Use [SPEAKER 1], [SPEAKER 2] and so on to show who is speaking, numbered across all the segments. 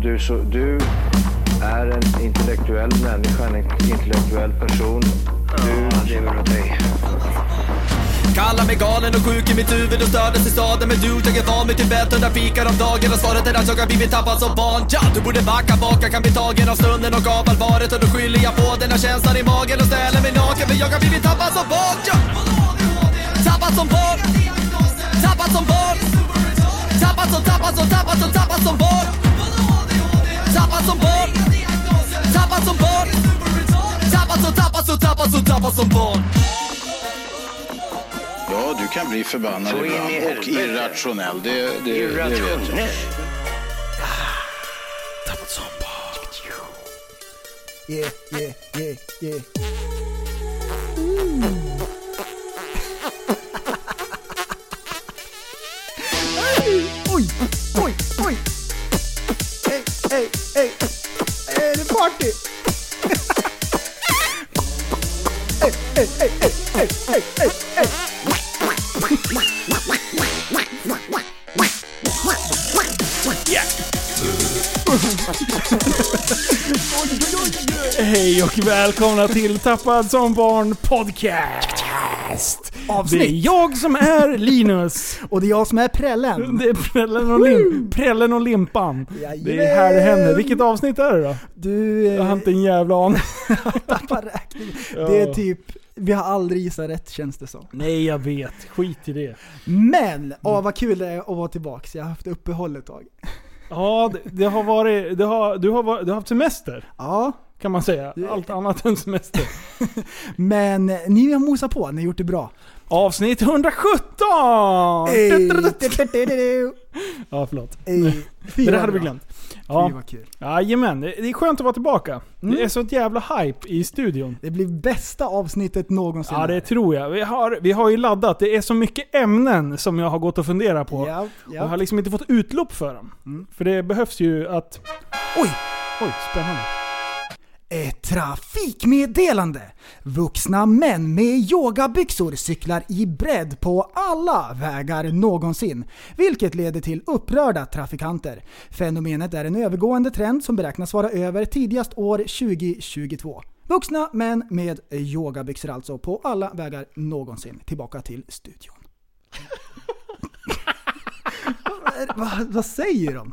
[SPEAKER 1] Du är en intellektuell människa, en intellektuell person. Du lever åt dig.
[SPEAKER 2] Kallar mig galen och sjuk i mitt huvud och stördes i staden. Men du, jag är van vid Tibet under fikar om dagen. Och svaret är att jag har blivit tappad som barn. Ja, du borde backa bak, jag kan bli tagen av stunden och av allvaret. Och då skyller jag på den här känslan i magen och ställer mig naken. För jag har blivit tappad som barn. Ja. Tappad som barn. Tappad som barn. Tappad som barn. Tappad som barn. Tappad som barn. Tappad som barn.
[SPEAKER 3] Ja, du kan bli förbannad ibland och irrationell. Det vet jag.
[SPEAKER 2] Tappad som barn.
[SPEAKER 4] Yeah. Oj. Hey. Är det party? Hey.
[SPEAKER 5] Hej och välkomna till Tappad som barn podcast.
[SPEAKER 4] Avsnitt.
[SPEAKER 5] Det är jag som är Linus.
[SPEAKER 4] Och det är jag som är Prällen.
[SPEAKER 5] Det är Prällen och Limpan.
[SPEAKER 4] Jajamän.
[SPEAKER 5] Det är här det händer. Vilket avsnitt är det då?
[SPEAKER 4] Jag
[SPEAKER 5] har inte en jävla aning.
[SPEAKER 4] Tappar räkning. Det är typ, vi har aldrig gissat rätt, känns det som.
[SPEAKER 5] Nej, jag vet. Skit i det.
[SPEAKER 4] Men, vad kul det är att vara tillbaka. Jag har haft uppehåll ett tag.
[SPEAKER 5] Ja, det har varit... Du har haft semester.
[SPEAKER 4] Ja.
[SPEAKER 5] Kan man säga. Allt annat än semester.
[SPEAKER 4] Men ni har mosat på, ni har gjort det bra.
[SPEAKER 5] Avsnitt 117! Ja, förlåt. Det hade vi glömt. Ja,
[SPEAKER 4] vad kul.
[SPEAKER 5] Jajamän, det är skönt att vara tillbaka. Det är så ett jävla hype i studion.
[SPEAKER 4] Det blir bästa avsnittet någonsin.
[SPEAKER 5] Ja, det tror jag. Vi har ju laddat. Det är så mycket ämnen som jag har gått och funderat på.
[SPEAKER 4] Ja.
[SPEAKER 5] Och har liksom inte fått utlopp för dem. För det behövs ju att... Oj, spännande.
[SPEAKER 4] Ett trafikmeddelande. Vuxna män med yogabyxor cyklar i bredd på alla vägar någonsin, vilket leder till upprörda trafikanter. Fenomenet är en övergående trend som beräknas vara över tidigast år 2022. Vuxna män med yogabyxor alltså på alla vägar någonsin. Tillbaka till studion. Vad säger de?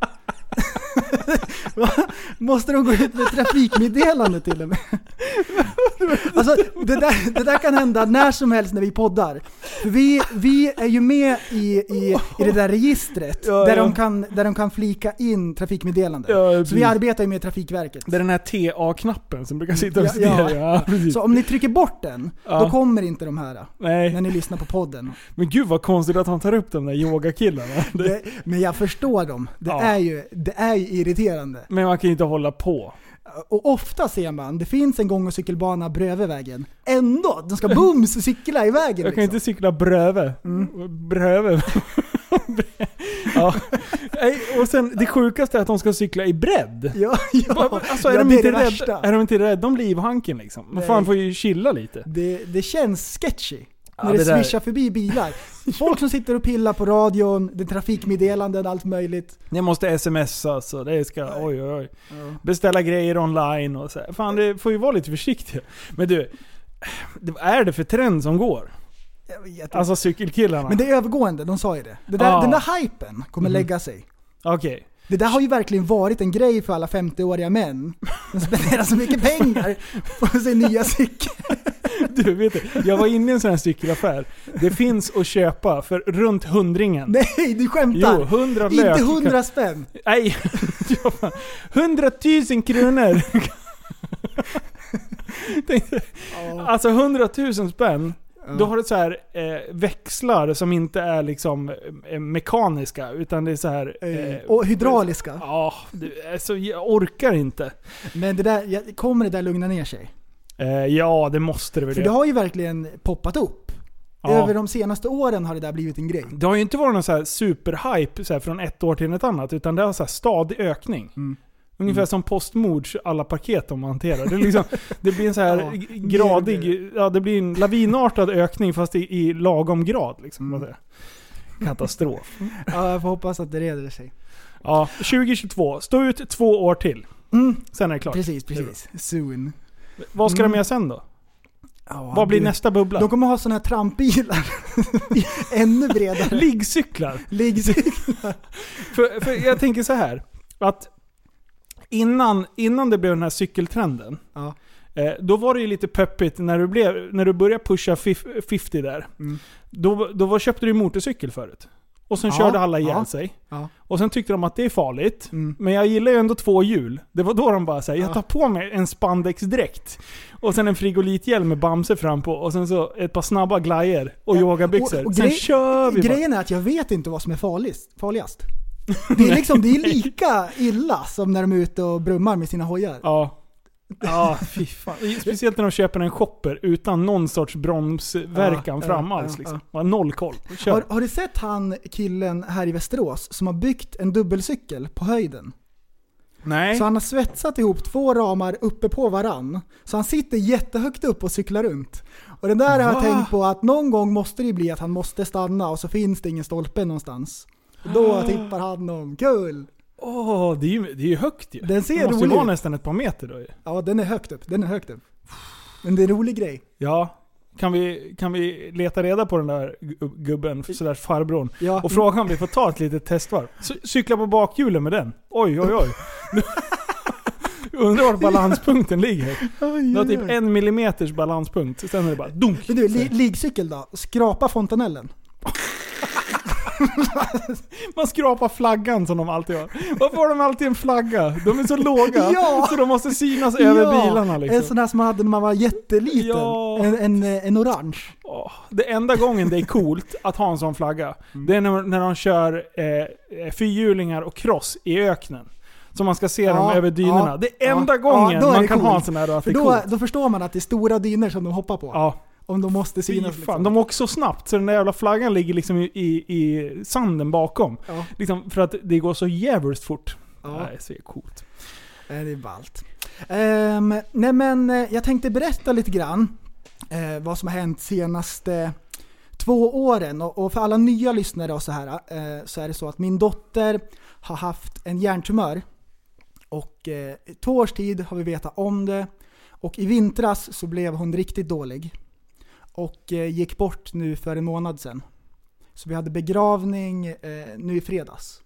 [SPEAKER 4] Måste de gå ut med trafikmeddelande till och med? Alltså, det där kan hända när som helst när vi poddar. För vi är ju med i det där registret där de kan flika in trafikmeddelande. Så vi arbetar ju med Trafikverket.
[SPEAKER 5] Det är den här TA-knappen som brukar sitta och styra.
[SPEAKER 4] Så om ni trycker bort den, då kommer inte de här.
[SPEAKER 5] Nej.
[SPEAKER 4] När ni lyssnar på podden.
[SPEAKER 5] Men gud vad konstigt att han tar upp de där yogakillarna.
[SPEAKER 4] Men jag förstår dem. Det är ju irriterande.
[SPEAKER 5] Men man kan ju inte hålla på.
[SPEAKER 4] Och ofta ser man, det finns en gång- och cykelbana bredvid vägen. Ändå, de ska bums cykla i vägen.
[SPEAKER 5] Jag kan inte cykla bredvid. Bredvid. Ja. Och sen det sjukaste är att de ska cykla i bredd.
[SPEAKER 4] Ja.
[SPEAKER 5] Alltså är de inte rädda om livhanken liksom? Man fan får ju chilla lite.
[SPEAKER 4] Det känns sketchy. När det swishar förbi bilar. Folk som sitter och pillar på radion, det trafikmeddelanden, allt möjligt.
[SPEAKER 5] Det måste smsa så det ska beställa grejer online och så. Fan, det får ju vara lite försiktigt. Men du, vad är det för trend som går? Alltså cykelkillarna.
[SPEAKER 4] Men det är övergående, de sa ju det. Den där hypen kommer lägga sig.
[SPEAKER 5] Okej.
[SPEAKER 4] Det där har ju verkligen varit en grej för alla 50-åriga män. De spenderar så mycket pengar på sin nya cykel.
[SPEAKER 5] Du vet det, jag var inne i en sån här cykelaffär. Det finns att köpa för runt 100.
[SPEAKER 4] Nej, du skämtar.
[SPEAKER 5] Jo, 100
[SPEAKER 4] inte
[SPEAKER 5] lök.
[SPEAKER 4] 100 spänn.
[SPEAKER 5] Nej, 100 000 kronor. Alltså 100 000 spänn. Då har du så här växlar som inte är liksom mekaniska utan det är så här
[SPEAKER 4] och hydrauliska.
[SPEAKER 5] Ja, alltså jag orkar inte.
[SPEAKER 4] Men kommer det där lugna ner sig?
[SPEAKER 5] Ja, det måste det väl.
[SPEAKER 4] För det har ju verkligen poppat upp. Ja. Över de senaste åren har det där blivit en grej.
[SPEAKER 5] Det har ju inte varit någon så här superhype så här från ett år till ett annat utan det har så här stadig ökning. Ungefär som Postnords alla paket de hanterar. Det, liksom, det blir en så här gradig, det blir en lavinartad ökning fast i lagom grad liksom. Katastrof.
[SPEAKER 4] Ja, jag får hoppas att det reder sig.
[SPEAKER 5] Ja, 2022. Stå ut 2 år till. Sen är det klart.
[SPEAKER 4] Precis. Soon.
[SPEAKER 5] Vad ska de göra sen då?
[SPEAKER 4] Ja,
[SPEAKER 5] vad blir nästa bubbla?
[SPEAKER 4] De kommer ha såna här trampbilar. Ännu bredare.
[SPEAKER 5] Liggcyklar. för jag tänker så här. Att innan det blev den här cykeltrenden.
[SPEAKER 4] Ja.
[SPEAKER 5] Då var det ju lite peppigt när du började pusha 50 där. Då köpte du motorcykel förut. Och sen körde alla ihjäl sig. Ja. Och sen tyckte de att det är farligt. Men jag gillar ju ändå 2 hjul. Det var då de bara säger jag tar på mig en spandexdräkt. Och sen en frigolithjälm med Bamse fram på. Och sen så ett par snabba glajer och yogabyxor. Sen kör vi
[SPEAKER 4] grejen är att jag vet inte vad som är farligast. Det är liksom, det är lika illa som när de är ute och brummar med sina hojar.
[SPEAKER 5] Ja, fy fan. Speciellt när de köper en shopper utan någon sorts bromsverkan fram alls. Liksom. Noll koll.
[SPEAKER 4] Har du sett han killen här i Västerås som har byggt en dubbelcykel på höjden?
[SPEAKER 5] Nej.
[SPEAKER 4] Så han har svetsat ihop 2 ramar uppe på varann. Så han sitter jättehögt upp och cyklar runt. Och den där har jag tänkt på att någon gång måste det bli att han måste stanna och så finns det ingen stolpe någonstans. Och då tippar han om. Kul!
[SPEAKER 5] Det är ju högt ju.
[SPEAKER 4] Den ser
[SPEAKER 5] det måste
[SPEAKER 4] rolig
[SPEAKER 5] ju vara nästan ett par meter då ju.
[SPEAKER 4] Ja, den är högt upp. Men det är en rolig grej.
[SPEAKER 5] Ja. Kan vi leta reda på den där gubben, sådär farbrorn, och fråga om vi får ta ett litet testvarv. Cykla på bakhjulen med den. Oj. Undrar var balanspunkten ligger. Det har typ 1 millimeters balanspunkt. Sen är det bara dunk.
[SPEAKER 4] Men du, liggcykel då? Skrapa fontanellen.
[SPEAKER 5] Man skrapar flaggan som de alltid har. Varför har de alltid en flagga? De är så låga så de måste synas över bilarna liksom.
[SPEAKER 4] En sån där som man hade när man var jätteliten. En orange.
[SPEAKER 5] Det enda gången det är coolt att ha en sån flagga, det är när de kör fyrhjulingar och cross i öknen. Så man ska se dem över dynorna. Det är enda gången man kan ha en sån här att det är coolt.
[SPEAKER 4] Då förstår man att det är stora dyner som de hoppar på.
[SPEAKER 5] Ja.
[SPEAKER 4] Om de måste synas.
[SPEAKER 5] Liksom. De åker så snabbt så den där jävla flaggan ligger liksom i sanden bakom. Ja. Liksom för att det går så jävligt fort. Ja. Det är coolt.
[SPEAKER 4] Det är ballt. Nej men jag tänkte berätta lite grann vad som har hänt senaste 2 åren. Och för alla nya lyssnare och så här så är det så att min dotter har haft en hjärntumör. Och 2 års tid har vi vetat om det. Och i vintras så blev hon riktigt dålig. Och gick bort nu för en månad sedan. Så vi hade begravning nu i fredags.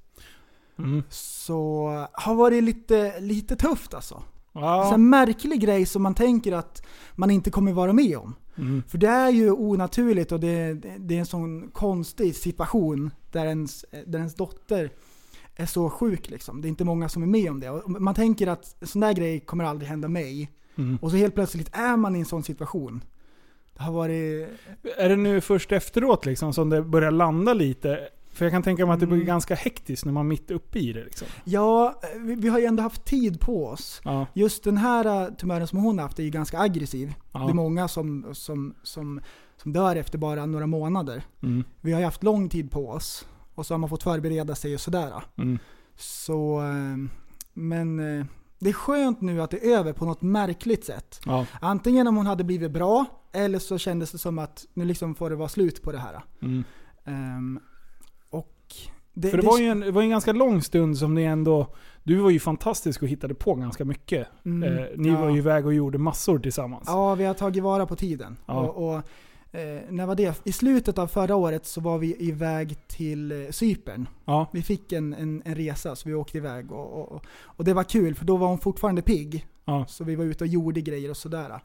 [SPEAKER 4] Så har varit lite tufft alltså. Så en märklig grej som man tänker att man inte kommer vara med om. För det är ju onaturligt och det är en sån konstig situation där ens dotter är så sjuk liksom. Det är inte många som är med om det. Och man tänker att sån där grej kommer aldrig hända mig. Och så helt plötsligt är man i en sån situation. Det har varit...
[SPEAKER 5] Är det nu först efteråt liksom som det börjar landa lite? För jag kan tänka mig att det blir ganska hektiskt när man är mitt uppe i det liksom. Ja,
[SPEAKER 4] vi har ju ändå haft tid på oss. Ja. Just den här tumören som hon har haft är ju ganska aggressiv. Ja. Det är många som dör efter bara några månader. Vi har ju haft lång tid på oss. Och så har man fått förbereda sig och sådär. Så, men det är skönt nu att det är över på något märkligt sätt. Ja. Antingen om hon hade blivit bra, eller så kändes det som att nu liksom får det vara slut på det här.
[SPEAKER 5] För det var ju en ganska lång stund som ni ändå... Du var ju fantastisk och hittade på ganska mycket. Ni var ju iväg och gjorde massor tillsammans. Ja,
[SPEAKER 4] vi har tagit vara på tiden. Ja. När var det? I slutet av förra året så var vi iväg till Cypern. Ja. Vi fick en resa så vi åkte iväg. Och det var kul för då var hon fortfarande pigg. Ja. Så vi var ute och gjorde grejer och sådär.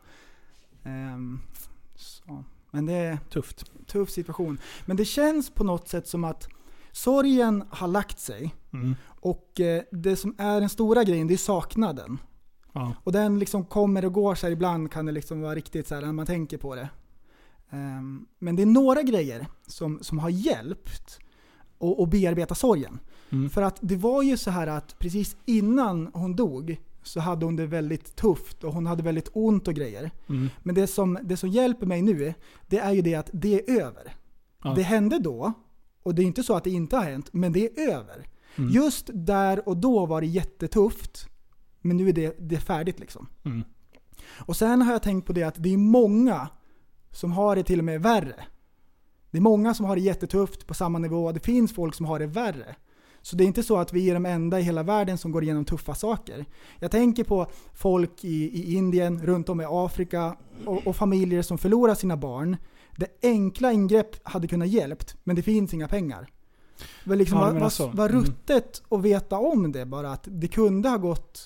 [SPEAKER 4] Men det är tuff situation. Men det känns på något sätt som att sorgen har lagt sig. Och det som är den stora grejen, det är saknaden. Ja. Och den liksom kommer och går så här, ibland kan det liksom vara riktigt så här när man tänker på det. Men det är några grejer som har hjälpt att bearbeta sorgen. För att det var ju så här att precis innan hon dog så hade hon det väldigt tufft och hon hade väldigt ont och grejer. Men det som hjälper mig nu, det är ju det att det är över. Ja. Det hände då. Och det är inte så att det inte har hänt, men det är över. Just där och då var det jättetufft, men nu är det färdigt liksom. Och sen har jag tänkt på det att det är många som har det till och med värre. Det är många som har det jättetufft på samma nivå. Det finns folk som har det värre. Så det är inte så att vi är de enda i hela världen som går igenom tuffa saker. Jag tänker på folk i Indien, runt om i Afrika och familjer som förlorar sina barn. Det enkla ingrepp hade kunnat hjälpt, men det finns inga pengar. Det liksom var ruttet att veta om det, bara att det kunde ha gått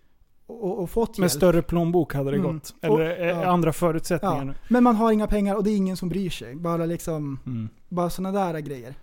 [SPEAKER 4] och fått hjälp.
[SPEAKER 5] Med större plånbok hade det gått. Eller andra förutsättningar.
[SPEAKER 4] Ja. Men man har inga pengar och det är ingen som bryr sig. Bara sådana där grejer.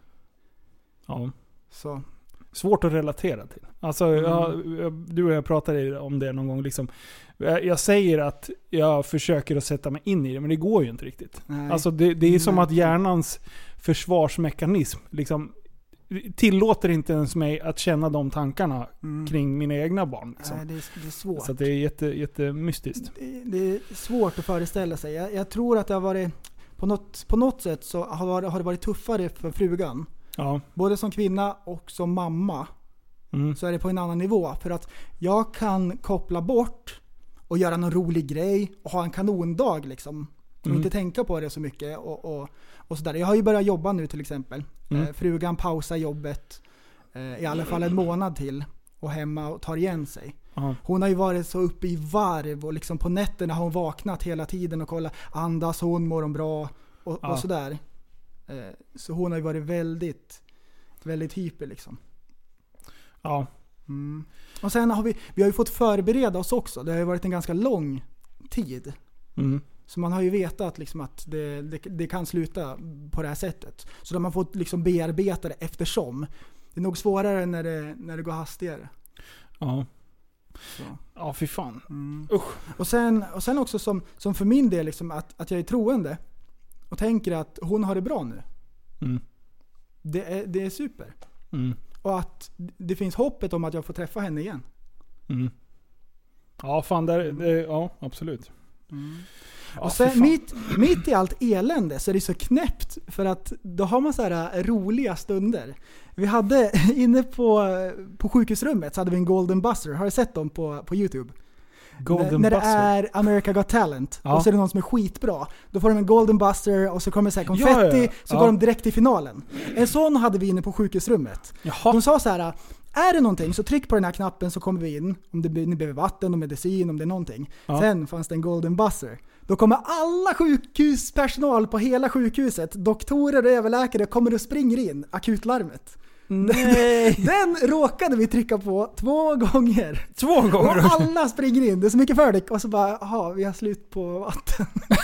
[SPEAKER 5] Ja.
[SPEAKER 4] Så.
[SPEAKER 5] Svårt att relatera till. Alltså, du och jag pratade om det någon gång. Liksom. Jag säger att jag försöker att sätta mig in i det, men det går ju inte riktigt. Nej. Alltså, det är som att hjärnans försvarsmekanism liksom, tillåter inte ens mig att känna de tankarna kring mina egna barn. Liksom.
[SPEAKER 4] Nej, det är svårt.
[SPEAKER 5] Så det är jättemystiskt.
[SPEAKER 4] Det är svårt att föreställa sig. Jag tror att det har varit på något sätt så har det varit tuffare för frugan.
[SPEAKER 5] Ja.
[SPEAKER 4] Både som kvinna och som mamma så är det på en annan nivå. För att jag kan koppla bort och göra någon rolig grej och ha en kanondag liksom. Och inte tänka på det så mycket och sådär. Jag har ju börjat jobba nu till exempel. Frugan pausar jobbet i alla fall en månad till och hemma och tar igen sig. Hon har ju varit så uppe i varv och liksom på nätterna har hon vaknat hela tiden och kollat, andas hon, mår hon bra och sådär. Så hon har ju varit väldigt, väldigt hyper liksom.
[SPEAKER 5] Ja.
[SPEAKER 4] Och sen har vi har ju fått förbereda oss också. Det har ju varit en ganska lång tid. Så man har ju vetat liksom att det kan sluta på det här sättet. Så då har man fått liksom bearbeta det eftersom. Det är nog svårare när det går hastigare.
[SPEAKER 5] Ja.
[SPEAKER 4] Så.
[SPEAKER 5] Ja, fy fan.
[SPEAKER 4] Och sen också som för min del liksom att jag är troende och tänker att hon har det bra nu. Det är super. Och att det finns hoppet om att jag får träffa henne igen.
[SPEAKER 5] Ja, fan, ja, absolut. Ja,
[SPEAKER 4] och sen mitt i allt elände så är det så knäppt för att då har man så här roliga stunder. Vi hade inne på sjukhusrummet så hade vi en Golden Buzzer. Har du sett dem på YouTube? När det är America Got Talent och så är det någon som är skitbra. Då får de en Golden Buzzer och så kommer det så här konfetti så går de direkt till finalen. En sån hade vi inne på sjukhusrummet. De sa så här: är det någonting så tryck på den här knappen så kommer vi in. Om ni behöver vatten och medicin, om det är någonting. Sen fanns det en Golden Buzzer. Då kommer alla sjukhuspersonal på hela sjukhuset, doktorer och överläkare, kommer och springer in, akutlarmet.
[SPEAKER 5] Nej.
[SPEAKER 4] Den råkade vi trycka på 2 gånger.
[SPEAKER 5] 2 gånger?
[SPEAKER 4] Och alla springer in, det är så mycket för det. Och så bara, vi har slut på vatten.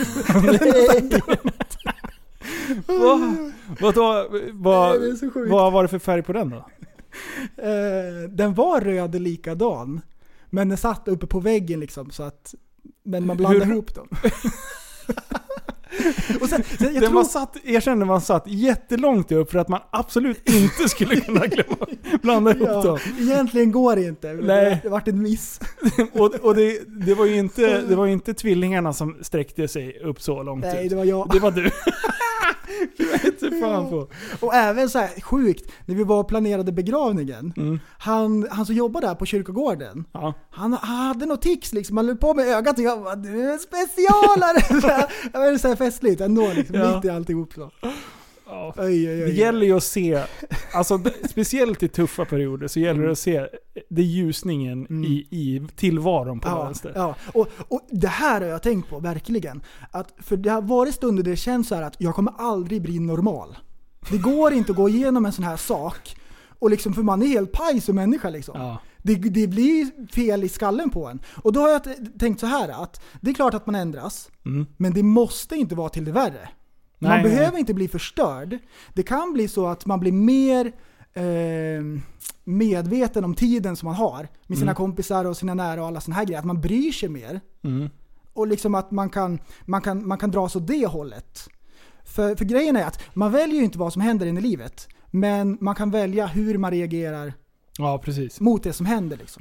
[SPEAKER 5] Vad var det för färg på den då?
[SPEAKER 4] Den var röd likadan. Men den satt uppe på väggen liksom, så att, men man blandade ihop dem. Och sen,
[SPEAKER 5] man satt jättelångt upp för att man absolut inte skulle kunna blanda ihop dem.
[SPEAKER 4] Egentligen går det inte.
[SPEAKER 5] Nej.
[SPEAKER 4] Det vart en miss.
[SPEAKER 5] och det var ju inte tvillingarna som sträckte sig upp så långt.
[SPEAKER 4] Nej,
[SPEAKER 5] ut.
[SPEAKER 4] Det var jag.
[SPEAKER 5] Det var du. Jag vet inte fan på.
[SPEAKER 4] Och även så här sjukt, när vi var och planerade begravningen, han som jobbade där på kyrkogården, han hade något tics liksom, han höll på med ögat och jag bara, du är specialare. Jag var så här festligt ändå liksom, mitt i alltihop så.
[SPEAKER 5] Ja. Det gäller ju att se, alltså speciellt i tuffa perioder så gäller det att se det ljusningen i tillvaron på vänster.
[SPEAKER 4] Ja. Och det här har jag tänkt på verkligen, att för det har varit stunder där det känns så här att jag kommer aldrig bli normal. Det går inte att gå igenom en sån här sak och liksom, för man är helt paj som människa liksom. Ja. Det blir fel i skallen på en. Och då har jag tänkt så här att det är klart att man ändras, men det måste inte vara till det värre. Man behöver inte bli förstörd. Det kan bli så att man blir mer medveten om tiden som man har med sina kompisar och sina nära och alla såna här grejer. Att man bryr sig mer. Och liksom att man kan dra så det hållet. För grejen är att man väljer ju inte vad som händer in i livet. Men man kan välja hur man reagerar mot det som händer liksom.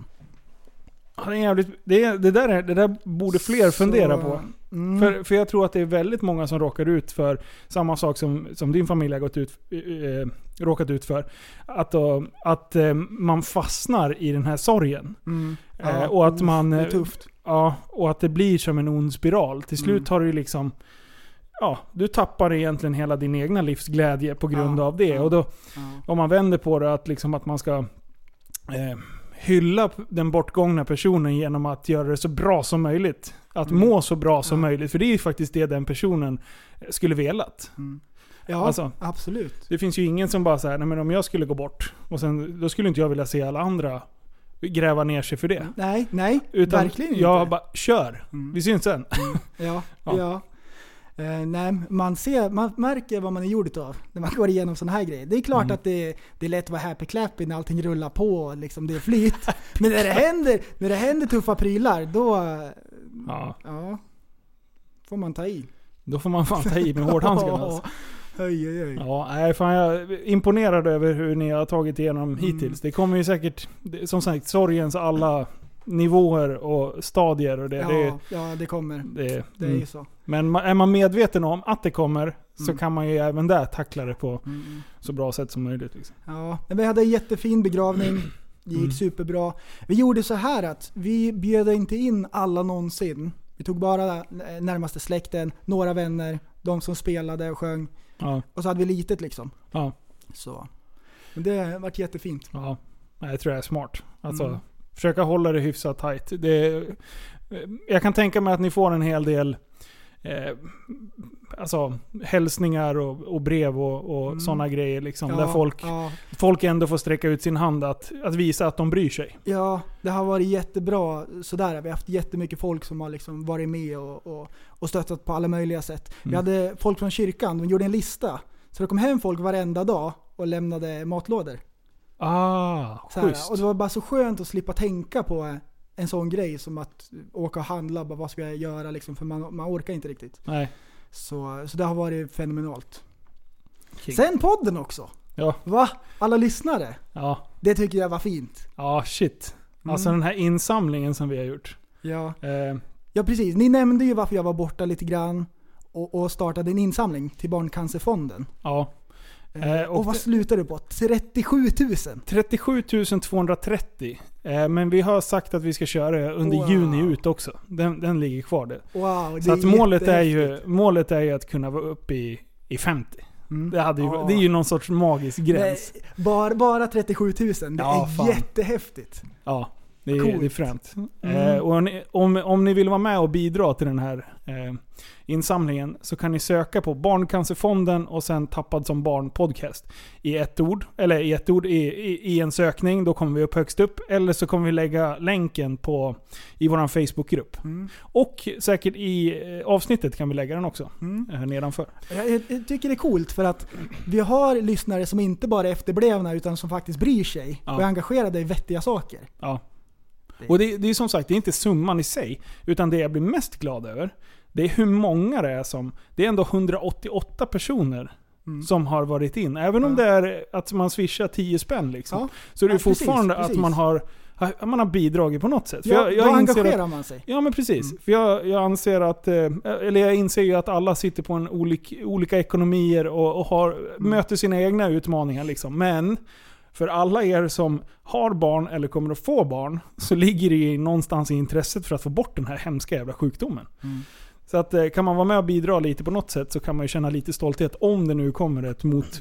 [SPEAKER 5] Det där borde fler fundera på. För jag tror att det är väldigt många som råkar ut för samma sak som din familj har råkat ut för. Att man fastnar i den här sorgen. Och att man,
[SPEAKER 4] det är tufft.
[SPEAKER 5] Ja, och att det blir som en ond spiral. Till slut har det ju liksom, du tappar egentligen hela din egna livsglädje på grund av det. Och då, om man vänder på det att, liksom, att man ska hylla den bortgångna personen genom att göra det så bra som möjligt. Att må så bra som möjligt. För det är ju faktiskt det den personen skulle velat.
[SPEAKER 4] Ja, alltså, absolut.
[SPEAKER 5] Det finns ju ingen som bara säger, nej men om jag skulle gå bort och sen, då skulle inte jag vilja se alla andra gräva ner sig för det.
[SPEAKER 4] Nej, utan verkligen inte.
[SPEAKER 5] Jag bara, kör. Vi syns sen.
[SPEAKER 4] Ja. Nej, man märker vad man är gjort av när man går igenom såna här grejer. Det är klart att det är lätt att vara happy clappy när allting rullar på, liksom, det är flyt. Men när det händer tuffa prylar, då får man ta i.
[SPEAKER 5] Då får man fan ta i med hårdhandskarna. Alltså.
[SPEAKER 4] Oj.
[SPEAKER 5] Ja, fan, jag är imponerad över hur ni har tagit igenom hittills. Det kommer ju säkert, som sagt, sorgens alla nivåer och stadier och det.
[SPEAKER 4] Ja, det kommer. Det är ju så.
[SPEAKER 5] Men är man medveten om att det kommer, så kan man ju även där tackla det på så bra sätt som möjligt. Liksom.
[SPEAKER 4] Ja, men vi hade en jättefin begravning. Det gick superbra. Vi gjorde så här att vi bjöd inte in alla någonsin. Vi tog bara närmaste släkten, några vänner, de som spelade och sjöng. Ja. Och så hade vi litet liksom. Ja. Så. Men det har varit jättefint.
[SPEAKER 5] Ja, jag tror det är smart. Alltså, försöka hålla det hyfsat tajt. Jag kan tänka mig att ni får en hel del alltså hälsningar och brev och sådana grejer liksom, där folk ändå får sträcka ut sin hand att visa att de bryr sig. Ja,
[SPEAKER 4] det har varit jättebra sådär. Vi har haft jättemycket folk som har liksom varit med och stöttat på alla möjliga sätt. Vi hade folk från kyrkan, de gjorde en lista. Så det kom hem folk varenda dag och lämnade matlådor.
[SPEAKER 5] Schysst.
[SPEAKER 4] Och det var bara så skönt att slippa tänka på en sån grej som att åka och handla, bara vad ska jag göra liksom, för man orkar inte riktigt.
[SPEAKER 5] Nej.
[SPEAKER 4] Så det har varit fenomenalt. Sen podden också.
[SPEAKER 5] Ja.
[SPEAKER 4] Va? Alla lyssnare.
[SPEAKER 5] Ja.
[SPEAKER 4] Det tycker jag var fint.
[SPEAKER 5] Ja, shit. Alltså den här insamlingen som vi har gjort.
[SPEAKER 4] Ja. Ja, precis. Ni nämnde ju varför jag var borta lite grann och startade en insamling till Barncancerfonden. Ja. Och vad slutar du på? 37 000?
[SPEAKER 5] 37 230. Men vi har sagt att vi ska köra under juni ut också. Den ligger kvar där.
[SPEAKER 4] Wow,
[SPEAKER 5] så att målet är ju att kunna vara uppe i 50. Det är ju någon sorts magisk gräns.
[SPEAKER 4] Nej, bara 37 000. Det är jättehäftigt.
[SPEAKER 5] Ja. Det är främt. Och om ni vill vara med och bidra till den här insamlingen, så kan ni söka på Barncancerfonden och sen Tappad som barn podcast i ett ord, eller i en sökning. Då kommer vi upp högst upp, eller så kommer vi lägga länken i våran Facebookgrupp. Och säkert i avsnittet kan vi lägga den också nedanför.
[SPEAKER 4] Jag tycker det är coolt, för att vi har lyssnare som inte bara är efterblivna utan som faktiskt bryr sig och är engagerade i vettiga saker.
[SPEAKER 5] Ja. Och det är som sagt, det är inte summan i sig, utan det jag blir mest glad över, det är hur många det är som... Det är ändå 188 personer som har varit in. Även om det är att man swishar 10 spänn liksom. Så det är fortfarande precis. Att man har bidragit på något sätt.
[SPEAKER 4] För jag då engagerar man sig.
[SPEAKER 5] Ja, men precis. För jag anser att... Eller jag inser ju att alla sitter på olika ekonomier och möter sina egna utmaningar liksom. Men... För alla er som har barn eller kommer att få barn, så ligger det ju någonstans i intresset för att få bort den här hemska jävla sjukdomen. Så att kan man vara med och bidra lite på något sätt, så kan man ju känna lite stolthet om det nu kommer ett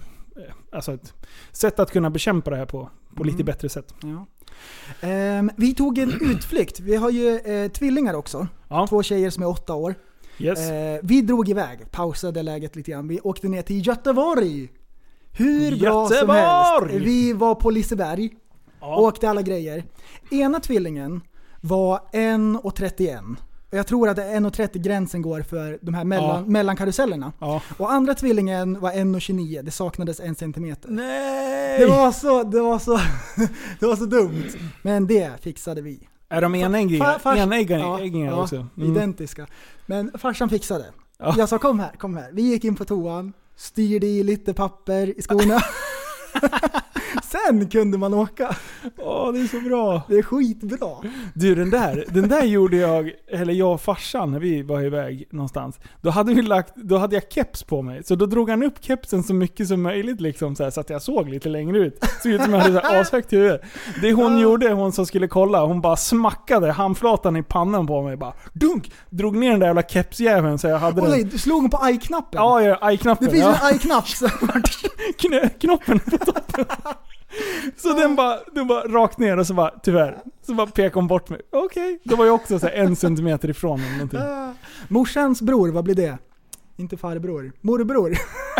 [SPEAKER 5] sätt att kunna bekämpa det här på lite bättre sätt.
[SPEAKER 4] Ja. Vi tog en utflykt. Vi har ju tvillingar också. Ja. 2 tjejer som är 8 år.
[SPEAKER 5] Yes.
[SPEAKER 4] Vi drog iväg, pausade läget lite grann. Vi åkte ner till Göteborg. Hur bra som helst. Vi var på Liseberg. Åkte alla grejer. Ena tvillingen var 1,31. Jag tror att 1,30 gränsen går för de här mellankarusellerna. Och andra tvillingen var 1,29. Det saknades 1 centimeter.
[SPEAKER 5] Nej!
[SPEAKER 4] Det var så dumt. Men det fixade vi.
[SPEAKER 5] Är de enäggingar också?
[SPEAKER 4] Identiska. Men farsan fixade. Jag sa kom här. Vi gick in på toan. Styrde i lite papper i skorna. den kunde man åka.
[SPEAKER 5] Det är så bra.
[SPEAKER 4] Det är skitbra.
[SPEAKER 5] Du, den där gjorde jag och farsan när vi var iväg någonstans. Då hade jag keps på mig. Så då drog han upp kepsen så mycket som möjligt liksom, så att jag såg lite längre ut. Så ut som jag hade så här ashögt huvud. Det hon gjorde, hon som skulle kolla, hon bara smackade handflatan i pannan på mig. Bara dunk! Drog ner den där jävla kepsjäveln så jag hade den.
[SPEAKER 4] Du slog på i-knappen.
[SPEAKER 5] Ja, i-knappen.
[SPEAKER 4] Det finns en i-knapp.
[SPEAKER 5] Knoppen på toppen. Så den bara rakt ner och så bara, tyvärr. Så bara pekade hon bort mig. Okej. Då var jag också så här 1 centimeter ifrån eller någonting.
[SPEAKER 4] Morsans bror, vad blir det? Inte farbror. Morbror.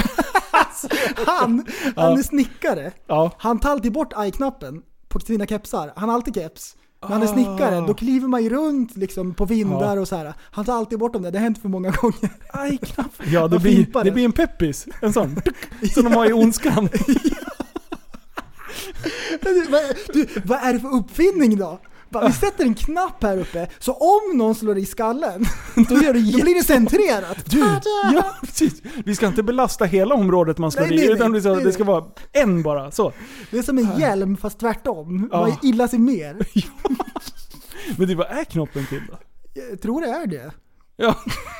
[SPEAKER 4] Han är snickare.
[SPEAKER 5] Ja.
[SPEAKER 4] Han tar alltid bort i-knappen på sina kepsar. Han har alltid keps. När han är snickare, då kliver man ju runt liksom, på vindar och så här. Han tar alltid bort dem där. Det har hänt för många gånger.
[SPEAKER 5] I-knapp. Ja, det blir en peppis. En sån. Som de har i Ondskan.
[SPEAKER 4] Vad är det för uppfinning då? Vi sätter en knapp här uppe, så om någon slår i skallen, då blir det centrerat.
[SPEAKER 5] Ja, precis. Vi ska inte belasta hela området man slår i, utan det ska vara en bara. Så.
[SPEAKER 4] Det är som en hjälm fast tvärtom. Man illa sig mer.
[SPEAKER 5] Men vad är knoppen till då?
[SPEAKER 4] Jag tror det är det.
[SPEAKER 5] Ja.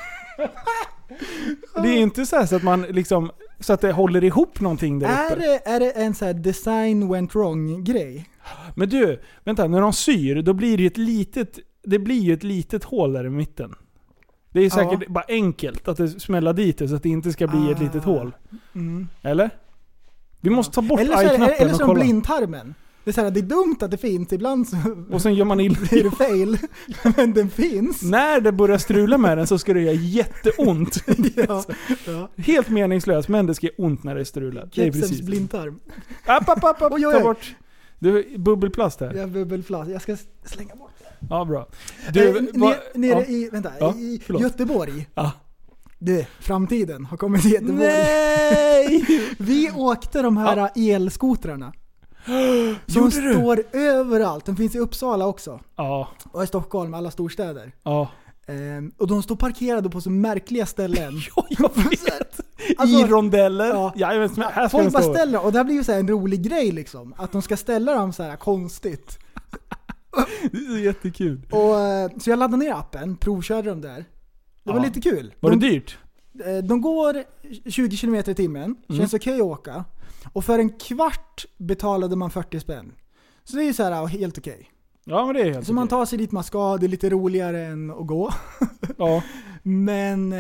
[SPEAKER 5] Det är inte så att man liksom, så att det håller ihop någonting där uppe.
[SPEAKER 4] Är det en så här design went wrong grej?
[SPEAKER 5] Men du, vänta, när de syr då blir det ju ett litet hål där i mitten. Det är säkert bara enkelt att det smäller dit det så att det inte ska bli ett litet hål. Eller? Vi måste ta bort i-knappen och kolla.
[SPEAKER 4] Eller som blindtarmen. Det är så här, det är dumt att det finns ibland så
[SPEAKER 5] och sen gör man illa.
[SPEAKER 4] Det är fail. Men den finns.
[SPEAKER 5] När det börjar strula med den så ska det göra jätteont.
[SPEAKER 4] Ja.
[SPEAKER 5] Helt meningslöst, men det ska göra ont när det strular. Det är precis.
[SPEAKER 4] Blindtarm.
[SPEAKER 5] App. Ta bort. Du är bubbelplast här.
[SPEAKER 4] Ja, bubbelplast. Jag ska slänga bort det.
[SPEAKER 5] Ja, bra. Du,
[SPEAKER 4] nere i Göteborg.
[SPEAKER 5] Ja.
[SPEAKER 4] Du, framtiden har kommit till Göteborg.
[SPEAKER 5] Nej!
[SPEAKER 4] Vi åkte de här elskotrarna. Som står överallt. De finns i Uppsala också.
[SPEAKER 5] Ja.
[SPEAKER 4] Och i Stockholm, alla storstäder.
[SPEAKER 5] Ja.
[SPEAKER 4] Och de står parkerade på så märkliga ställen.
[SPEAKER 5] Ja, jag vet. Alltså, i rondeller.
[SPEAKER 4] Ja,
[SPEAKER 5] här
[SPEAKER 4] folk bara ställer. Och det här blir ju så här en rolig grej liksom. Att de ska ställa dem så här konstigt.
[SPEAKER 5] Det är så jättekul.
[SPEAKER 4] Och, så jag laddade ner appen, provkörde dem där. Det var lite kul.
[SPEAKER 5] Var det dyrt?
[SPEAKER 4] De går 20 km i timmen. Känns okej att åka. Och för en kvart betalade man 40 spänn. Så det är ju så här helt okej.
[SPEAKER 5] Ja, men det är helt
[SPEAKER 4] så man tar sig dit man ska. Det är lite roligare än att gå.
[SPEAKER 5] Ja.
[SPEAKER 4] Men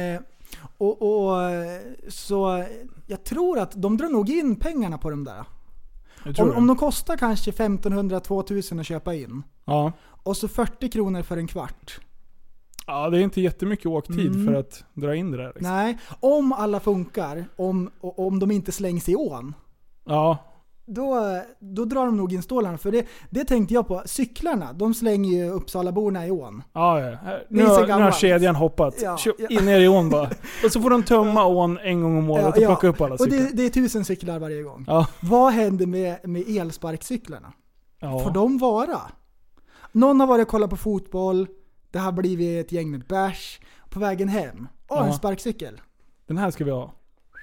[SPEAKER 4] så jag tror att de drar nog in pengarna på dem där. Om de kostar kanske 1500-2000 att köpa in.
[SPEAKER 5] Ja.
[SPEAKER 4] Och så 40 kronor för en kvart.
[SPEAKER 5] Ja, det är inte jättemycket åktid för att dra in det där. Liksom.
[SPEAKER 4] Nej, om alla funkar, om de inte slängs i ån.
[SPEAKER 5] Ja.
[SPEAKER 4] Då drar de nog in stålarna. För det tänkte jag på. Cyklarna, de slänger ju Uppsalaborna i ån.
[SPEAKER 5] Ja. Nu har kedjan hoppat. In ner i ån bara. Och så får de tömma ån en gång om året och plocka upp alla cyklar.
[SPEAKER 4] Och det är 1000 cyklar varje gång.
[SPEAKER 5] Ja.
[SPEAKER 4] Vad händer med elsparkcyklarna?
[SPEAKER 5] Ja.
[SPEAKER 4] Får de vara? Någon har varit och kollat på fotboll. Det har blivit ett gäng med bärs. På vägen hem. En sparkcykel. Den
[SPEAKER 5] här ska vi ha.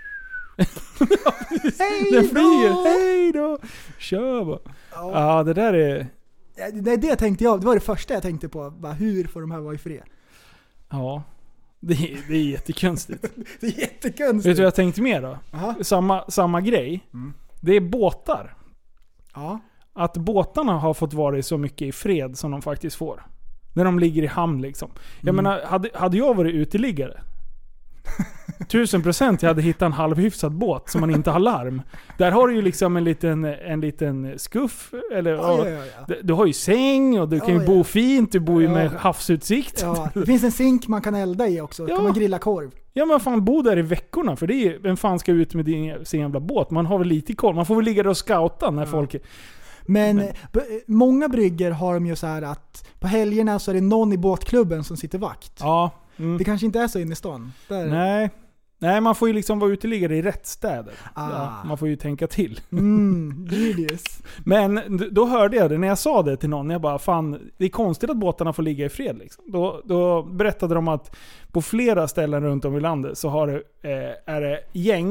[SPEAKER 4] Den
[SPEAKER 5] flyger. Hej då. Kör bara. Ja, det där är...
[SPEAKER 4] Det tänkte jag. Det var det första jag tänkte på. Bara, hur får de här vara i fred?
[SPEAKER 5] Ja. Det är jättekonstigt.
[SPEAKER 4] Det är jättekonstigt.
[SPEAKER 5] Vet du vad jag tänkte mer då? Samma grej. Det är båtar.
[SPEAKER 4] Ja.
[SPEAKER 5] Att båtarna har fått vara så mycket i fred som de faktiskt får. När de ligger i hamn liksom. Jag menar, hade jag varit uteliggare 1000% jag hade hittat en halvhyfsad båt som man inte har larm. Där har du ju liksom en liten skuff eller du har ju säng och du kan ju bo fint, du bor ju med havsutsikt.
[SPEAKER 4] Ja, det finns en zink man kan elda i också. Kan man grilla korv.
[SPEAKER 5] Ja, men fan bo där i veckorna för det är vem fan ska ut med sin jävla båt. Man har väl lite koll. Man får väl ligga där och scouta när folk
[SPEAKER 4] Men många brygger har de ju så här att på helgerna så är det någon i båtklubben som sitter vakt.
[SPEAKER 5] Ja.
[SPEAKER 4] Det kanske inte är så inne i stan.
[SPEAKER 5] Nej, man får ju liksom vara uteliggare i rätt städer. Ja, man får ju tänka till.
[SPEAKER 4] Genius.
[SPEAKER 5] Men då hörde jag det när jag sa det till någon. Jag bara, fan, det är konstigt att båtarna får ligga i fred. Liksom. Då berättade de att på flera ställen runt om i landet så är det gäng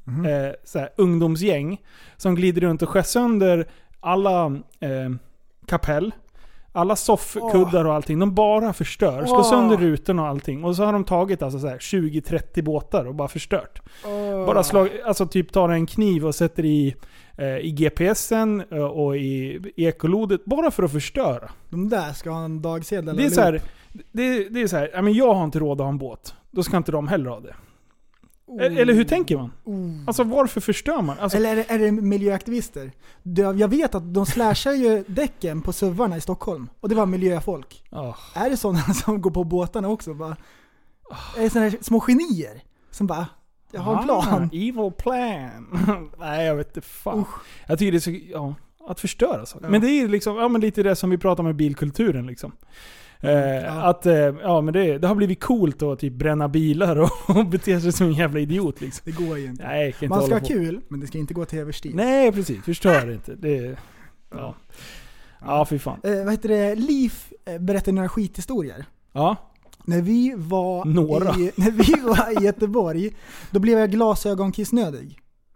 [SPEAKER 5] så här, ungdomsgäng som glider runt och skär sönder alla kapell. Alla soffkuddar och allting, de bara förstör. Slår sönder rutorna och allting. Och så har de tagit alltså så här 20-30 båtar och bara förstört. Bara alltså typ tar en kniv och sätter i GPSen och i ekolodet bara för att förstöra.
[SPEAKER 4] De där ska ha en dagsedel.
[SPEAKER 5] Det är så här, det är så här, men jag har inte råd att ha en båt. Då ska inte de heller ha det. Eller hur tänker man? Alltså varför förstör man? Alltså,
[SPEAKER 4] eller är det miljöaktivister? Jag vet att de slashar ju däcken på suvarna i Stockholm. Och det var miljöfolk. Är det sådana som går på båtarna också? Bara, är det sådana här små genier som bara, jag har en plan.
[SPEAKER 5] Evil plan. Nej, jag vet inte fan. Jag tycker det är så, att förstöra så. Men det är liksom, men lite det som vi pratar med bilkulturen liksom. Men det har blivit coolt att typ bränna bilar och bete sig som en jävla idiot liksom.
[SPEAKER 4] Det går ju inte.
[SPEAKER 5] Nej, kan
[SPEAKER 4] man
[SPEAKER 5] inte
[SPEAKER 4] ska ha kul, men det ska inte gå till överstil.
[SPEAKER 5] Nej, precis. Förstör inte. Det fy fan.
[SPEAKER 4] Vad heter det? Liv berättar några skithistorier.
[SPEAKER 5] Ja.
[SPEAKER 4] När vi var i Göteborg, då blev jag glasögonkissnödig.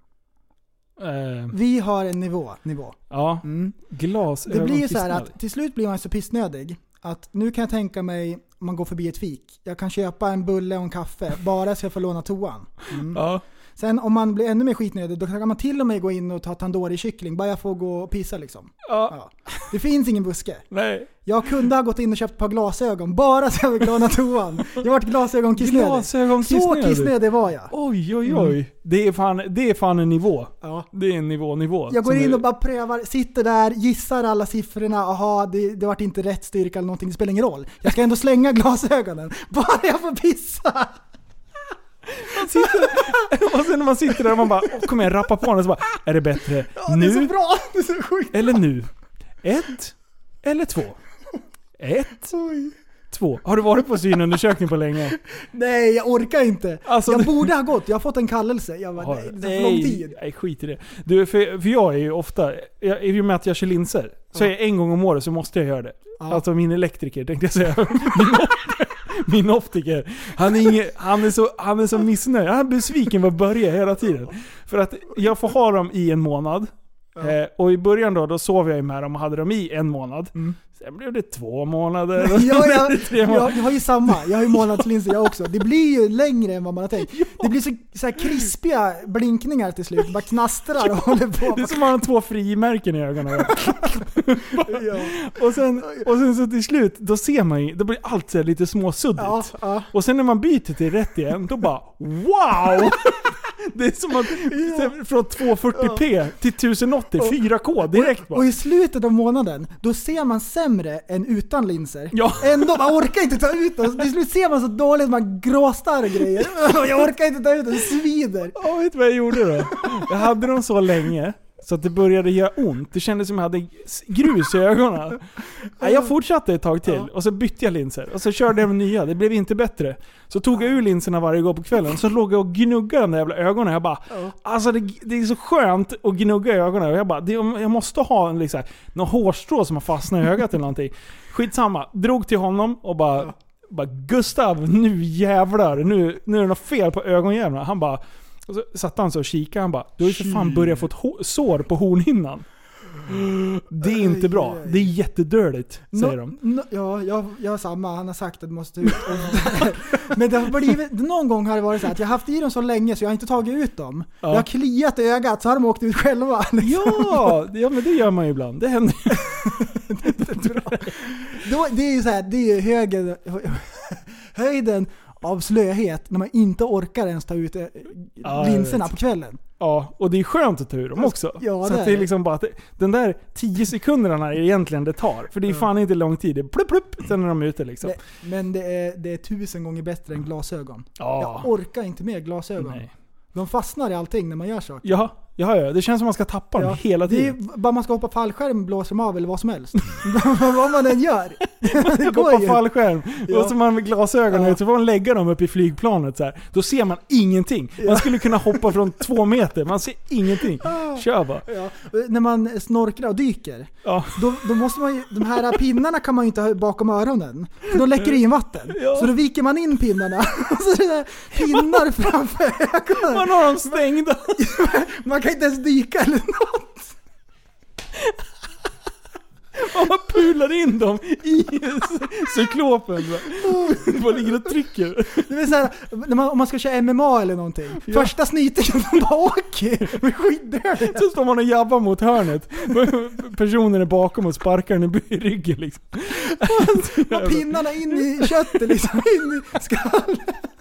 [SPEAKER 4] Vi har en nivå.
[SPEAKER 5] Ja. Glasögonkissnödig.
[SPEAKER 4] Det blir ju så här att till slut blir man så pissnödig att nu kan jag tänka mig, om man går förbi ett fik, jag kan köpa en bulle och en kaffe bara så jag får låna toan.
[SPEAKER 5] Ja.
[SPEAKER 4] Sen om man blir ännu mer skitnödig, då kan man till och med gå in och ta tandoori-kyckling, bara jag får gå och pissa liksom. Ja. Det finns ingen buske.
[SPEAKER 5] Nej.
[SPEAKER 4] Jag kunde ha gått in och köpt ett par glasögon bara så jag fick låna toan. Jag var glasögonkissnödig. Så kissnödig var jag.
[SPEAKER 5] Oj. Det är fan en nivå. Ja. Det är en nivå.
[SPEAKER 4] Jag går in och bara prövar, sitter där, gissar alla siffrorna. Aha, det vart inte rätt styrka eller någonting, det spelar ingen roll. Jag ska ändå slänga glasögonen, bara jag får pissa.
[SPEAKER 5] Och sen när man sitter där och man bara kom igen, rappa på den och så bara, är det bättre nu?
[SPEAKER 4] Det är så bra, det är så sjukt.
[SPEAKER 5] Eller nu? 1 eller 2? 1, 2. Har du varit på synundersökning på länge?
[SPEAKER 4] Nej, jag orkar inte.
[SPEAKER 5] Alltså,
[SPEAKER 4] jag borde ha gått, jag har fått en kallelse. Jag bara, nej, det är för lång tid.
[SPEAKER 5] Nej, skit i det. Du, för jag är ju ofta, i och med att jag kör linser, så är jag en gång om året så måste jag göra det. Alltså min elektriker, tänkte jag säga. Min optiker. Han är så missnöjd. Han är besviken vad börjar hela tiden. För att jag får ha dem i en månad. Och i början då sov jag med dem och hade dem i en månad. Sen blev det 2 månader.
[SPEAKER 4] Jag har ju samma. Jag har ju månadslinser jag också. Det blir ju längre än vad man har tänkt. Det blir så här krispiga blinkningar till slut. Bara knastrar och håller på.
[SPEAKER 5] Det är som att man har 2 frimärken i ögonen. Och sen så till slut, då ser man ju, då blir allt så lite småsuddigt. Och sen när man byter till rätt igen, då bara wow! Det är som att från 240p till 1080 4K direkt bara.
[SPEAKER 4] Och i slutet av månaden, då ser man sämre än utan linser.
[SPEAKER 5] Ja.
[SPEAKER 4] Ändå, man orkar inte ta ut dem. Till slut ser man så dåligt, man gråstar och grejer. Jag orkar inte ta ut dem, det svider.
[SPEAKER 5] Vet du vad jag gjorde då? Jag hade dem så länge så att det började göra ont. Det kändes som jag hade grus i ögonen. Jag fortsatte ett tag till och så bytte jag linser. Och så körde jag med nya. Det blev inte bättre. Så tog jag ur linserna varje gång på kvällen. Så låg jag och gnuggade de där jävla ögonen. Jag bara, alltså det är så skönt att gnugga i ögonen. Och jag bara, jag måste ha en liksom, någon hårstrå som har fastnat i ögat eller någonting. Skitsamma. Drog till honom och bara Gustav, nu jävlar. Nu är det något fel på ögonjävlarna. Han bara, och så satt han så och kikade. Han bara, du har ju för fan börjat få ett sår på hornhinnan. Det är inte bra. Det är jättedörligt, säger de.
[SPEAKER 4] Jag har samma. Han har sagt att det måste ut. Men det har blivit, någon gång har det varit så att jag har haft i dem så länge så jag har inte tagit ut dem. Jag har kliat i ögat så har de åkt ut själva. Liksom.
[SPEAKER 5] Ja, men det gör man ju ibland. Det händer.
[SPEAKER 4] Det är ju så här, det är ju höjden av slöhet när man inte orkar ens ta ut linserna på kvällen.
[SPEAKER 5] Ja, och det är skönt att ta ur dem också. Ja, så det är liksom bara att den där 10 sekunderna är egentligen det tar. För det är fan inte lång tid. Det är plupp, sen är de ute liksom.
[SPEAKER 4] Men det är 1000 gånger bättre än glasögon.
[SPEAKER 5] Ja.
[SPEAKER 4] Jag orkar inte mer glasögon. Nej. De fastnar i allting när man gör saker.
[SPEAKER 5] Ja, Ja, det känns som man ska tappa dem hela tiden.
[SPEAKER 4] Det är bara man ska hoppa fallskärm, blåser dem av eller vad som helst. Vad man än gör.
[SPEAKER 5] Det går på fallskärm. Och så man med glasögonen så får man lägga dem upp i flygplanet så här. Då ser man ingenting. Man skulle kunna hoppa från 2 meter. Man ser ingenting. Kör bara. Ja.
[SPEAKER 4] När man snorklar och dyker. Ja. Då måste man ju, de här pinnarna kan man ju inte ha bakom öronen. För då läcker det in vatten. Ja. Så då viker man in pinnarna. Och så är det pinnar framför ögonen.
[SPEAKER 5] Man har dem stängda.
[SPEAKER 4] Man kan inte ens dyka eller något.
[SPEAKER 5] Man pular in dem i cyklopen. Man ligger och trycker.
[SPEAKER 4] Det är så här, om man ska köra MMA eller någonting. Ja. Första snytingen som bara åker med skidor.
[SPEAKER 5] Så står man och jabbar mot hörnet. Personen är bakom och sparkar den i ryggen liksom.
[SPEAKER 4] Och pinnarna in i köttet liksom. In i skallen.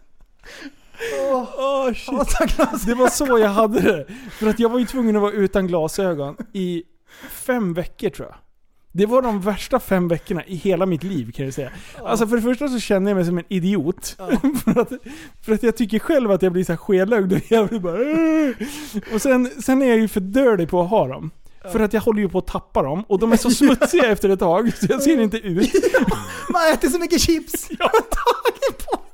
[SPEAKER 5] Shit. Det var så jag hade det. För att jag var ju tvungen att vara utan glasögon i 5 veckor tror jag. Det var de värsta 5 veckorna i hela mitt liv kan jag säga. Alltså för det första så känner jag mig som en idiot. för att jag tycker själv att jag blir så här skelögd och jag blir bara och sen är jag ju för dörlig på att ha dem. För att jag håller ju på att tappa dem. Och de är så smutsiga efter ett tag så jag ser inte ut.
[SPEAKER 4] Man äter så mycket chips. Jag har tagit på.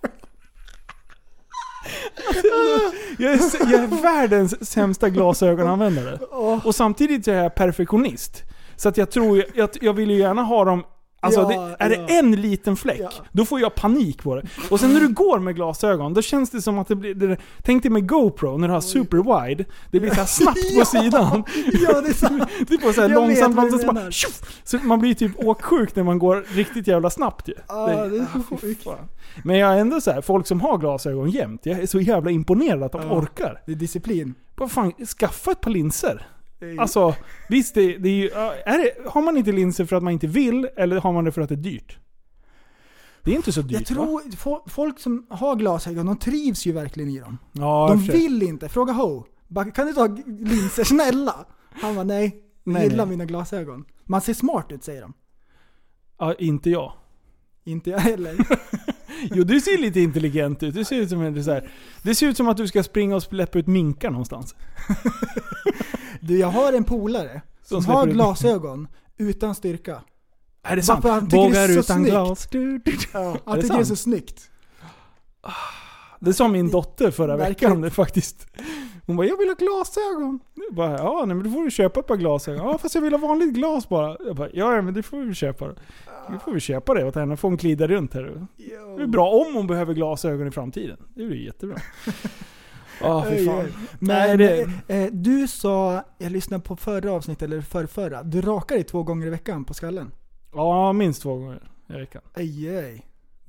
[SPEAKER 5] Jag är världens sämsta glasögonanvändare. Och samtidigt så är jag perfektionist. Så att jag tror jag vill ju gärna ha dem. Alltså är det en liten fläck då får jag panik på det. Och sen när du går med glasögon då känns det som att det blir tänk dig med GoPro när du har super wide. Det blir så här snabbt på sidan.
[SPEAKER 4] Ja, det är så.
[SPEAKER 5] Det är på så här långsamt så man blir typ åksjuk när man går riktigt jävla snabbt ju.
[SPEAKER 4] Det är sjukt.
[SPEAKER 5] Men jag är ändå så här, folk som har glasögon jämt. Jag är så jävla imponerad att de orkar.
[SPEAKER 4] Det är disciplin.
[SPEAKER 5] Vad fan, skaffa ett par linser. Alltså, visst det är ju, har man inte linser för att man inte vill eller har man det för att det är dyrt? Det är inte så dyrt.
[SPEAKER 4] Jag tror folk som har glasögon, de trivs ju verkligen i dem.
[SPEAKER 5] Ja,
[SPEAKER 4] de vill inte. Fråga Ho. Kan du ta linser snälla? Han var nej. Gillar mina glasögon. Man ser smart ut säger de.
[SPEAKER 5] Ja, inte jag.
[SPEAKER 4] Inte jag heller.
[SPEAKER 5] Jo, du ser lite intelligent ut. Det ser ut som så här. Det ser ut som att du ska springa och släppa ut minkar någonstans.
[SPEAKER 4] Du, jag har en polare som har glasögon utan styrka.
[SPEAKER 5] Är det sant? Bågar utan glas.
[SPEAKER 4] Ja, han tycker det är så snyggt.
[SPEAKER 5] Det sa min dotter förra veckan faktiskt. Hon bara, jag vill ha glasögon. Jag bara, ja, nej, men då får du köpa ett par glasögon. Ja, fast jag vill ha vanligt glas bara. Jag bara, ja, men det får vi köpa. Nu får vi köpa det åt henne. Får hon glida runt här. Det är bra om hon behöver glasögon i framtiden. Det blir jättebra. Fy fan.
[SPEAKER 4] Men du sa, jag lyssnade på förra avsnittet eller förra. Du rakar dig 2 gånger i veckan på skallen.
[SPEAKER 5] Ja, minst 2 gånger i veckan.
[SPEAKER 4] Ej.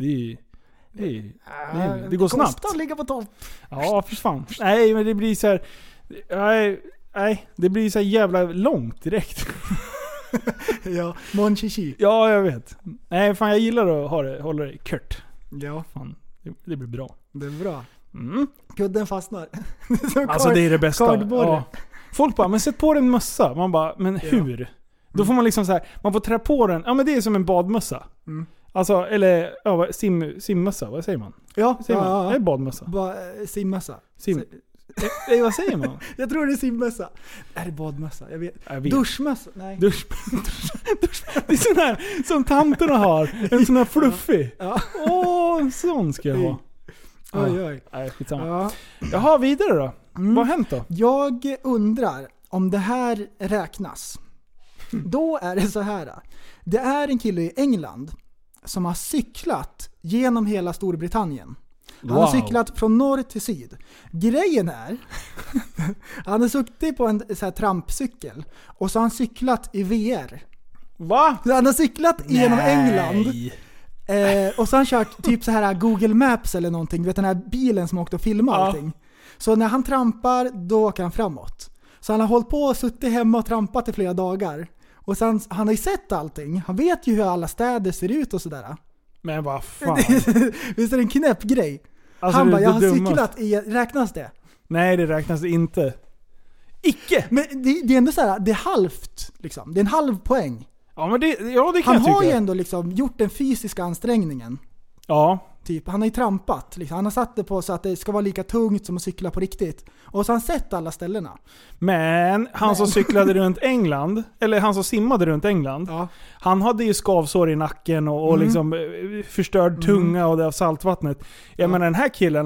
[SPEAKER 5] Det går snabbt.
[SPEAKER 4] Kostar att ligga på topp.
[SPEAKER 5] Ja, för fan. Nej, men det blir så här. Nej, det blir så här jävla långt direkt.
[SPEAKER 4] Ja, mon chichi.
[SPEAKER 5] Ja, jag vet. Nej, fan jag gillar att hålla det kört.
[SPEAKER 4] Ja,
[SPEAKER 5] fan. Det blir bra.
[SPEAKER 4] Det är bra.
[SPEAKER 5] Mm.
[SPEAKER 4] Kudden fastnar.
[SPEAKER 5] Alltså det är det bästa. Ja. Folk bara, men sätt på en mössa. Man bara, men hur? Då får man liksom så här, man får trä på den. Ja, men det är som en badmössa. Mm. Alltså, eller simmössa, vad säger man?
[SPEAKER 4] Ja,
[SPEAKER 5] säger man? Det är badmössa.
[SPEAKER 4] Simmössa.
[SPEAKER 5] Vad säger man?
[SPEAKER 4] Jag tror det är simmössa. Är det badmössa? Jag vet. Duschmössa? Nej.
[SPEAKER 5] Dusch. Det är sån här som tanterna har. En sån här fluffig.
[SPEAKER 4] Ja.
[SPEAKER 5] En sån ska jag ha.
[SPEAKER 4] Oj.
[SPEAKER 5] Nej, skitsamma. Jaha, vidare då. Vad har hänt då?
[SPEAKER 4] Jag undrar om det här räknas. Då är det så här. Det är en kille i England som har cyklat genom hela Storbritannien. Han har cyklat från norr till syd. Grejen är han har suttit på en så här trampcykel och så har han cyklat i VR.
[SPEAKER 5] Va?
[SPEAKER 4] Så han har cyklat genom England. Och så har han kört typ så här Google Maps eller någonting. Du vet den här bilen som åkte och filmade allting. Så när han trampar, då åker han framåt. Så han har hållit på och suttit hemma och trampat i flera dagar. Och sen, han har ju sett allting. Han vet ju hur alla städer ser ut och sådär.
[SPEAKER 5] Men vad fan.
[SPEAKER 4] Visst är det en knäpp grej?
[SPEAKER 5] Alltså,
[SPEAKER 4] han bara, jag har cyklat räknas det?
[SPEAKER 5] Nej, det räknas inte. Icke!
[SPEAKER 4] Men det är ändå så här, det är halvt liksom. Det är en halv poäng.
[SPEAKER 5] Ja, men det kan
[SPEAKER 4] han
[SPEAKER 5] jag tycka.
[SPEAKER 4] har ju ändå liksom gjort den fysiska ansträngningen.
[SPEAKER 5] Ja,
[SPEAKER 4] typ. Han har ju trampat. Liksom. Han har satt det på så att det ska vara lika tungt som att cykla på riktigt. Och så har han sett alla ställena.
[SPEAKER 5] Men han som cyklade runt England, eller han som simmade runt England, han hade ju skavsår i nacken och liksom förstörd tunga och det av saltvattnet. Jag menar den här killen,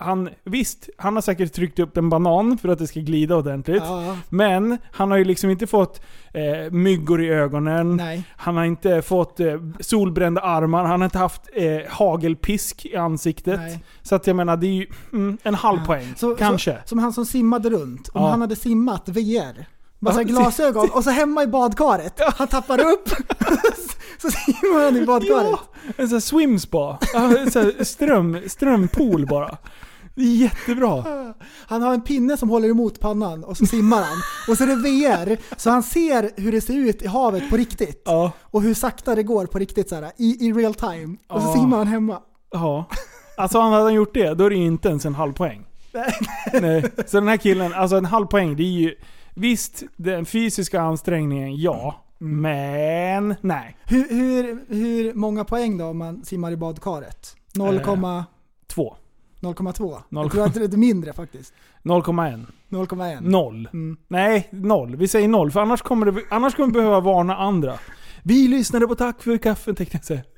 [SPEAKER 5] han har säkert tryckt upp en banan för att det ska glida ordentligt. Men han har ju liksom inte fått myggor i ögonen.
[SPEAKER 4] Nej.
[SPEAKER 5] Han har inte fått solbrända armar. Han har inte haft hagelpisk i ansiktet.
[SPEAKER 4] Nej.
[SPEAKER 5] Så att jag menar, det är ju en halv poäng. Kanske.
[SPEAKER 4] Som han som simmade runt. Om han hade simmat VR. Bara så glasögon. Och så hemma i badkaret. Han tappar upp. Så simmar han i badkaret.
[SPEAKER 5] Ja, en sån här swimspa. En sån här strömpool bara. Det är jättebra.
[SPEAKER 4] Han har en pinne som håller emot pannan och så simmar han. Och så är det VR, så han ser hur det ser ut i havet på riktigt. Ja. Och hur sakta det går på riktigt så här, i real time. Och så simmar han hemma.
[SPEAKER 5] Ja. Alltså hade han gjort det, då är det ju inte ens en halv poäng. Nej. Så den här killen, alltså en halv poäng, det är ju visst den fysiska ansträngningen, ja. Men nej.
[SPEAKER 4] Hur många poäng då om man simmar i badkaret? 0,2. 0,2. Jag tror att det är mindre faktiskt.
[SPEAKER 5] 0,1.
[SPEAKER 4] 0,1.
[SPEAKER 5] 0. Nej, 0. Vi säger 0 för annars kommer vi behöva varna andra. Vi lyssnade på Tack för kaffen, tänkte jag säga.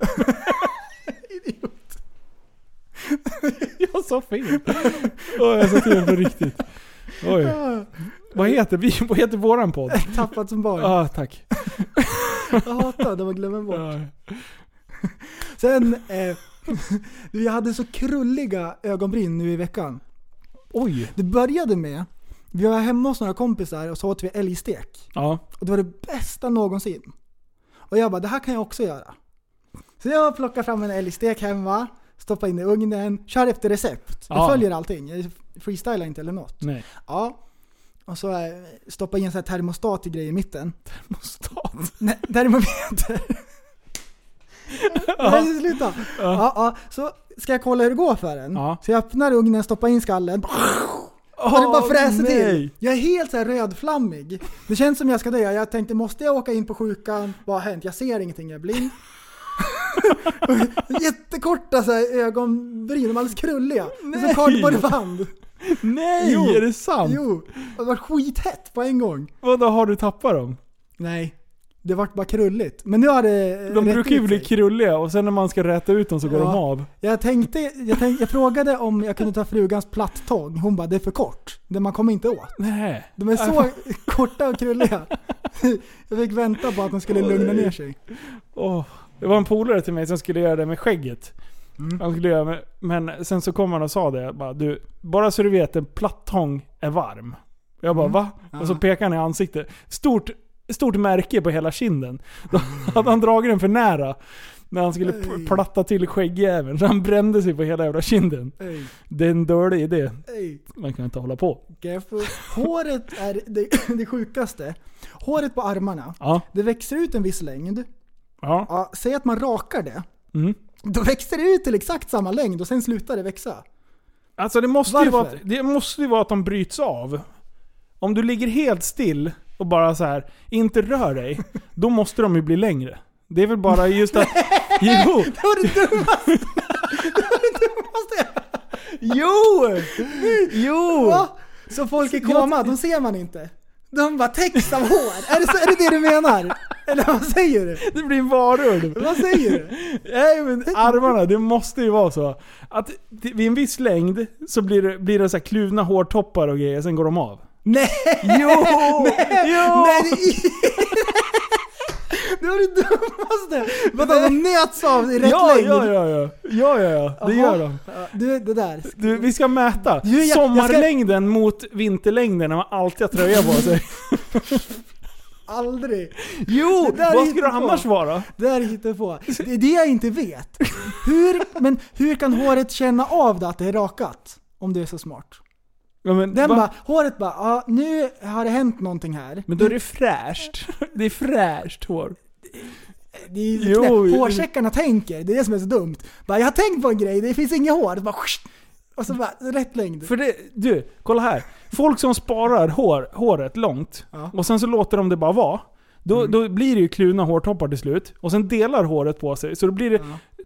[SPEAKER 5] Idiot. Jag sa fel. Jag sa till på riktigt. Oj. Vad heter våran podd?
[SPEAKER 4] Tappat som barn.
[SPEAKER 5] Ja, tack.
[SPEAKER 4] Jag hatar det man glömmer bort. Sen vi hade så krulliga ögonbryn nu i veckan.
[SPEAKER 5] Oj.
[SPEAKER 4] Det började med, vi var hemma hos några kompisar och så åt vi älgstek.
[SPEAKER 5] Ja.
[SPEAKER 4] Och det var det bästa någonsin. Och jag bara, det här kan jag också göra. Så jag plockar fram en älgstek hemma, stoppar in i ugnen, kör efter recept. Jag följer allting, jag freestylar inte eller något.
[SPEAKER 5] Nej.
[SPEAKER 4] Ja. Och så stoppar in en sån här termostat i grej i mitten.
[SPEAKER 5] Termostat?
[SPEAKER 4] Nej, termometer. Nej, sluta. Ja. Så ska jag kolla hur det går för den. Ja. Så jag öppnar ugnen, stoppar in skallen. Och det bara fräser till. Jag är helt så här rödflammig. Det känns som jag ska dö. Jag tänkte, måste jag åka in på sjukan? Vad har hänt? Jag ser ingenting, jag är blind. Jättekorta så här ögonbryn, de är alldeles krulliga. Det är som kardborreband.
[SPEAKER 5] Nej, är det sant?
[SPEAKER 4] Jo, det var skithett på en gång.
[SPEAKER 5] Vadå, har du tappat dem?
[SPEAKER 4] Nej, det var bara krulligt. Men nu har det
[SPEAKER 5] de brukar ju bli krulliga och sen när man ska räta ut dem så går de av.
[SPEAKER 4] Jag frågade om jag kunde ta frugans plattång. Hon bara, det är för kort. Man kommer inte åt.
[SPEAKER 5] Nej.
[SPEAKER 4] De är så korta och krulliga. Jag fick vänta på att de skulle lugna ner sig.
[SPEAKER 5] Det var en polare till mig som skulle göra det med skägget. Han skulle göra men sen så kom han och sa det. Bara så du vet, en plattång är varm. Jag bara, va? Och så pekade han i ansiktet. Stort märke på hela kinden. Då hade han dragit den för nära när han skulle platta till skäggjäveln. Så han brände sig på hela jävla kinden. Det är en dålig idé. Man kan inte hålla på.
[SPEAKER 4] Håret är det sjukaste. Håret på armarna. Det växer ut en viss längd. Säg att man rakar det. Då växer det ut till exakt samma längd och sen slutar det växa.
[SPEAKER 5] Alltså det måste ju vara att de bryts av. Om du ligger helt still och bara så här inte rör dig, då måste de ju bli längre. Det är väl bara just att jo.
[SPEAKER 4] Det var det dummaste. Jo. Va? Så folk i koma, de ser man inte. De bara täcks av hår. Är det det du menar? Eller vad säger du?
[SPEAKER 5] Det blir en varulv.
[SPEAKER 4] Vad säger du?
[SPEAKER 5] Nej, men armarna, det måste ju vara så att vid en viss längd så blir det så här kluvna hårtoppar och grejer, sen går de av.
[SPEAKER 4] Nej!
[SPEAKER 5] Jo!
[SPEAKER 4] Nej, det var det dummaste. Vadå, de nöts av i rätt längd?
[SPEAKER 5] Ja. Det gör de.
[SPEAKER 4] Det där.
[SPEAKER 5] Vi ska mäta sommarlängden mot vinterlängden när man alltid har tröja på sig.
[SPEAKER 4] Aldrig.
[SPEAKER 5] Jo, vad skulle det annars vara?
[SPEAKER 4] Det där hittar på. Det är det jag inte vet. Hur kan håret känna av det att det är rakat? Om det är så smart.
[SPEAKER 5] Ja, men
[SPEAKER 4] håret bara, nu har det hänt någonting här.
[SPEAKER 5] Men då är det fräscht. Det är fräscht hår.
[SPEAKER 4] Det är hårsäckarna tänker, det är det som är så dumt. Jag har tänkt på en grej, det finns inga hår. Och så bara, rätt längd.
[SPEAKER 5] För det, kolla här. Folk som sparar håret långt och sen så låter de det bara vara. Då blir det ju kluna hårtoppar till slut. Och sen delar håret på sig. Så då blir det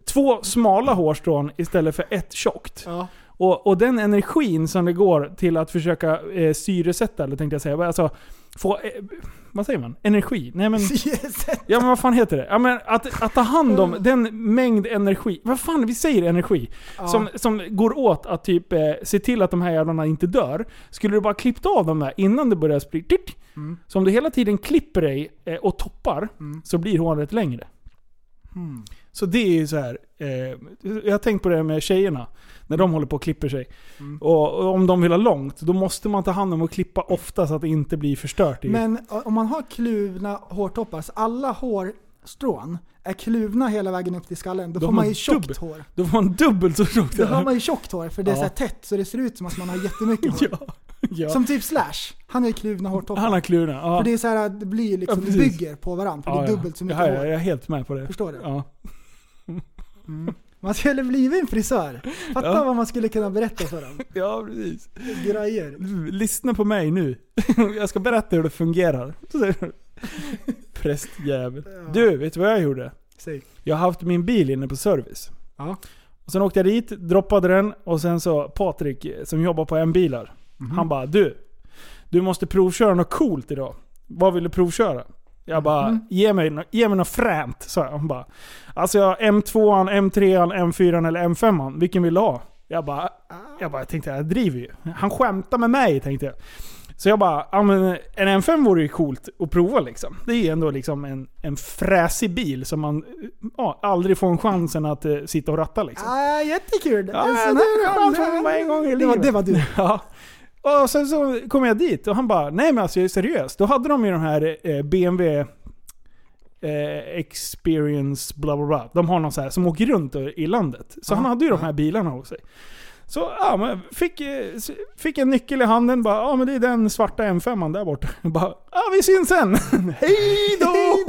[SPEAKER 5] 2 smala hårstrån istället för ett tjockt.
[SPEAKER 4] Ja.
[SPEAKER 5] Och den energin som det går till att försöka syresätta, eller tänkte jag säga, alltså få, vad säger man? Energi? Nej men, ja men vad fan heter det? Ja, men att ta hand om den mängd energi, vad fan vi säger energi, som går åt att typ se till att de här jävlarna inte dör. Skulle du bara klippt av dem där innan det börjar sprida, så om du hela tiden klipper dig och toppar, så blir håret längre. Så det är ju så här. Jag har tänkt på det med tjejerna när de håller på och klipper sig. Och om de vill ha långt, då måste man ta hand om och klippa ofta så att det inte blir förstört.
[SPEAKER 4] Men om man har kluvna hårtoppar, så alla hårstrån är kluvna hela vägen upp till skallen, då får man ju tjockt hår.
[SPEAKER 5] Då får man dubbelt så tjockt.
[SPEAKER 4] Då har man ju tjockt hår, för det är så här tätt, så det ser ut som att man har jättemycket hår.
[SPEAKER 5] Ja.
[SPEAKER 4] Som typ Slash. Han har ju kluvna hårtoppar.
[SPEAKER 5] Han har kluvna, ja.
[SPEAKER 4] För det är så här, det blir liksom, det bygger på varandra. För det är dubbelt så mycket hår.
[SPEAKER 5] Jag är helt med på det.
[SPEAKER 4] Förstår du?
[SPEAKER 5] Ja.
[SPEAKER 4] Man skulle bli en frisör. Fatta vad man skulle kunna berätta för dem.
[SPEAKER 5] Ja, precis.
[SPEAKER 4] Grejer.
[SPEAKER 5] Lyssna på mig nu. Jag ska berätta hur det fungerar. Prästjävel. Du, vet du vad jag gjorde?
[SPEAKER 4] Säg.
[SPEAKER 5] Jag har haft min bil inne på service.
[SPEAKER 4] Ja.
[SPEAKER 5] Och sen åkte jag dit, droppade den, och sen så Patrik som jobbar på M-bilar. Han bara, du måste provköra något coolt idag. Vad vill du provköra? Jag bara, ge mig något främt, sa jag. Han bara, alltså jag har M2, M3, M4 eller M5. Vilken vill du ha? Jag tänkte, jag driver ju. Han skämtar med mig, tänkte jag. Så jag bara, ja men en M5 vore ju coolt att prova liksom. Det är ju ändå liksom en fräsig bil som man aldrig får en chansen att sitta och ratta liksom.
[SPEAKER 4] Jättekul.
[SPEAKER 5] Ja, det är chans för mig en gång i livet.
[SPEAKER 4] Det var du.
[SPEAKER 5] Ja. Och sen så kom jag dit och han bara, nej men alltså jag är seriös. Då hade de ju de här BMW Experience bla bla bla. De har någon så här som åker runt i landet. Så han hade ju de här bilarna hos sig. Så ja, men fick en nyckel i handen, bara, ja men det är den svarta M5 där borta. Bara, ja vi syns sen. Hej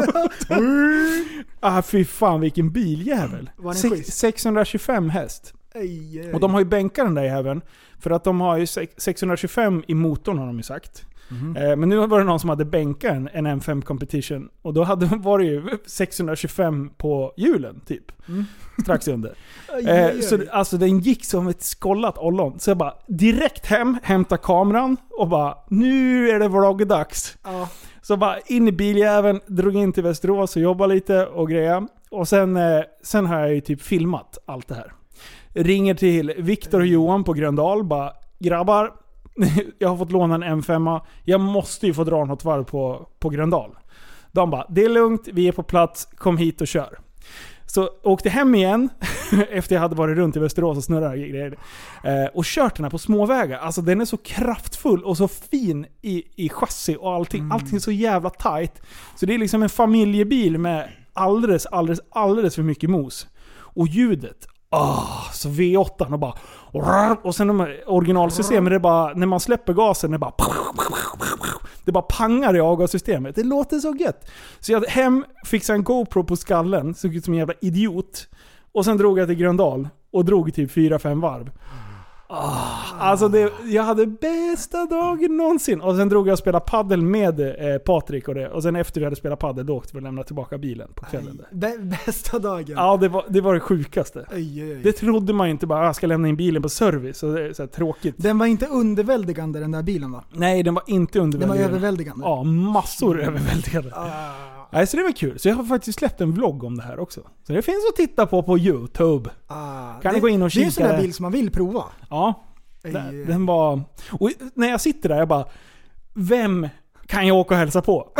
[SPEAKER 5] då. Fy fan vilken biljävel. 625 häst. Och de har ju bänkat den där i även. För att de har ju 625 i motorn, har de ju sagt. Men nu var det någon som hade bänkat en M5 Competition. Och då var det ju 625 på hjulen typ. Strax under. Så alltså den gick som ett skollat ollon. Så jag bara direkt hämta kameran och bara, nu är det vloggdags. Så bara in i biljäveln, drog in till Västerås och jobbade lite och grejer. Och sen har jag ju typ filmat allt det här. Ringer till Viktor och Johan på Gröndal, bara, grabbar, jag har fått låna en M5, jag måste ju få dra något varv på Gröndal. De bara, det är lugnt, vi är på plats, kom hit och kör. Så åkte hem igen efter jag hade varit runt i Västerås och snurrat grejer, och kört den här på småvägar. Alltså den är så kraftfull och så fin i chassi och allting är så jävla tight. Så det är liksom en familjebil med alldeles för mycket mos. Och ljudet, så V8 och bara, och sen de originalsystemen, det är bara, när man släpper gasen, det bara pangar i avgassystemet. Det låter så gött. Så jag fixade en GoPro på skallen, såg ut som en jävla idiot. Och sen drog jag till Gröndal och drog typ 4-5 varv. Alltså jag hade bästa dagen någonsin. Och sen drog jag och spelade paddel med Patrik och det. Och sen efter vi hade spelat paddel, då åkte vi och lämnade tillbaka bilen på kvällen.
[SPEAKER 4] Bästa dagen.
[SPEAKER 5] Ja, det var det sjukaste. Det trodde man inte, bara jag ska lämna in bilen på service. Och det är så här tråkigt.
[SPEAKER 4] Den var inte underväldigande, den där bilen, va?
[SPEAKER 5] Nej, den var inte underväldigande.
[SPEAKER 4] Den var överväldigande.
[SPEAKER 5] Ja, massor överväldigande. Nej, så det var kul. Så jag har faktiskt släppt en vlogg om det här också. Så det finns att titta på YouTube. Kan ni gå in och kika?
[SPEAKER 4] Det är en sån där bil som man vill prova.
[SPEAKER 5] Ja. Den var... Och när jag sitter där, jag bara, vem kan jag åka och hälsa på?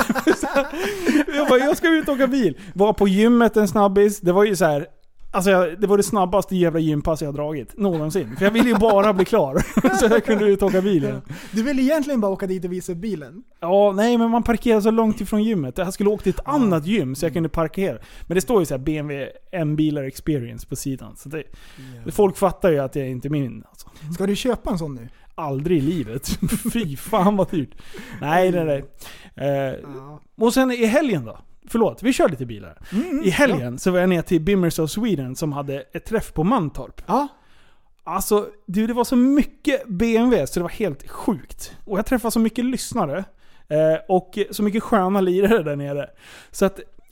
[SPEAKER 5] Jag ska ut och åka bil. Var på gymmet en snabbis. Det var ju så här. Alltså det var det snabbaste jävla gympass jag har dragit någonsin. För jag ville ju bara bli klar. Så jag kunde ut och åka bilen.
[SPEAKER 4] Du ville egentligen bara åka dit och visa bilen.
[SPEAKER 5] Ja, nej, men man parkerar så långt ifrån gymmet. Jag skulle åka till ett annat gym så jag kunde parkera. Men det står ju så här BMW M-bilar experience på sidan. Så folk fattar ju att jag inte är min. Alltså.
[SPEAKER 4] Ska du köpa en sån nu?
[SPEAKER 5] Aldrig i livet. Fy fan vad dyrt. Nej. Och sen i helgen då? Förlåt, vi kör lite bilar. I helgen så var jag ner till Bimmers of Sweden som hade ett träff på Mantorp.
[SPEAKER 4] Ja.
[SPEAKER 5] Alltså, det var så mycket BMW så det var helt sjukt. Och jag träffade så mycket lyssnare och så mycket sköna lirare där nere. Så att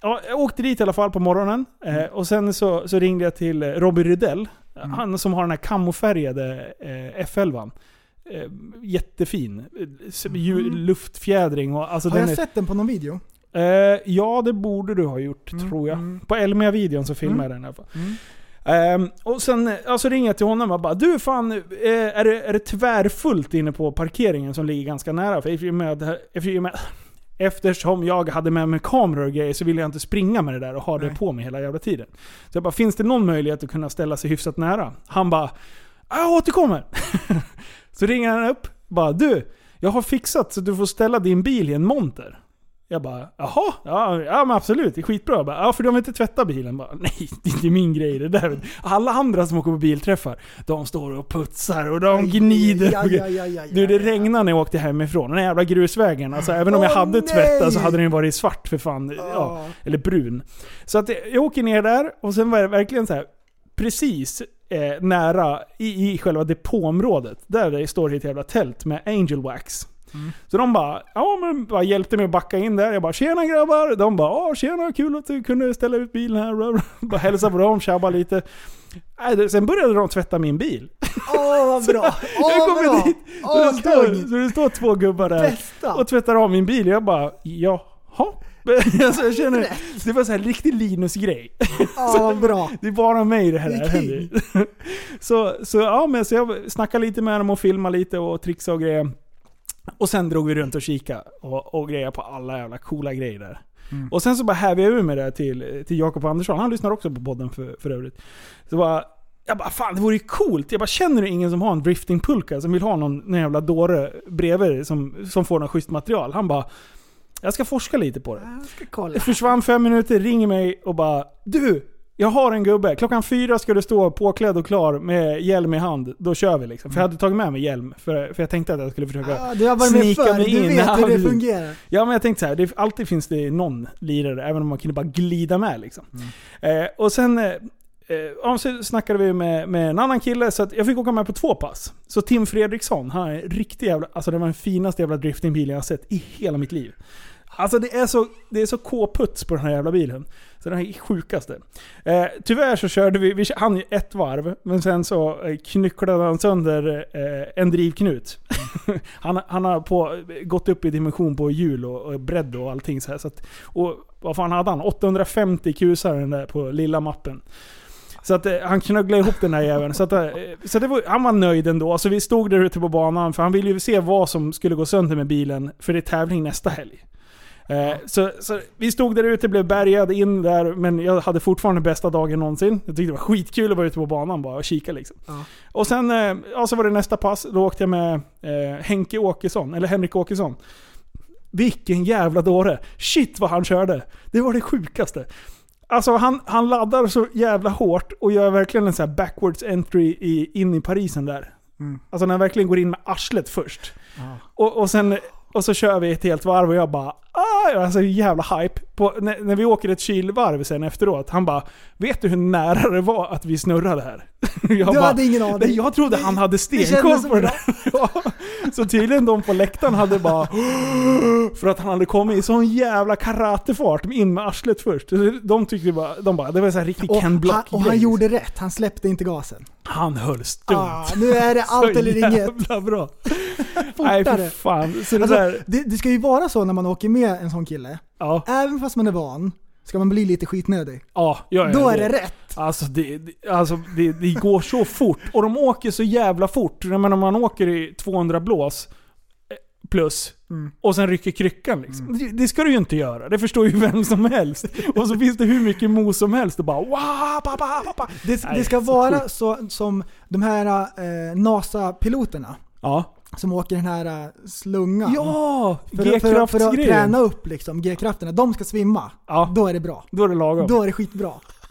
[SPEAKER 5] jag åkte dit i alla fall på morgonen. Och sen så ringde jag till Robbie Rydell. Han som har den här kamofärgade F11. Jättefin. Luftfjädring. Och, alltså,
[SPEAKER 4] har jag sett den på någon video?
[SPEAKER 5] Ja, det borde du ha gjort, tror jag. På Elmia-videon så filmade jag den i alla fall. Och sen alltså ringer jag till honom och bara, du fan, är det tvärfullt inne på parkeringen som ligger ganska nära? För eftersom jag hade med mig kameror och grejer så ville jag inte springa med det där och ha det på mig hela jävla tiden. Så jag bara, finns det någon möjlighet att kunna ställa sig hyfsat nära? Han bara, jag återkommer. Så ringer han upp, bara, du, jag har fixat så du får ställa din bil i en monter. Jag bara, jaha, ja men absolut, det är skitbra. Jag bara, ja, för de vill inte tvätta bilen. Bara, nej, det är inte min grej det där. Alla andra som åker på bilträffar, de står och putsar och de gnider. Du, det regnade när jag åkte hemifrån. Den jävla grusvägen. Alltså, även om jag hade tvättat så hade den varit svart för fan. Ja, eller brun. Så att jag åker ner där och sen var det verkligen så här, precis nära i själva depåområdet. Där det står ett jävla tält med Angel Wax. Så de bara hjälpte mig att backa in där. Jag bara, tjena grabbar. De bara, tjena, kul att du kunde ställa ut bilen här. Bara hälsa på dem, tjabba lite. Sen började de tvätta min bil.
[SPEAKER 4] Vad bra.
[SPEAKER 5] Jag kommer dit. Så det står 2 gubbar där och tvättar av min bil. Jag bara, jaha. Alltså, jag känner, det var så här riktig Linus-grej.
[SPEAKER 4] Bra.
[SPEAKER 5] Det är bara mig det här händer. Så jag snackade lite med dem och filmade lite och trixade och grejer. Och sen drog vi runt och kika och grejer på alla jävla coola grejer där. Och sen så bara hävde jag ur med det till Jakob Andersson. Han lyssnar också på podden för övrigt. Så jag bara, fan det vore ju coolt. Jag bara, känner du ingen som har en drifting pulka som vill ha någon jävla dåre bredvid som får något schysst material? Han bara, jag ska forska lite på det.
[SPEAKER 4] Jag ska kolla.
[SPEAKER 5] Det försvann 5 minuter, ringer mig och bara, du, jag har en gubbe. 4:00 ska du stå påklädd och klar med hjälm i hand. Då kör vi liksom. För jag hade tagit med mig hjälm. För jag tänkte att jag skulle försöka snika mig in.
[SPEAKER 4] Du vet hur det fungerar.
[SPEAKER 5] Ja, men jag tänkte så här. Alltid finns det någon lirare. Även om man kunde bara glida med liksom. Och sen så snackade vi med en annan kille. Så att jag fick åka med på 2 pass. Så Tim Fredriksson, han är riktigt jävla... Alltså det var den finaste jävla driftingbilen jag har sett i hela mitt liv. Alltså det är så k-puts på den här jävla bilen. Så den är sjukaste. Tyvärr så körde vi hann 1 varv. Men sen så knycklade han sönder en drivknut. han har gått upp i dimension på hjul och bredd och allting så här. Så att, och vad fan hade han? 850 kusar den där på lilla mappen. Så att han knögglade ihop den här jäveln. Så det han var nöjd ändå. Så vi stod där ute på banan. För han ville ju se vad som skulle gå sönder med bilen. För det är tävling nästa helg. Så vi stod där ute, blev bärgad in där. Men jag hade fortfarande bästa dagen någonsin. Jag tyckte det var skitkul att vara ute på banan bara och kika liksom. Och sen så var det nästa pass. Då åkte jag med Henrik Åkesson. Vilken jävla dåre. Shit vad han körde. Det var det sjukaste. Alltså han laddar så jävla hårt och gör verkligen en sån här backwards entry in i Parisen där. Alltså när han verkligen går in med arslet först. Och så kör vi ett helt varv och jag bara alltså jävla hype på, när vi åker ett kylvarv sen efteråt. Han bara, vet du hur nära det var att vi snurrade här?
[SPEAKER 4] Du hade ingen aning.
[SPEAKER 5] Jag trodde han hade stenkoll på det. Så tydligen de på läktaren hade bara för att han hade kommit i sån jävla karatefart in med arslet först. De tyckte bara det var så här riktigt Ken Block.
[SPEAKER 4] Och han gjorde rätt, han släppte inte gasen.
[SPEAKER 5] Han höll stumt.
[SPEAKER 4] Nu är det allt eller inget.
[SPEAKER 5] Jävla bra. Nej för fan. Så
[SPEAKER 4] alltså, det ska ju vara så när man åker med en sån kille. Ja. Även fast man är van ska man bli lite skitnödig.
[SPEAKER 5] Ja,
[SPEAKER 4] då är det rätt.
[SPEAKER 5] Alltså det går så fort. Och de åker så jävla fort. Men om man åker i 200 blås plus och sen rycker kryckan liksom. Det ska du ju inte göra. Det förstår ju vem som helst. Och så finns det hur mycket mos som helst och bara wow, pappa.
[SPEAKER 4] Det ska vara så som de här NASA-piloterna.
[SPEAKER 5] Ja.
[SPEAKER 4] Som åker den här slungan.
[SPEAKER 5] Ja,
[SPEAKER 4] för att träna upp liksom G-krafterna. De ska svimma. Ja. Då är det bra.
[SPEAKER 5] Då är det lagom.
[SPEAKER 4] Då är det skitbra.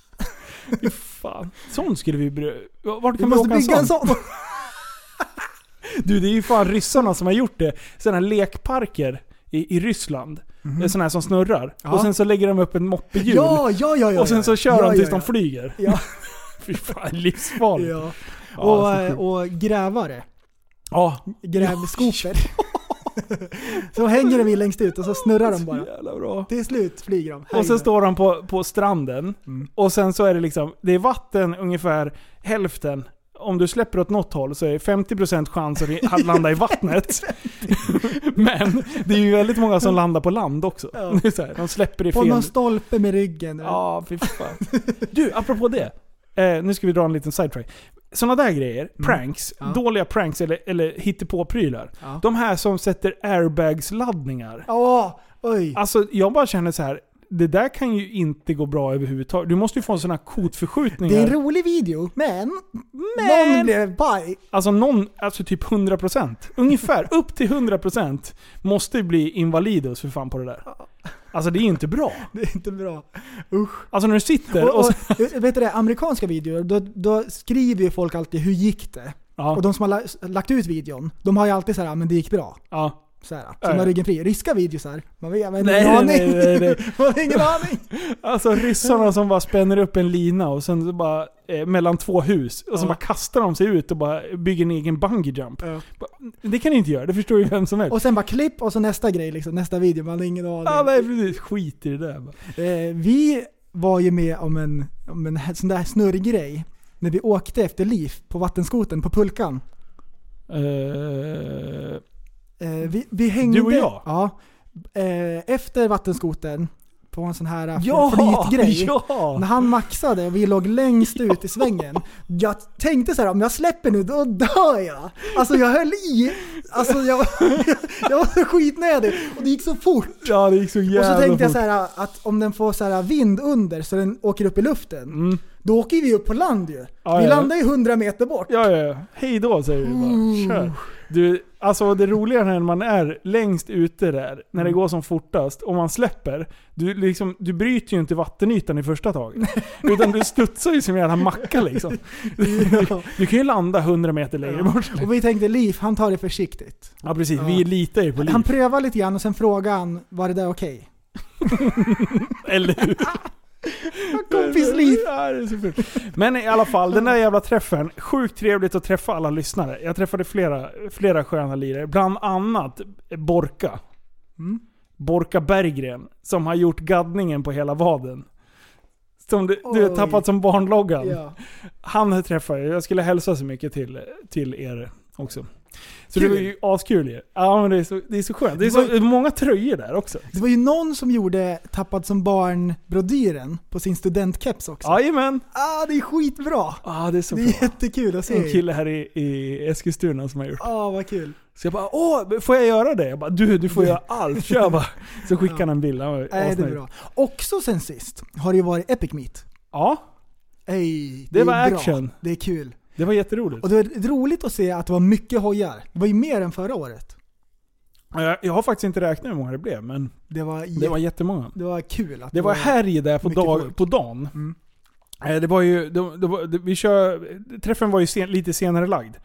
[SPEAKER 5] Fan. Sån skulle vi... Vart kan vi åka en sån? Du, det är ju fan ryssarna som har gjort det. Sådana här lekparker i Ryssland. Det är sådana här som snurrar. Ja. Och sen så lägger de upp en moppehjul.
[SPEAKER 4] Ja.
[SPEAKER 5] Och sen så kör de tills de flyger. Ja. Fy fan, livsfarligt.
[SPEAKER 4] Ja. Och grävare.
[SPEAKER 5] Ja.
[SPEAKER 4] Grävskoper. Så hänger de längst ut och så snurrar de bara.
[SPEAKER 5] Jävla bra.
[SPEAKER 4] Till slut flyger de.
[SPEAKER 5] Och så står de på stranden. Och sen så är det liksom, det är vatten ungefär hälften. Om du släpper åt något håll så är det 50% chans att landa i vattnet. Men det är ju väldigt många som landar på land också. Ja. Det är så här, de släpper i fel.
[SPEAKER 4] På någon stolpe med ryggen.
[SPEAKER 5] Ja, fy fan. Du, apropå det. Nu ska vi dra en liten sidetrack. Såna där grejer, pranks, dåliga pranks eller hittepå-prylar. Ja. De här som sätter airbags-laddningar.
[SPEAKER 4] Oj.
[SPEAKER 5] Alltså, jag bara känner så här. Det där kan ju inte gå bra överhuvudtaget. Du måste ju få en sån här kodförskjutningar.
[SPEAKER 4] Det är en rolig video, men någon blev baj.
[SPEAKER 5] Alltså typ 100%. Ungefär upp till 100% måste bli invalidos för fan på det där. Alltså det är inte bra.
[SPEAKER 4] Det är inte bra. Usch.
[SPEAKER 5] Alltså när du sitter
[SPEAKER 4] och vet du det, amerikanska videor, då skriver ju folk alltid hur gick det? Ja. Och de som har lagt ut videon, de har ju alltid så här, men det gick bra.
[SPEAKER 5] Ja.
[SPEAKER 4] Så har ryggen fri. Ryska videos här. Man vet ingen
[SPEAKER 5] aning.
[SPEAKER 4] Man har ingen aning.
[SPEAKER 5] Alltså ryssarna som bara spänner upp en lina och sen så bara mellan två hus och så bara kastar de sig ut och bara bygger en egen bungee jump. Ja. Det kan ni inte göra. Det förstår ju vem som helst.
[SPEAKER 4] Och sen bara klipp och så nästa grej liksom, nästa video, man har ingen aning.
[SPEAKER 5] Ja, nej, precis. Skit i det där.
[SPEAKER 4] Vi var ju med om en sån där snurrgrej när vi åkte efter Liv på vattenskoten på Pulkan. Vi hängde,
[SPEAKER 5] du och jag?
[SPEAKER 4] Ja. Efter vattenskoten på en sån här flytgrej.
[SPEAKER 5] Ja.
[SPEAKER 4] När han maxade och vi låg längst ut i svängen. Jag tänkte så här, om jag släpper nu då dör jag. Alltså jag höll i. Alltså jag var så skitnödig och det gick så fort.
[SPEAKER 5] Ja, det gick så jävla fort.
[SPEAKER 4] Och så tänkte jag så här att om den får så här vind under så den åker upp i luften. Då åker vi upp på land ju. Vi landar ju 100 meter bort.
[SPEAKER 5] Ja. Hej då säger vi bara. Kör. Du, alltså det roliga när man är längst ute där, när det går som fortast och man släpper, du bryter ju inte vattenytan i första taget. Utan du studsar ju som en jävla macka liksom. Du kan ju landa 100 meter längre bort.
[SPEAKER 4] Och vi tänkte, Liv, han tar det försiktigt.
[SPEAKER 5] Ja precis, vi litar ju på Liv.
[SPEAKER 4] Han prövar lite grann och sen frågar han, var det där okej?
[SPEAKER 5] Eller hur?
[SPEAKER 4] Kompisliv.
[SPEAKER 5] Ja, det är så fint. Men i alla fall, den där jävla träffen, sjukt trevligt att träffa alla lyssnare. Jag träffade flera sköna lirare, bland annat Borka. Borka Berggren, som har gjort gaddningen på hela vaden. Som du har tappat som barnloggan. Ja. Han träffade jag skulle hälsa så mycket till er också. Så kul. Det var ju askul ju. Ja, men det är så skönt. Det är så många tröjor där också.
[SPEAKER 4] Det var ju någon som gjorde tappad som barn-brodyren på sin studentkeps också.
[SPEAKER 5] Jajamän.
[SPEAKER 4] Det är skitbra.
[SPEAKER 5] Det är så bra.
[SPEAKER 4] Det är jättekul att se.
[SPEAKER 5] En kille här i Eskilstuna som har gjort.
[SPEAKER 4] Vad kul.
[SPEAKER 5] Så jag bara, får jag göra det? Jag bara, du får göra allt. Kör bara. Så skickade han en bild. Det
[SPEAKER 4] är bra. Också sen sist har det ju varit Epic Meet.
[SPEAKER 5] Ja.
[SPEAKER 4] Det
[SPEAKER 5] var action.
[SPEAKER 4] Bra. Det är kul.
[SPEAKER 5] Det var jätteroligt.
[SPEAKER 4] Och det var roligt att se att det var mycket hojar. Det var ju mer än förra året.
[SPEAKER 5] Jag har faktiskt inte räknat hur många det blev, men det var jättemånga.
[SPEAKER 4] Det var kul. Att
[SPEAKER 5] det var härj där på dagen. Det var ju... Träffen var ju lite senare lagd.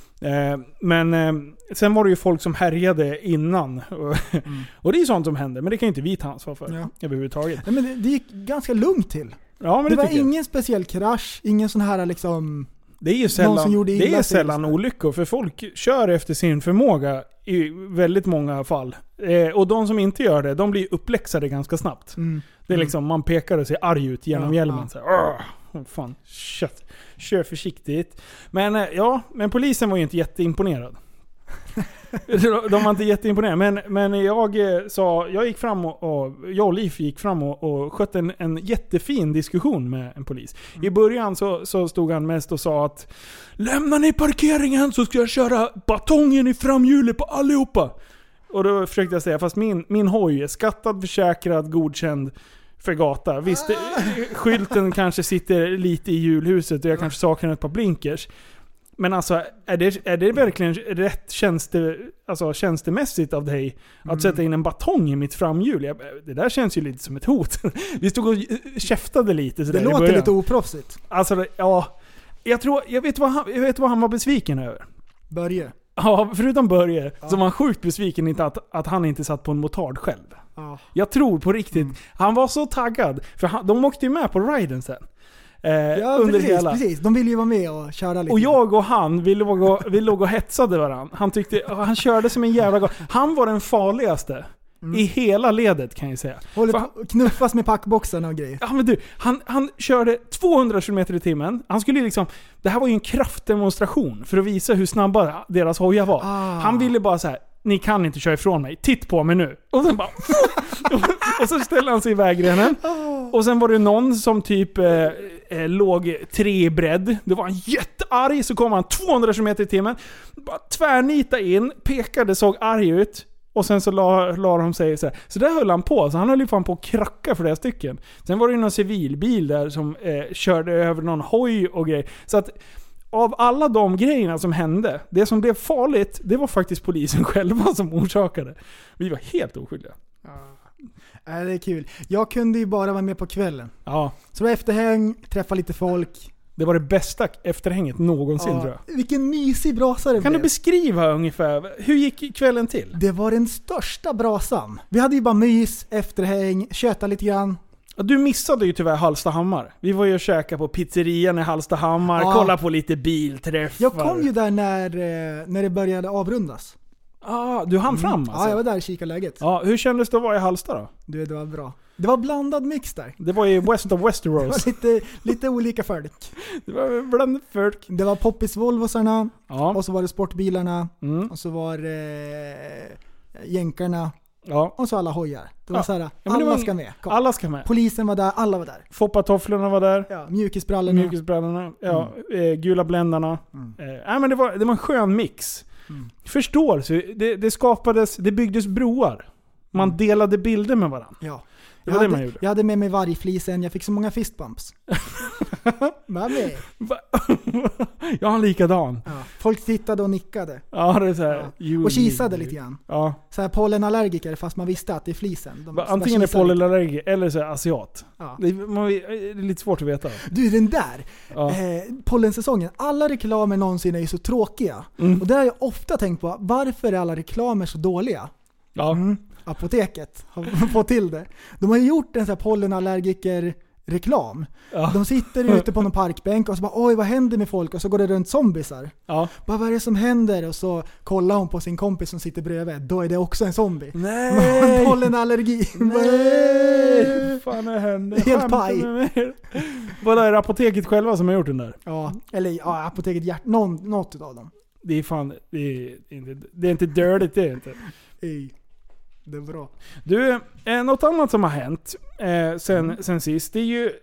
[SPEAKER 5] Men sen var det ju folk som härjade innan. Och det är ju sånt som händer, men det kan ju inte vi ta ansvar för överhuvudtaget.
[SPEAKER 4] Ja, men det gick ganska lugnt till.
[SPEAKER 5] Ja, men
[SPEAKER 4] det var ingen speciell krasch, ingen sån här liksom...
[SPEAKER 5] Det är ju sällan olyckor, för folk kör efter sin förmåga i väldigt många fall. Och de som inte gör det, de blir uppläxade ganska snabbt. Det är liksom, man pekar och ser arg ut genom hjälmen. Så här, fan, kör försiktigt. Men polisen var ju inte jätteimponerad. De var inte jätteimponerade. Men jag gick fram och jag och Liv gick fram och skötte en jättefin diskussion med en polis. I början så stod han mest och sa att lämnar ni parkeringen så ska jag köra batongen i framhjulet på allihopa. Och då försökte jag säga, fast min hoj är skattad, försäkrad, godkänd för gata. Visst, skylten kanske sitter lite i hjulhuset och jag kanske saknar ett par blinkers. Men alltså, är det verkligen rätt tjänstemässigt av dig att sätta in en batong i mitt framhjul? Det där känns ju lite som ett hot. Vi stod och käftade lite.
[SPEAKER 4] Det låter lite oproffsigt.
[SPEAKER 5] Alltså, jag vet vad han var besviken över.
[SPEAKER 4] Börje.
[SPEAKER 5] Ja, förutom Börje så var han sjukt besviken att han inte satt på en motard själv. Jag tror på riktigt. Han var så taggad. För de åkte ju med på riden sen. under
[SPEAKER 4] precis. De ville ju vara med och köra lite.
[SPEAKER 5] Och jag och han, vi låg och hetsade varandra. Han körde som en jävla Han var den farligaste. I hela ledet kan jag säga.
[SPEAKER 4] Knuffas med packboxarna och grejer.
[SPEAKER 5] Ja men du, han körde 200 km i timmen. Han skulle liksom, det här var ju en kraftdemonstration för att visa hur snabba deras hojar var. Han ville bara så här: ni kan inte köra ifrån mig. Titt på mig nu. Och sen bara och så ställde han sig i vägrenen. Och sen var det någon som typ låg 3 i bredd. Det var han jättearg, så kom han 200 km i timmen. Bara tvärnita in, pekade, såg arg ut. Och sen så la de sig så här. Så där höll han på. Så han höll ju fan på att kracka för det stycken. Sen var det ju någon civilbil där som körde över någon hoj och grej. Så att av alla de grejerna som hände, det som blev farligt, det var faktiskt polisen själva som orsakade. Vi var helt oskyldiga.
[SPEAKER 4] Det är kul. Jag kunde ju bara vara med på kvällen.
[SPEAKER 5] Ja.
[SPEAKER 4] Så efterhäng, träffa lite folk.
[SPEAKER 5] Det var det bästa efterhänget någonsin, tror jag.
[SPEAKER 4] Vilken mysig brasa det blev.
[SPEAKER 5] Kan du beskriva ungefär, hur gick kvällen till?
[SPEAKER 4] Det var den största brasan. Vi hade ju bara mys, efterhäng, köta lite grann.
[SPEAKER 5] Du missade ju tyvärr Hallstahammar. Vi var ju och käkade på pizzerian i Hallstahammar, kolla på lite bilträffar.
[SPEAKER 4] Jag kom ju där när det började avrundas.
[SPEAKER 5] Du hann fram alltså?
[SPEAKER 4] Ja, jag var där och kikade läget.
[SPEAKER 5] Ja, hur kändes det att vara i Hallsta då?
[SPEAKER 4] Det var bra. Det var blandad mix där.
[SPEAKER 5] Det var ju West of Westeros.
[SPEAKER 4] Det var lite olika folk.
[SPEAKER 5] Det var blandat folk.
[SPEAKER 4] Det var poppis Volvosarna, och så var det sportbilarna, och så var det jänkarna, och så alla hojar. Det var så här, alla ska med. Kom.
[SPEAKER 5] Alla ska med.
[SPEAKER 4] Polisen var där, alla var där.
[SPEAKER 5] Foppatofflorna var där.
[SPEAKER 4] Ja, mjukisbrallorna.
[SPEAKER 5] Gula bländarna. Men det var en skön mix. Förståelse. Det byggdes broar. Man delade bilder med varandra.
[SPEAKER 4] Ja.
[SPEAKER 5] Jag
[SPEAKER 4] hade med mig vargflisen. Jag fick så många fistbumps. Mami.
[SPEAKER 5] Jag har en likadan.
[SPEAKER 4] Ja. Folk tittade och nickade.
[SPEAKER 5] Ja, det är så här.
[SPEAKER 4] Och kisade lite grann.
[SPEAKER 5] Ja.
[SPEAKER 4] Så här pollenallergiker, fast man visste att det är flisen.
[SPEAKER 5] Antingen är pollenallergiker eller så är asiat.
[SPEAKER 4] Ja.
[SPEAKER 5] Det är lite svårt att veta.
[SPEAKER 4] Du, den där pollensäsongen. Alla reklamer någonsin är ju så tråkiga. Och det har jag ofta tänkt på. Varför är alla reklamer så dåliga?
[SPEAKER 5] Ja.
[SPEAKER 4] Apoteket har fått till det. De har ju gjort en sån här pollenallergiker-reklam. Ja. De sitter ute på någon parkbänk och så bara, oj vad händer med folk? Och så går det runt zombisar. Ja. Bara, vad är det som händer? Och så kollar hon på sin kompis som sitter bredvid. Då är det också en zombie.
[SPEAKER 5] Nej!
[SPEAKER 4] Pollenallergi.
[SPEAKER 5] Nej! Fan, det händer.
[SPEAKER 4] Helt paj.
[SPEAKER 5] Vad är det apoteket själva som har gjort den där?
[SPEAKER 4] Ja, eller apoteket något av dem.
[SPEAKER 5] Det är fan, det är inte dirty, det är inte.
[SPEAKER 4] Det är bra.
[SPEAKER 5] Du, något annat som har hänt sen sist, det är ju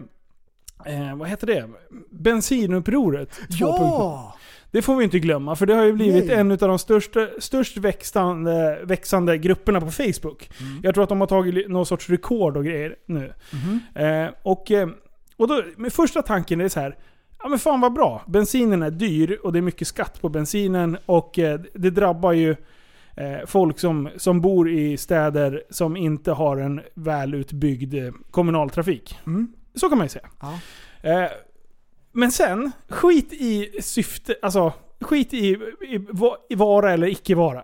[SPEAKER 5] vad heter det? Bensinupproret 2.0.
[SPEAKER 4] Ja!
[SPEAKER 5] Det får vi inte glömma, för det har ju blivit en av de störst växande grupperna på Facebook. Jag tror att de har tagit någon sorts rekord och grejer nu. Och då, med första tanken är det så här: ja men fan vad bra. Bensinen är dyr och det är mycket skatt på bensinen, och det drabbar ju folk som bor i städer som inte har en välutbyggd kommunaltrafik. Så kan man ju säga. Ja. Men sen, skit i syfte, alltså skit i vara eller icke vara.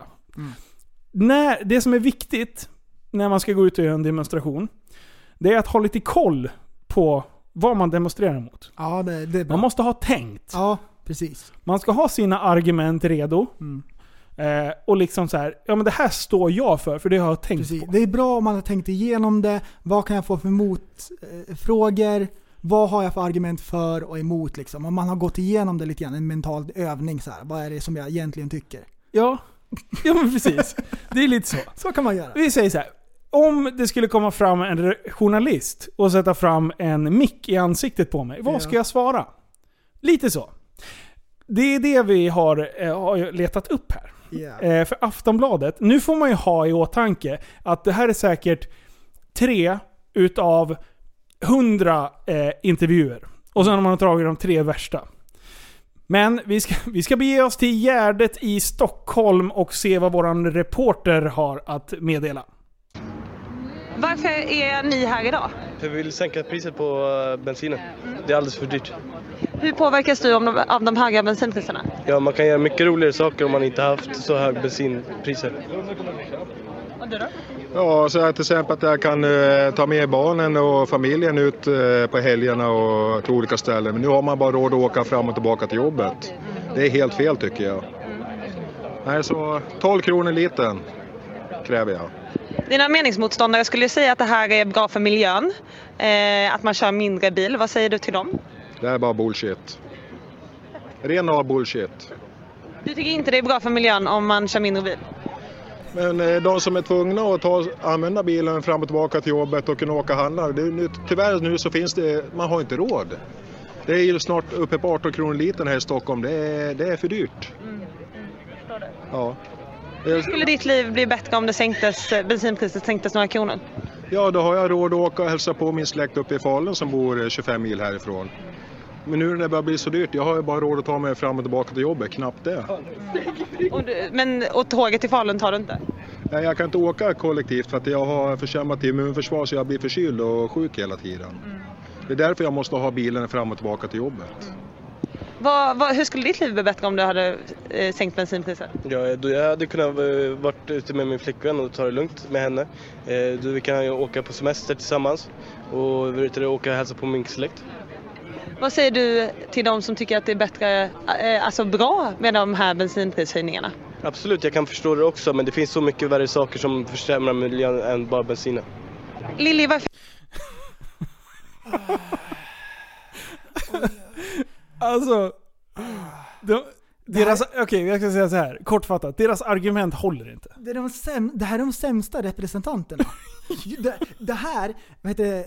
[SPEAKER 5] Det som är viktigt när man ska gå ut och göra en demonstration, det är att ha lite koll på vad man demonstrerar mot.
[SPEAKER 4] Ja, det är bra.
[SPEAKER 5] Man måste ha tänkt.
[SPEAKER 4] Ja, precis.
[SPEAKER 5] Man ska ha sina argument redo. Och liksom så här, ja men det här står jag för det har jag tänkt på.
[SPEAKER 4] Det är bra om man har tänkt igenom det. Vad kan jag få för motfrågor? Vad har jag för argument för och emot liksom? Om man har gått igenom det lite grann, en mental övning så här. Vad är det som jag egentligen tycker?
[SPEAKER 5] Ja men precis. Det är lite så.
[SPEAKER 4] Så kan man göra.
[SPEAKER 5] Vi säger så här: om det skulle komma fram en journalist och sätta fram en mick i ansiktet på mig, vad ska jag svara? Lite så. Det är det vi har letat upp här. Yeah. För Aftonbladet, nu får man ju ha i åtanke att det här är säkert 3 utav 100 intervjuer. Och sen har man tagit de 3 värsta. Men vi ska bege oss till Gärdet i Stockholm och se vad våran reporter har att meddela.
[SPEAKER 6] Varför är ni här idag?
[SPEAKER 7] För vi vill sänka priset på bensinen. Det är alldeles för dyrt.
[SPEAKER 6] Hur påverkas du av de höga bensinpriserna?
[SPEAKER 7] Ja, man kan göra mycket roligare saker om man inte haft så höga bensinpriser.
[SPEAKER 6] Och du då?
[SPEAKER 8] Ja, så att till exempel att jag kan ta med barnen och familjen ut på helgerna och till olika ställen. Men nu har man bara råd att åka fram och tillbaka till jobbet. Det är helt fel tycker jag. Nej, så 12 kronor liten kräver jag.
[SPEAKER 6] Dina meningsmotståndare skulle säga att det här är bra för miljön, att man kör mindre bil. Vad säger du till dem?
[SPEAKER 8] Det är bara bullshit. Ren av bullshit.
[SPEAKER 6] Du tycker inte det är bra för miljön om man kör mindre bil?
[SPEAKER 8] Men de som är tvungna att använda bilen fram och tillbaka till jobbet och kunna åka och handla. Tyvärr nu så finns det, man har inte råd. Det är ju snart uppe på 18 kronor liten här i Stockholm. Det är för dyrt. Ja.
[SPEAKER 6] Hur skulle ditt liv bli bättre om bensinpriset sänktes några kronor?
[SPEAKER 8] Ja, då har jag råd att åka och hälsa på min släkt uppe i Falun som bor 25 mil härifrån. Men nu när det börjar bli så dyrt, jag har ju bara råd att ta mig fram och tillbaka till jobbet, knappt det.
[SPEAKER 6] Och tåget till Falun tar du inte?
[SPEAKER 8] Nej, jag kan inte åka kollektivt för att jag har försämrat immunförsvar så jag blir förkyld och sjuk hela tiden. Det är därför jag måste ha bilen fram och tillbaka till jobbet.
[SPEAKER 6] Hur skulle ditt liv bli bättre om du hade sänkt bensinpriset?
[SPEAKER 7] Ja, jag hade kunnat varit ute med min flickvän och ta det lugnt med henne. Vi kan åka på semester tillsammans och åka och hälsa på min släkt.
[SPEAKER 6] Vad säger du till de som tycker att det är bättre, alltså bra med de här bensinprishöjningarna?
[SPEAKER 7] Absolut, jag kan förstå det också, men det finns så mycket värre saker som försämrar miljön än bara bensinen.
[SPEAKER 6] Lilly, varför?
[SPEAKER 5] Alltså, okej, jag ska säga så här, kortfattat, deras argument håller inte.
[SPEAKER 4] Det här är de sämsta representanterna. det här, vad heter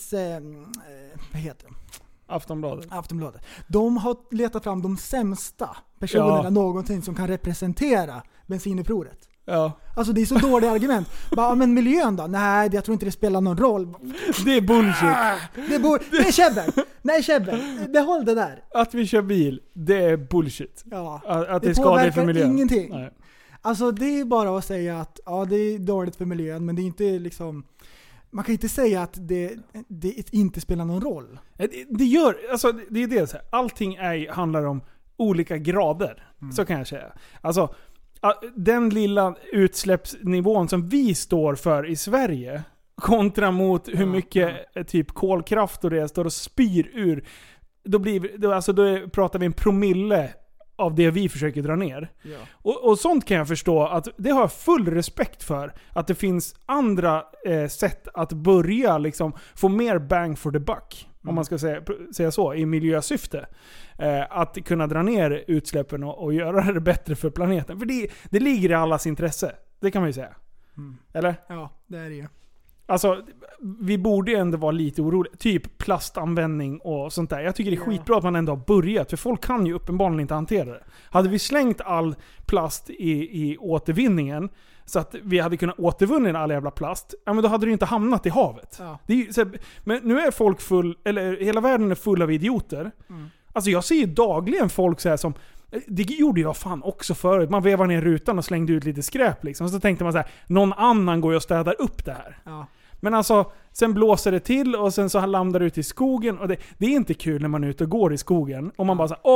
[SPEAKER 4] vad heter det? Aftonbladet. De har letat fram de sämsta personerna någonting som kan representera bensinupproret.
[SPEAKER 5] Ja.
[SPEAKER 4] Alltså det är så dåliga argument. Bara, men miljön då? Nej, jag tror inte det spelar någon roll.
[SPEAKER 5] Det är bullshit.
[SPEAKER 4] Det är käbbel. Nej, käbbel. Behåll det där.
[SPEAKER 5] Att vi kör bil, det är bullshit.
[SPEAKER 4] Ja.
[SPEAKER 5] Att det är skadligt för miljön.
[SPEAKER 4] Ingenting.
[SPEAKER 5] Nej.
[SPEAKER 4] Alltså det är bara att säga att det är dåligt för miljön, men det är inte liksom... Man kan inte säga att det inte spelar någon roll.
[SPEAKER 5] Det gör, alltså det är det så här. Allting handlar om olika grader. Så kan jag säga. Alltså den lilla utsläppsnivån som vi står för i Sverige kontra mot hur mycket typ kolkraft och det står och spyr ur, då pratar vi en promille av det vi försöker dra ner. Ja. Och sånt kan jag förstå att det har jag full respekt för, att det finns andra sätt att börja liksom få mer bang for the buck, om man ska säga så, i miljösyfte. Att kunna dra ner utsläppen och göra det bättre för planeten. För det ligger i allas intresse. Det kan man ju säga. Eller?
[SPEAKER 4] Ja, det är det ju.
[SPEAKER 5] Alltså, vi borde ändå vara lite oroliga. Typ plastanvändning och sånt där. Jag tycker det är skitbra att man ändå har börjat. För folk kan ju uppenbarligen inte hantera det. Hade vi slängt all plast i återvinningen så att vi hade kunnat återvunna all jävla plast, ja, men då hade det inte hamnat i havet. Ja. Det är ju, men nu är folk hela världen är full av idioter. Alltså jag ser ju dagligen folk så här som, det gjorde jag fan också förut. Man vevade ner rutan och slängde ut lite skräp liksom. Och så tänkte man så här, någon annan går ju och städar upp det här. Ja. Men alltså, sen blåser det till och sen så landar det ut i skogen. Och det är inte kul när man är ute och går i skogen. Och man bara så här,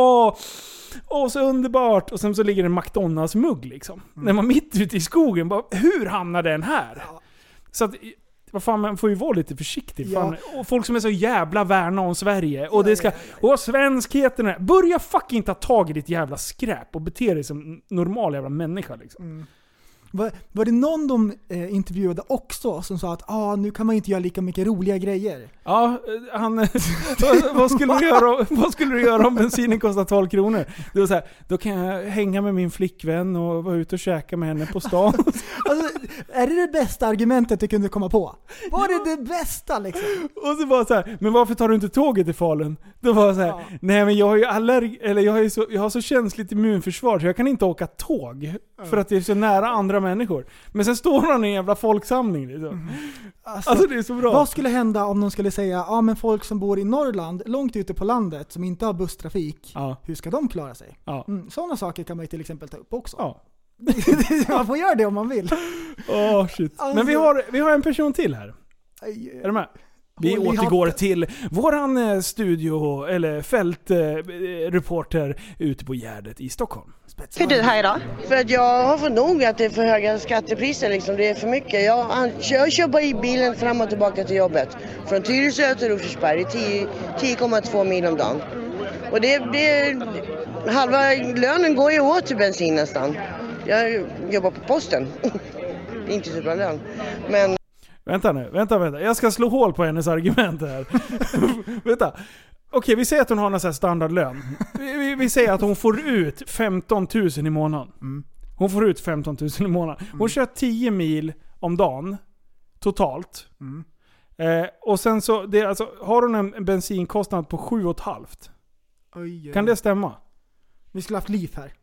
[SPEAKER 5] åh så underbart. Och sen så ligger en McDonalds-mugg liksom. När man mitt ute i skogen, bara, hur hamnar den här? Ja. Så att, vad fan, man får ju vara lite försiktig. Ja. Fan. Och folk som är så jävla värna om Sverige. Och det ska, och svenskheten. Börja fucking ta tag i ditt jävla skräp och bete dig som normal jävla människa liksom.
[SPEAKER 4] Var det någon de intervjuade också som sa att nu kan man inte göra lika mycket roliga grejer?
[SPEAKER 5] Ja, vad skulle du göra om bensinen kostar 12 kronor? Det var så här, då kan jag hänga med min flickvän och vara ute och käka med henne på stan.
[SPEAKER 4] Alltså, är det bästa argumentet du kunde komma på? Var det bästa liksom? Och
[SPEAKER 5] så var så här, men varför tar du inte tåget i Falun? Då var det så här, nej men jag har ju jag har så känsligt immunförsvar så jag kan inte åka tåg för att det är så nära andra människor. Men sen står han i en jävla folksamling liksom. Alltså det är så bra.
[SPEAKER 4] Vad skulle hända om de skulle säga, men folk som bor i Norrland, långt ute på landet, som inte har busstrafik, hur ska de klara sig? Ja. Sådana saker kan man ju till exempel ta upp också. Ja. Man får göra det om man vill.
[SPEAKER 5] Shit. Alltså, men vi har en person till här. Är du med? Vi återgår till våran studio, eller fältreporter ute på Gärdet i Stockholm.
[SPEAKER 6] Hur är du här idag?
[SPEAKER 9] För att jag har fått nog att det är för höga skattepriser liksom. Det är för mycket. Jag kör bara i bilen fram och tillbaka till jobbet. Från Tyresö till Rosersberg. 10,2 mil om dagen. Och halva lönen går ju åt till bensin nästan. Jag jobbar på posten. Det är inte så bra lön. Men...
[SPEAKER 5] Vänta. Jag ska slå hål på hennes argument här. Vänta. Okej, vi säger att hon har en sån här standardlön. Vi säger att hon får ut 15 000 i månaden. Hon får ut 15 000 i månaden. Hon kör 10 mil om dagen totalt. Och sen så alltså, har hon en bensinkostnad på 7,5.
[SPEAKER 4] Oj.
[SPEAKER 5] Kan det stämma?
[SPEAKER 4] Vi skulle haft liv här.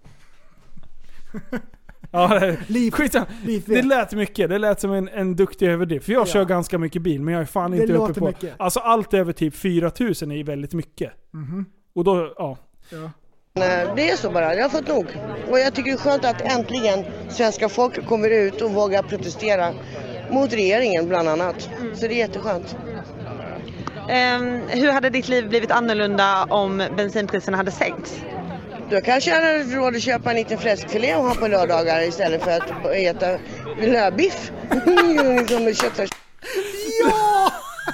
[SPEAKER 5] Ja, det lät mycket. Det lät som en duktig överdrift. För jag kör ganska mycket bil, men jag är fan inte uppe på... Mycket. Alltså allt över typ 4 000 är väldigt mycket. Och då, ja.
[SPEAKER 9] Det är så bara, jag har fått nog. Och jag tycker det är skönt att äntligen svenska folk kommer ut och vågar protestera mot regeringen bland annat. Så det är jätteskönt.
[SPEAKER 6] Hur hade ditt liv blivit annorlunda om bensinpriserna hade sänkts?
[SPEAKER 9] Då kanske jag hade råd att köpa en liten fläskfilé och ha på lördagar istället för att äta lövbiff. Som köttar.
[SPEAKER 4] Ja!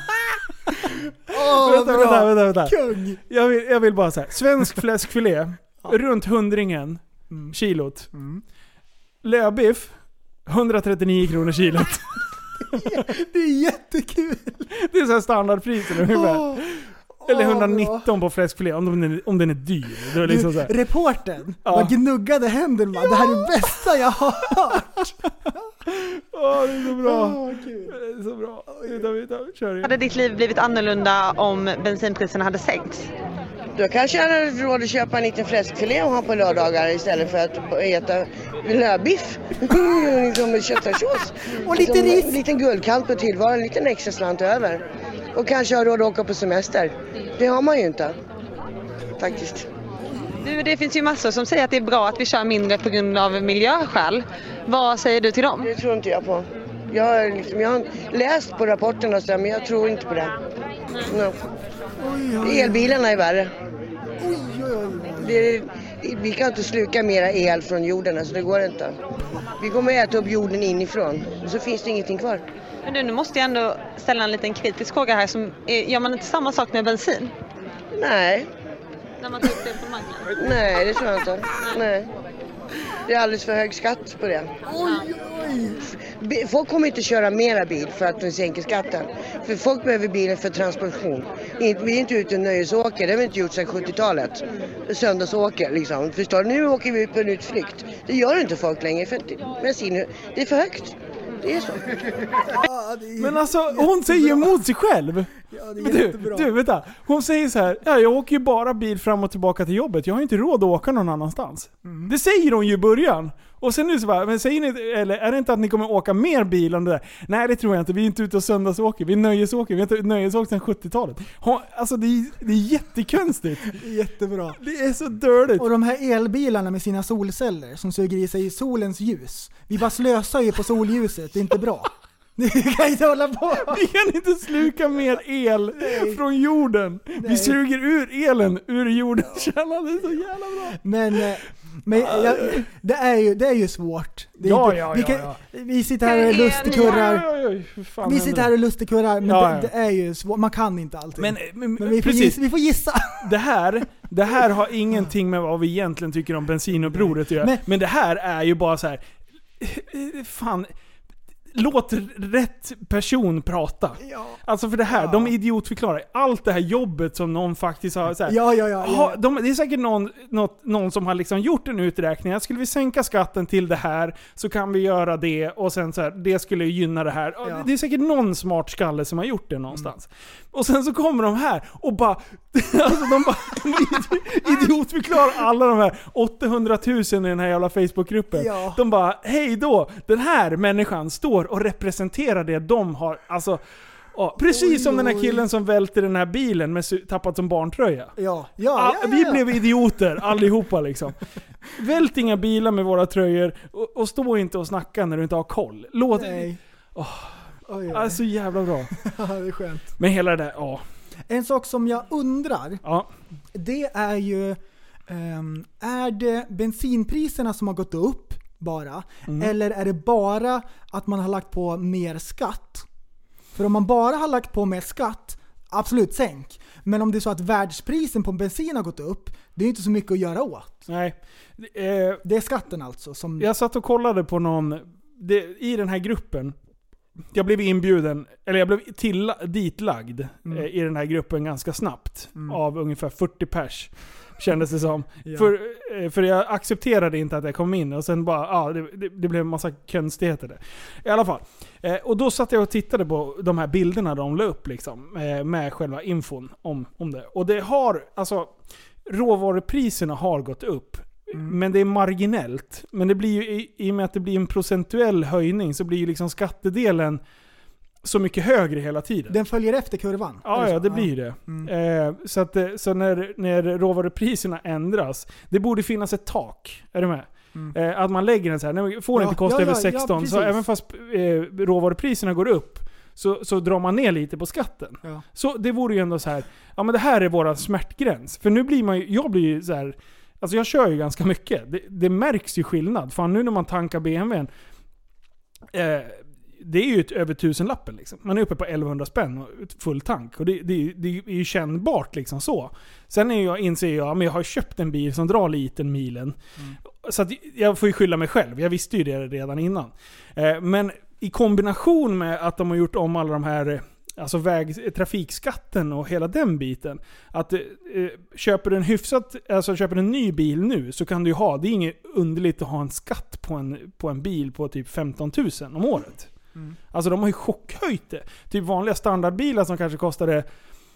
[SPEAKER 5] Vänta. Kung. Jag vill bara säga, svensk fläskfilé runt 100 kilot. Lövbiff 139 kronor kilot.
[SPEAKER 4] Det är jättekul.
[SPEAKER 5] Det är så här standardpriser ungefär. Eller 119 på fläskfilé om den är dyr. Det är liksom så här.
[SPEAKER 4] Reporten bara gnuggade händerna. Det här är det bästa jag har hört.
[SPEAKER 5] Det är så bra. Kul. Det är så bra. Kör igen.
[SPEAKER 6] Hade ditt liv blivit annorlunda om bensinpriserna hade sänkts?
[SPEAKER 9] Då kanske jag hade råd att köpa en liten fläskfilé och ha på lördagar istället för att äta lövbiff. Som köttsås. Och lite ris. En liten guldkant på tillvaron, en liten extra slant över. Och kanske ha råd att åka på semester. Det har man ju inte. Faktiskt.
[SPEAKER 6] Det finns ju massor som säger att det är bra att vi kör mindre på grund av miljöskäl. Vad säger du till dem?
[SPEAKER 9] Det tror inte jag på. Jag har läst på rapporterna och så, men jag tror inte på det. No. Elbilarna är värre. Vi kan inte sluka mera el från jorden, så det går inte. Vi kommer äta upp jorden inifrån, och så finns det ingenting kvar.
[SPEAKER 6] Men nu måste jag ändå ställa en liten kritisk fråga här. Gör man inte samma sak med bensin?
[SPEAKER 9] Nej.
[SPEAKER 6] När man tar upp det på marknaden?
[SPEAKER 9] Nej, det tror jag inte. Nej. Det är alldeles för hög skatt på det. Folk kommer inte köra mera bil för att de sänker skatten. För folk behöver bilen för transportation. Vi är inte ute och nöjesåker. Det har vi inte gjort sedan 70-talet. Söndagsåker liksom. Förstår du? Nu åker vi ut på en utflykt. Det gör inte folk längre. För bensin, det är för högt. Det är så.
[SPEAKER 5] Men alltså, hon säger emot sig själv.
[SPEAKER 4] Ja, det är jättebra.
[SPEAKER 5] Du, vänta. Hon säger så här: jag åker ju bara bil fram och tillbaka till jobbet. Jag har inte råd att åka någon annanstans. Det säger hon ju i början. Och sen nu så bara, men säger ni, eller är det inte att ni kommer åka mer bil än det där? Nej, det tror jag inte. Vi är inte ute och söndagsåker. Vi är nöjesåker. Vi har inte nöjesåker sedan 70-talet. Alltså det är jättekonstigt.
[SPEAKER 4] Jättebra.
[SPEAKER 5] Det är så dörligt.
[SPEAKER 4] Och de här elbilarna med sina solceller som suger i sig solens ljus. Vi bara slösar ju på solljuset. Det är inte bra. Ni kan inte hålla på.
[SPEAKER 5] Vi kan inte sluka mer el från jorden. Vi suger ur elen ur jorden. Känna det är så jävla bra.
[SPEAKER 4] Men det är ju svårt. Det är
[SPEAKER 5] Vi
[SPEAKER 4] sitter här och lustigkurrar. Vi sitter här och lustigkurrar, men det är ju svårt. Man kan inte allting. Men vi får gissa.
[SPEAKER 5] Det här har ingenting med vad vi egentligen tycker om bensinupproret att göra. Men det här är ju bara så här. Fan, låt rätt person prata. Ja. Alltså för det här, de idiotförklarar allt det här jobbet som någon faktiskt har så här, det är säkert någon som har liksom gjort en uträkning. Skulle vi sänka skatten till det här så kan vi göra det, och sen så här, det skulle gynna det här. Ja. Det är säkert någon smart skalle som har gjort det någonstans. Och sen så kommer de här och bara alltså de idiotförklarar alla de här 800 000 i den här jävla Facebookgruppen. Ja. De bara, hej då, den här människan står och representerar det de har, alltså precis som den här killen som välte den här bilen med tappat som barntröja. Vi blev idioter allihopa liksom. Vält inga bilar med våra tröjor och stå inte och snacka när du inte har koll. Alltså jävla bra.
[SPEAKER 4] Ja, det är skönt.
[SPEAKER 5] Men hela det där, ja.
[SPEAKER 4] En sak som jag undrar, det är ju, är det bensinpriserna som har gått upp bara? Eller är det bara att man har lagt på mer skatt? För om man bara har lagt på mer skatt, absolut sänk. Men om det är så att världsprisen på bensin har gått upp, det är inte så mycket att göra åt.
[SPEAKER 5] Nej.
[SPEAKER 4] Det är skatten alltså. Som...
[SPEAKER 5] Jag satt och kollade på någon, i den här gruppen. Jag blev inbjuden, eller jag blev ditlagd i den här gruppen ganska snabbt. Av ungefär 40 pers. Kändes det som. Ja. För jag accepterade inte att jag kom in. Och sen bara, det blev en massa konstigheter där. I alla fall. Och då satt jag och tittade på de här bilderna de la upp liksom. Med själva infon om det. Och det har, alltså, råvarupriserna har gått upp. Men det är marginellt. Men det blir ju, i och med att det blir en procentuell höjning, så blir ju liksom skattedelen så mycket högre hela tiden.
[SPEAKER 4] Den följer efter kurvan.
[SPEAKER 5] Ja, det blir det. Så när råvarupriserna ändras, det borde finnas ett tak. Är du med? Att man lägger den så här, får inte kosta över 16, så även fast råvarupriserna går upp, så drar man ner lite på skatten. Ja. Så det vore ju ändå så här, ja men det här är våra smärtgräns. För nu blir man ju, jag blir ju så här, alltså jag kör ju ganska mycket. Det märks ju skillnad. Fan, nu när man tankar BMWn, det är ju över 1000-lappen liksom. Man är uppe på 1100 spänn och full tank. Och det är ju kännbart liksom så. Sen inser jag, men jag har köpt en bil som drar liten milen. Så att jag får ju skylla mig själv. Jag visste ju det redan innan. Men i kombination med att de har gjort om alla de här, alltså trafikskatten och hela den biten, att köper du en ny bil nu, så kan du ju ha, det är inget underligt att ha en skatt på en bil på typ 15 000 om året. Alltså de har ju chockhöjt det. Typ vanliga standardbilar som kanske kostade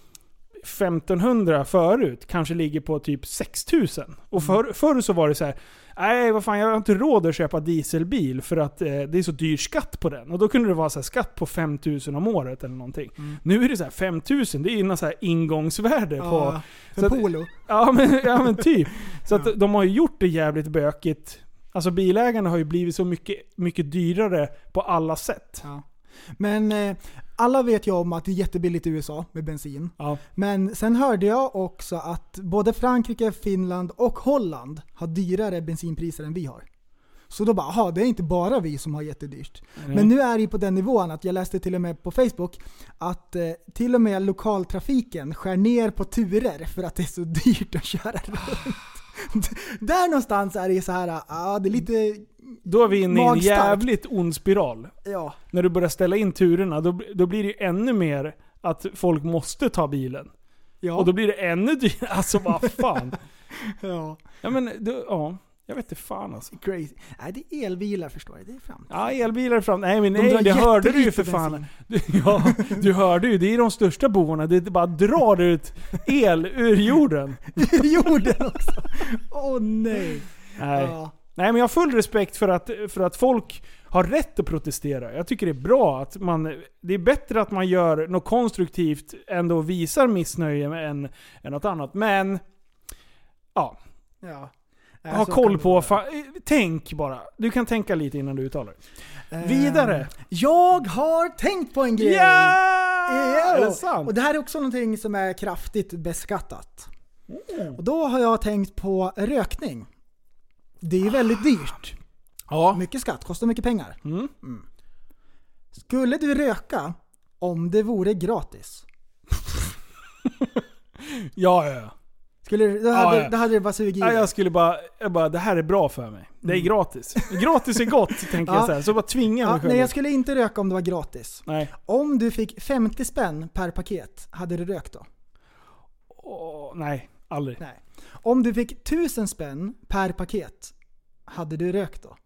[SPEAKER 5] 1500 förut kanske ligger på typ 6000. Och förr så var det så här: nej vad fan, jag har inte råd att köpa dieselbil för att det är så dyr skatt på den. Och då kunde det vara så här, skatt på 5000 om året eller någonting. Nu är det så här 5000, det är något så här ingångsvärde på
[SPEAKER 4] för polo.
[SPEAKER 5] Ja men typ. Så att de har ju gjort det jävligt bökigt. Alltså bilägarna har ju blivit så mycket dyrare på alla sätt.
[SPEAKER 4] Ja. Men alla vet ju om att det är jättebilligt i USA med bensin. Ja. Men sen hörde jag också att både Frankrike, Finland och Holland har dyrare bensinpriser än vi har. Så då bara, det är inte bara vi som har jättedyrt. Men nu är det på den nivån att jag läste till och med på Facebook att till och med lokaltrafiken skär ner på turer för att det är så dyrt att köra runt. Där någonstans är det så här, det är lite.
[SPEAKER 5] Då är vi inne i en jävligt ond spiral.
[SPEAKER 4] Ja.
[SPEAKER 5] När du börjar ställa in turerna, då blir det ju ännu mer att folk måste ta bilen. Ja. Och då blir det ännu dyrare. Alltså vad fan. Ja men jag vet inte fan alltså.
[SPEAKER 4] Crazy. Nej, det är elbilar förstår jag. Det är fram.
[SPEAKER 5] Ja, elbilar är fram. Nej, det hörde du ju för fan. Du hörde ju, det är de största bovarna. Det bara drar ut el ur jorden.
[SPEAKER 4] Ur jorden också. Nej.
[SPEAKER 5] Nej, men jag har full respekt för att folk har rätt att protestera. Jag tycker det är bra att det är bättre att man gör något konstruktivt än då visar missnöje än något annat. Men
[SPEAKER 4] ja.
[SPEAKER 5] Ha koll på, tänk bara. Du kan tänka lite innan du uttalar det. Vidare.
[SPEAKER 4] Jag har tänkt på en grej.
[SPEAKER 5] Är det sant?
[SPEAKER 4] Och det här är också någonting som är kraftigt beskattat. Och då har jag tänkt på rökning. Det är väldigt dyrt.
[SPEAKER 5] Ja.
[SPEAKER 4] Mycket skatt, kostar mycket pengar. Skulle du röka om det vore gratis?
[SPEAKER 5] Ja.
[SPEAKER 4] Då hade det bara sugit.
[SPEAKER 5] Ja, jag skulle bara, det här är bra för mig. Det är gratis. Gratis är gott, tänker jag så här. Så bara tvinga mig själv.
[SPEAKER 4] Nej, jag skulle inte röka om det var gratis.
[SPEAKER 5] Nej.
[SPEAKER 4] Om du fick 50 spänn per paket, hade du rökt då?
[SPEAKER 5] Nej, aldrig.
[SPEAKER 4] Nej. Om du fick 1000 spänn per paket, hade du rökt då?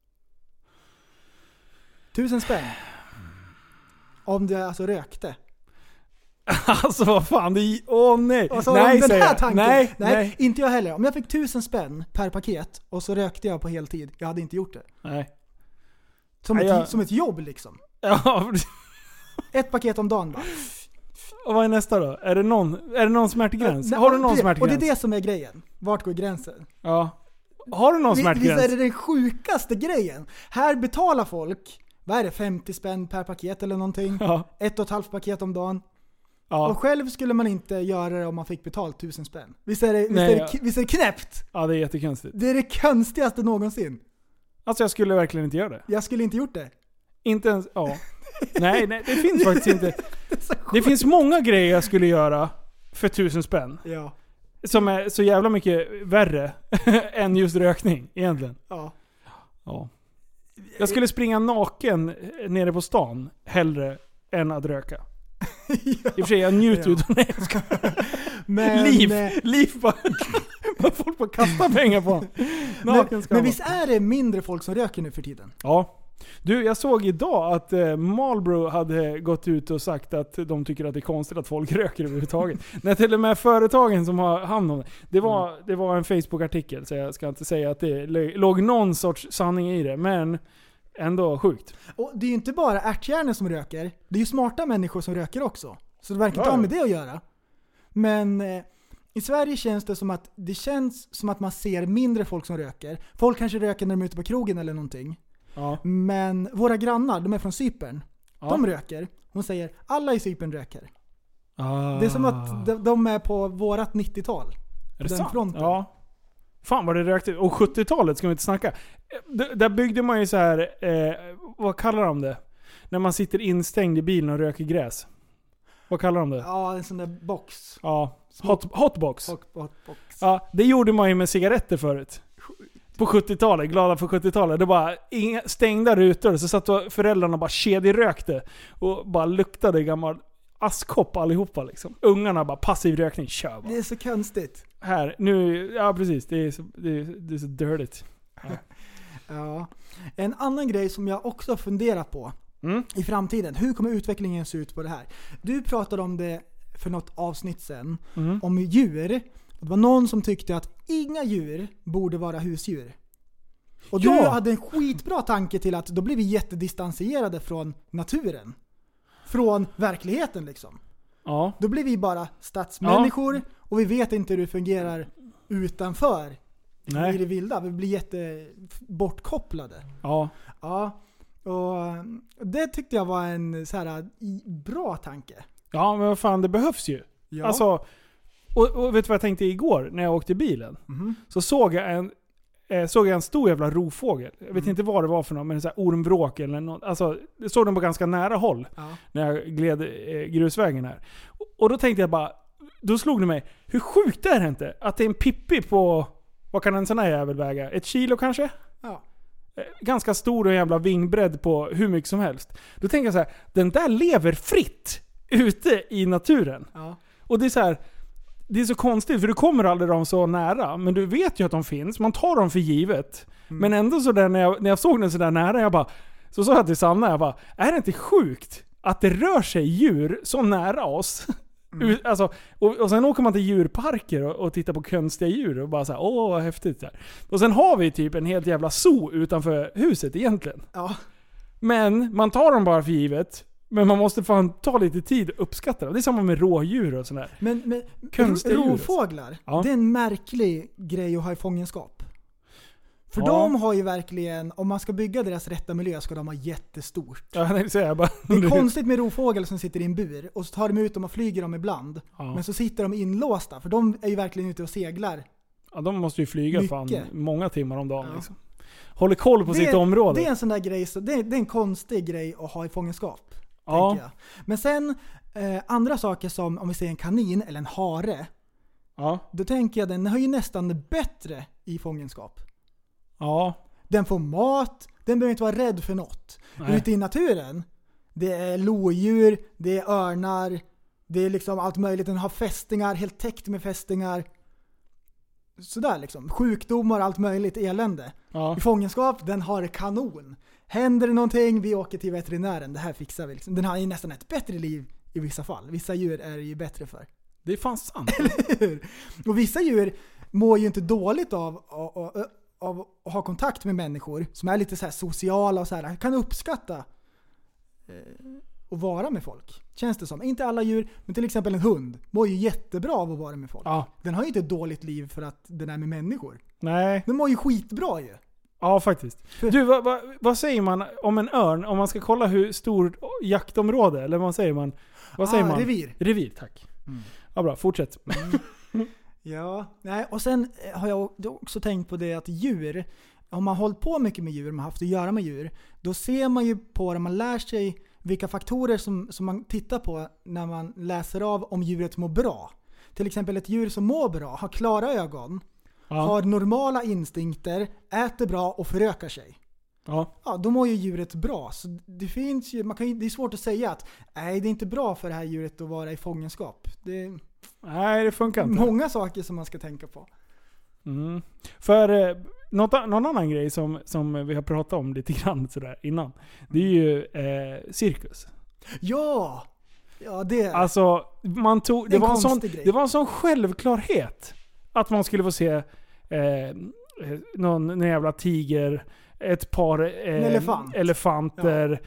[SPEAKER 4] 1000 spänn. Om du alltså rökte.
[SPEAKER 5] Alltså vad fan, nej.
[SPEAKER 4] Nej, den här tanken. Nej, inte jag heller. Om jag fick 1000 spänn per paket och så rökte jag på heltid, jag hade inte gjort det.
[SPEAKER 5] Nej.
[SPEAKER 4] Som ett jobb liksom.
[SPEAKER 5] Ja.
[SPEAKER 4] Ett paket om dagen bara.
[SPEAKER 5] Och vad är nästa då? Är det någon smärtgräns? Har du någon smärtgräns?
[SPEAKER 4] Och det är det som är grejen. Vart går gränsen?
[SPEAKER 5] Ja. Har du någon smärtgräns?
[SPEAKER 4] Visst är det den sjukaste grejen. Här betalar folk vad är det, 50 spänn per paket eller någonting.
[SPEAKER 5] Ja.
[SPEAKER 4] 1,5 paket om dagen.
[SPEAKER 5] Ja.
[SPEAKER 4] Och själv skulle man inte göra det om man fick betalt 1000 spänn. Visst är det knäppt?
[SPEAKER 5] Ja, det är jättekonstigt.
[SPEAKER 4] Det är det konstigaste någonsin.
[SPEAKER 5] Alltså jag skulle verkligen inte göra det.
[SPEAKER 4] Jag skulle inte gjort det.
[SPEAKER 5] Inte ens, ja. nej, det finns faktiskt inte. Det finns många grejer jag skulle göra för 1000 spänn.
[SPEAKER 4] Ja.
[SPEAKER 5] Som är så jävla mycket värre än just rökning egentligen.
[SPEAKER 4] Ja.
[SPEAKER 5] Jag skulle springa naken nere på stan hellre än att röka. I och för sig, jag njuter utan det. Liv bara folk bara kastar pengar på.
[SPEAKER 4] Men visst är det mindre folk som röker nu för tiden?
[SPEAKER 5] Ja. Du, jag såg idag att Marlboro hade gått ut och sagt att de tycker att det är konstigt att folk röker överhuvudtaget. När till och med företagen som har hand om det var en Facebook-artikel, så jag ska inte säga att det låg någon sorts sanning i det, men ändå sjukt.
[SPEAKER 4] Och det är ju inte bara ärthjärnor som röker, det är ju smarta människor som röker också. Så det verkar inte ha med det att göra. Men i Sverige känns det som att man ser mindre folk som röker. Folk kanske röker när de är ute på krogen eller någonting.
[SPEAKER 5] Ja.
[SPEAKER 4] Men våra grannar, de är från Cypern. Ja. De röker. Hon säger, alla i Cypern röker. Det är som att de är på vårat 90-tal.
[SPEAKER 5] Är det sant? Fronten. Ja. Fan vad det rökte. Och 70-talet ska vi inte snacka. Där byggde man ju så här, vad kallar de det? När man sitter instängd i bilen och röker gräs. Vad kallar de det?
[SPEAKER 4] Ja, en sån där box.
[SPEAKER 5] Ja, hotbox.
[SPEAKER 4] Hotbox.
[SPEAKER 5] Ja, det gjorde man ju med cigaretter förut. På 70-talet, glada för 70-talet. Det bara inga stängda rutor. Så satt föräldrarna bara kedjerökte. Och bara luktade gammal askkopp allihopa liksom. Ungarna bara passiv rökning, kör bara.
[SPEAKER 4] Det är så konstigt.
[SPEAKER 5] Här, nu, ja precis. Det är så dirty. Ja.
[SPEAKER 4] Ja. En annan grej som jag också funderar på i framtiden. Hur kommer utvecklingen se ut på det här? Du pratade om det för något avsnitt sen. Om djur. Det var någon som tyckte att inga djur borde vara husdjur. Och du hade en skitbra tanke till att då blir vi jättedistanserade från naturen. Från verkligheten liksom. Ja. Då blir vi bara stadsmänniskor och vi vet inte hur det fungerar utanför i det vilda. Vi blir jättebortkopplade. Ja. Ja. Och det tyckte jag var en så här bra tanke.
[SPEAKER 5] Ja, men vad fan, det behövs ju. Ja. Alltså, och vet du vad jag tänkte igår när jag åkte bilen? Så såg jag en stor jävla rovfågel. Jag vet inte vad det var för någon, men en sån här ormvråk eller något. Alltså, jag såg den på ganska nära håll när jag gled grusvägen här. Och då tänkte jag bara, då slog det mig, hur sjukt är det inte att det är en pippi på, vad kan en sån här jävel väga? 1 kilo kanske? Ja. Ganska stor och jävla vingbredd på hur mycket som helst. Då tänker jag så här, den där lever fritt ute i naturen. Ja. Och det är så här, det är så konstigt för du kommer aldrig dem så nära, men du vet ju att de finns, man tar dem för givet. Men ändå så där när jag såg den så där nära, jag bara, så sa jag till Sanna, jag bara, är det inte sjukt att det rör sig djur så nära oss? Alltså, och sen åker man till djurparker och tittar på konstiga djur och bara så här, åh vad häftigt där. Och sen har vi typ en helt jävla zoo utanför huset egentligen. Ja. Men man tar dem bara för givet. Men man måste fan ta lite tid och uppskatta det. Det är samma med rådjur och sådär.
[SPEAKER 4] Men rovfåglar, det är en märklig grej att ha i fångenskap. För de har ju verkligen, om man ska bygga deras rätta miljö ska de ha jättestort. Ja, det är konstigt med rovfåglar som sitter i en bur och så tar de ut dem och flyger dem ibland. Ja. Men så sitter de inlåsta, för de är ju verkligen ute och seglar. Ja,
[SPEAKER 5] de måste ju flyga fan många timmar om dagen. Ja. Liksom. Håller koll på sitt område.
[SPEAKER 4] Det är en sån där grej, så det är en konstig grej att ha i fångenskap. Ja. Jag. Men sen andra saker som om vi säger en kanin eller en hare. Ja. Då tänker jag den har ju nästan det bättre i fångenskap. Ja. Den får mat, den behöver inte vara rädd för något. Ute i naturen, det är lodjur, det är örnar, det är liksom allt möjligt. Den har fästingar, helt täckt med fästingar. Sådär liksom. Sjukdomar, allt möjligt, elände. Ja. I fångenskap, den har kanon. Händer det någonting, vi åker till veterinären. Det här fixar vi liksom. Den har ju nästan ett bättre liv i vissa fall. Vissa djur är ju bättre för.
[SPEAKER 5] Det är fan sant.
[SPEAKER 4] Och vissa djur mår ju inte dåligt av att ha kontakt med människor som är lite så här sociala och så här. Kan uppskatta att vara med folk. Känns det som. Inte alla djur, men till exempel en hund mår ju jättebra av att vara med folk. Ja. Den har ju inte ett dåligt liv för att den är med människor. Nej. Den mår ju skitbra ju.
[SPEAKER 5] Ja, faktiskt. Du, vad säger man om en örn? Om man ska kolla hur stor jaktområde, eller vad säger man? Vad säger man? Revir, tack. Ja, bra. Fortsätt.
[SPEAKER 4] Ja, nej, och sen har jag också tänkt på det att djur, om man har hållit på mycket med djur, man har haft att göra med djur, då ser man ju på det, man lär sig vilka faktorer som man tittar på när man läser av om djuret mår bra. Till exempel ett djur som mår bra, har klara ögon, har normala instinkter, äter bra och förökar sig. Ja, då mår ju djuret bra. Så det finns ju, det är svårt att säga att nej, det är inte bra för det här djuret att vara i fångenskap.
[SPEAKER 5] Nej, det funkar inte.
[SPEAKER 4] Många saker som man ska tänka på.
[SPEAKER 5] För någon annan grej som vi har pratat om lite grann sådär innan, det är ju cirkus.
[SPEAKER 4] Ja, det.
[SPEAKER 5] Alltså det var en sån självklarhet att man skulle få se någon jävla tiger, ett par elefanter,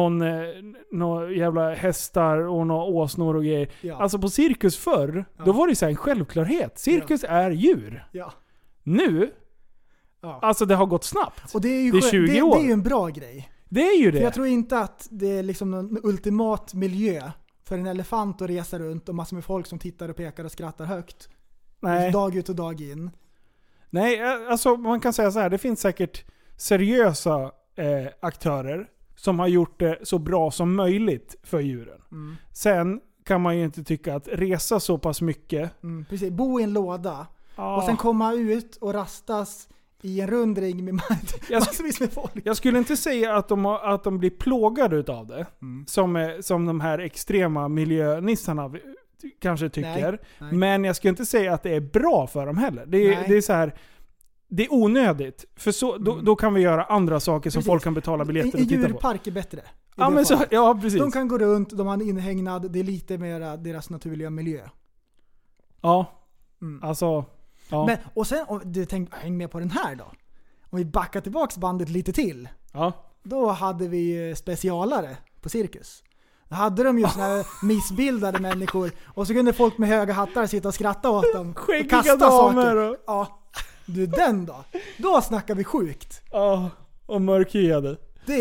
[SPEAKER 5] någon jävla hästar och några åsnor och grejer. Ja. Alltså på cirkus förr, då var det så här en självklarhet. Cirkus är djur. Ja. Nu, alltså det har gått snabbt.
[SPEAKER 4] Och det är ju
[SPEAKER 5] 20 år.
[SPEAKER 4] Det är ju en bra grej.
[SPEAKER 5] Det är ju det.
[SPEAKER 4] För jag tror inte att det är liksom en ultimat miljö för en elefant att resa runt och massor med folk som tittar och pekar och skrattar högt. Nej. Dag ut och dag in.
[SPEAKER 5] Nej, alltså man kan säga så här, det finns säkert seriösa aktörer som har gjort det så bra som möjligt för djuren. Sen kan man ju inte tycka att resa så pass mycket.
[SPEAKER 4] Precis, bo i en låda och sen komma ut och rastas i en rundring med massvis med folk.
[SPEAKER 5] Jag skulle inte säga att de blir plågade utav det. Som de här extrema miljönissarna kanske tycker. Nej. Men jag skulle inte säga att det är bra för dem heller. Det är så här. Det är onödigt. För så, då kan vi göra andra saker som folk kan betala biljetter och titta på.
[SPEAKER 4] En djurpark är bättre.
[SPEAKER 5] Ja, precis.
[SPEAKER 4] De kan gå runt, de har en inhägnad, det är lite mer deras naturliga miljö.
[SPEAKER 5] Ja. Alltså, ja.
[SPEAKER 4] Men, och sen, häng med på den här då. Om vi backar tillbaks bandet lite till.
[SPEAKER 5] Ja.
[SPEAKER 4] Då hade vi specialare på cirkus. Då hade de ju såna här missbildade människor. Och så kunde folk med höga hattar sitta och skratta åt dem.
[SPEAKER 5] Skäggiga
[SPEAKER 4] och kasta
[SPEAKER 5] damer.
[SPEAKER 4] Saker. Ja. Du, den då. Då snackar vi sjukt.
[SPEAKER 5] Ja, och mörkhyade.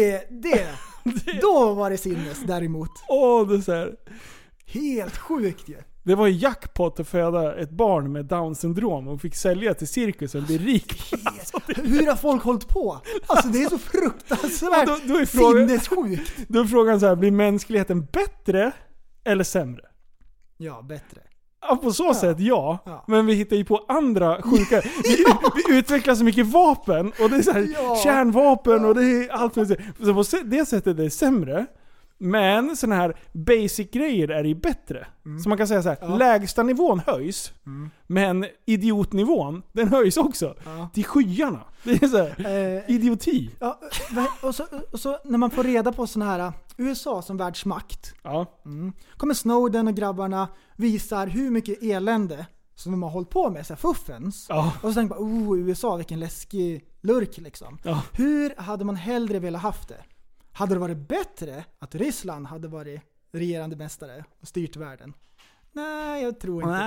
[SPEAKER 4] Då var det sinnes däremot.
[SPEAKER 5] Det är så här.
[SPEAKER 4] Helt sjukt ju.
[SPEAKER 5] Det var ju jackpot att föda ett barn med Down-syndrom och fick sälja till cirkus och bli rik.
[SPEAKER 4] Hur har folk hållit på? Alltså det är så fruktansvärt sinnessjukt.
[SPEAKER 5] Då är frågan så här, blir mänskligheten bättre eller sämre?
[SPEAKER 4] Ja, bättre.
[SPEAKER 5] Ja, på så sätt ja. Men vi hittar ju på andra sjuka. Vi utvecklar så mycket vapen och det är så här, kärnvapen och det är allt. Så på det sättet är det sämre. Men såna här basic grejer är ju bättre. Så man kan säga så här, lägsta nivån höjs, men idiotnivån, den höjs också till skyarna. Det är så här, idioti.
[SPEAKER 4] Ja, och så när man får reda på såna här USA som världsmakt. Kommer Snowden och grabbarna visar hur mycket elände som de har hållit på med, så här fuffens. Och så tänker man, USA, vilken läskig lurk liksom. Hur hade man hellre velat haft det? Hade det varit bättre att Ryssland hade varit regerande mästare och styrt världen? Nej, jag tror inte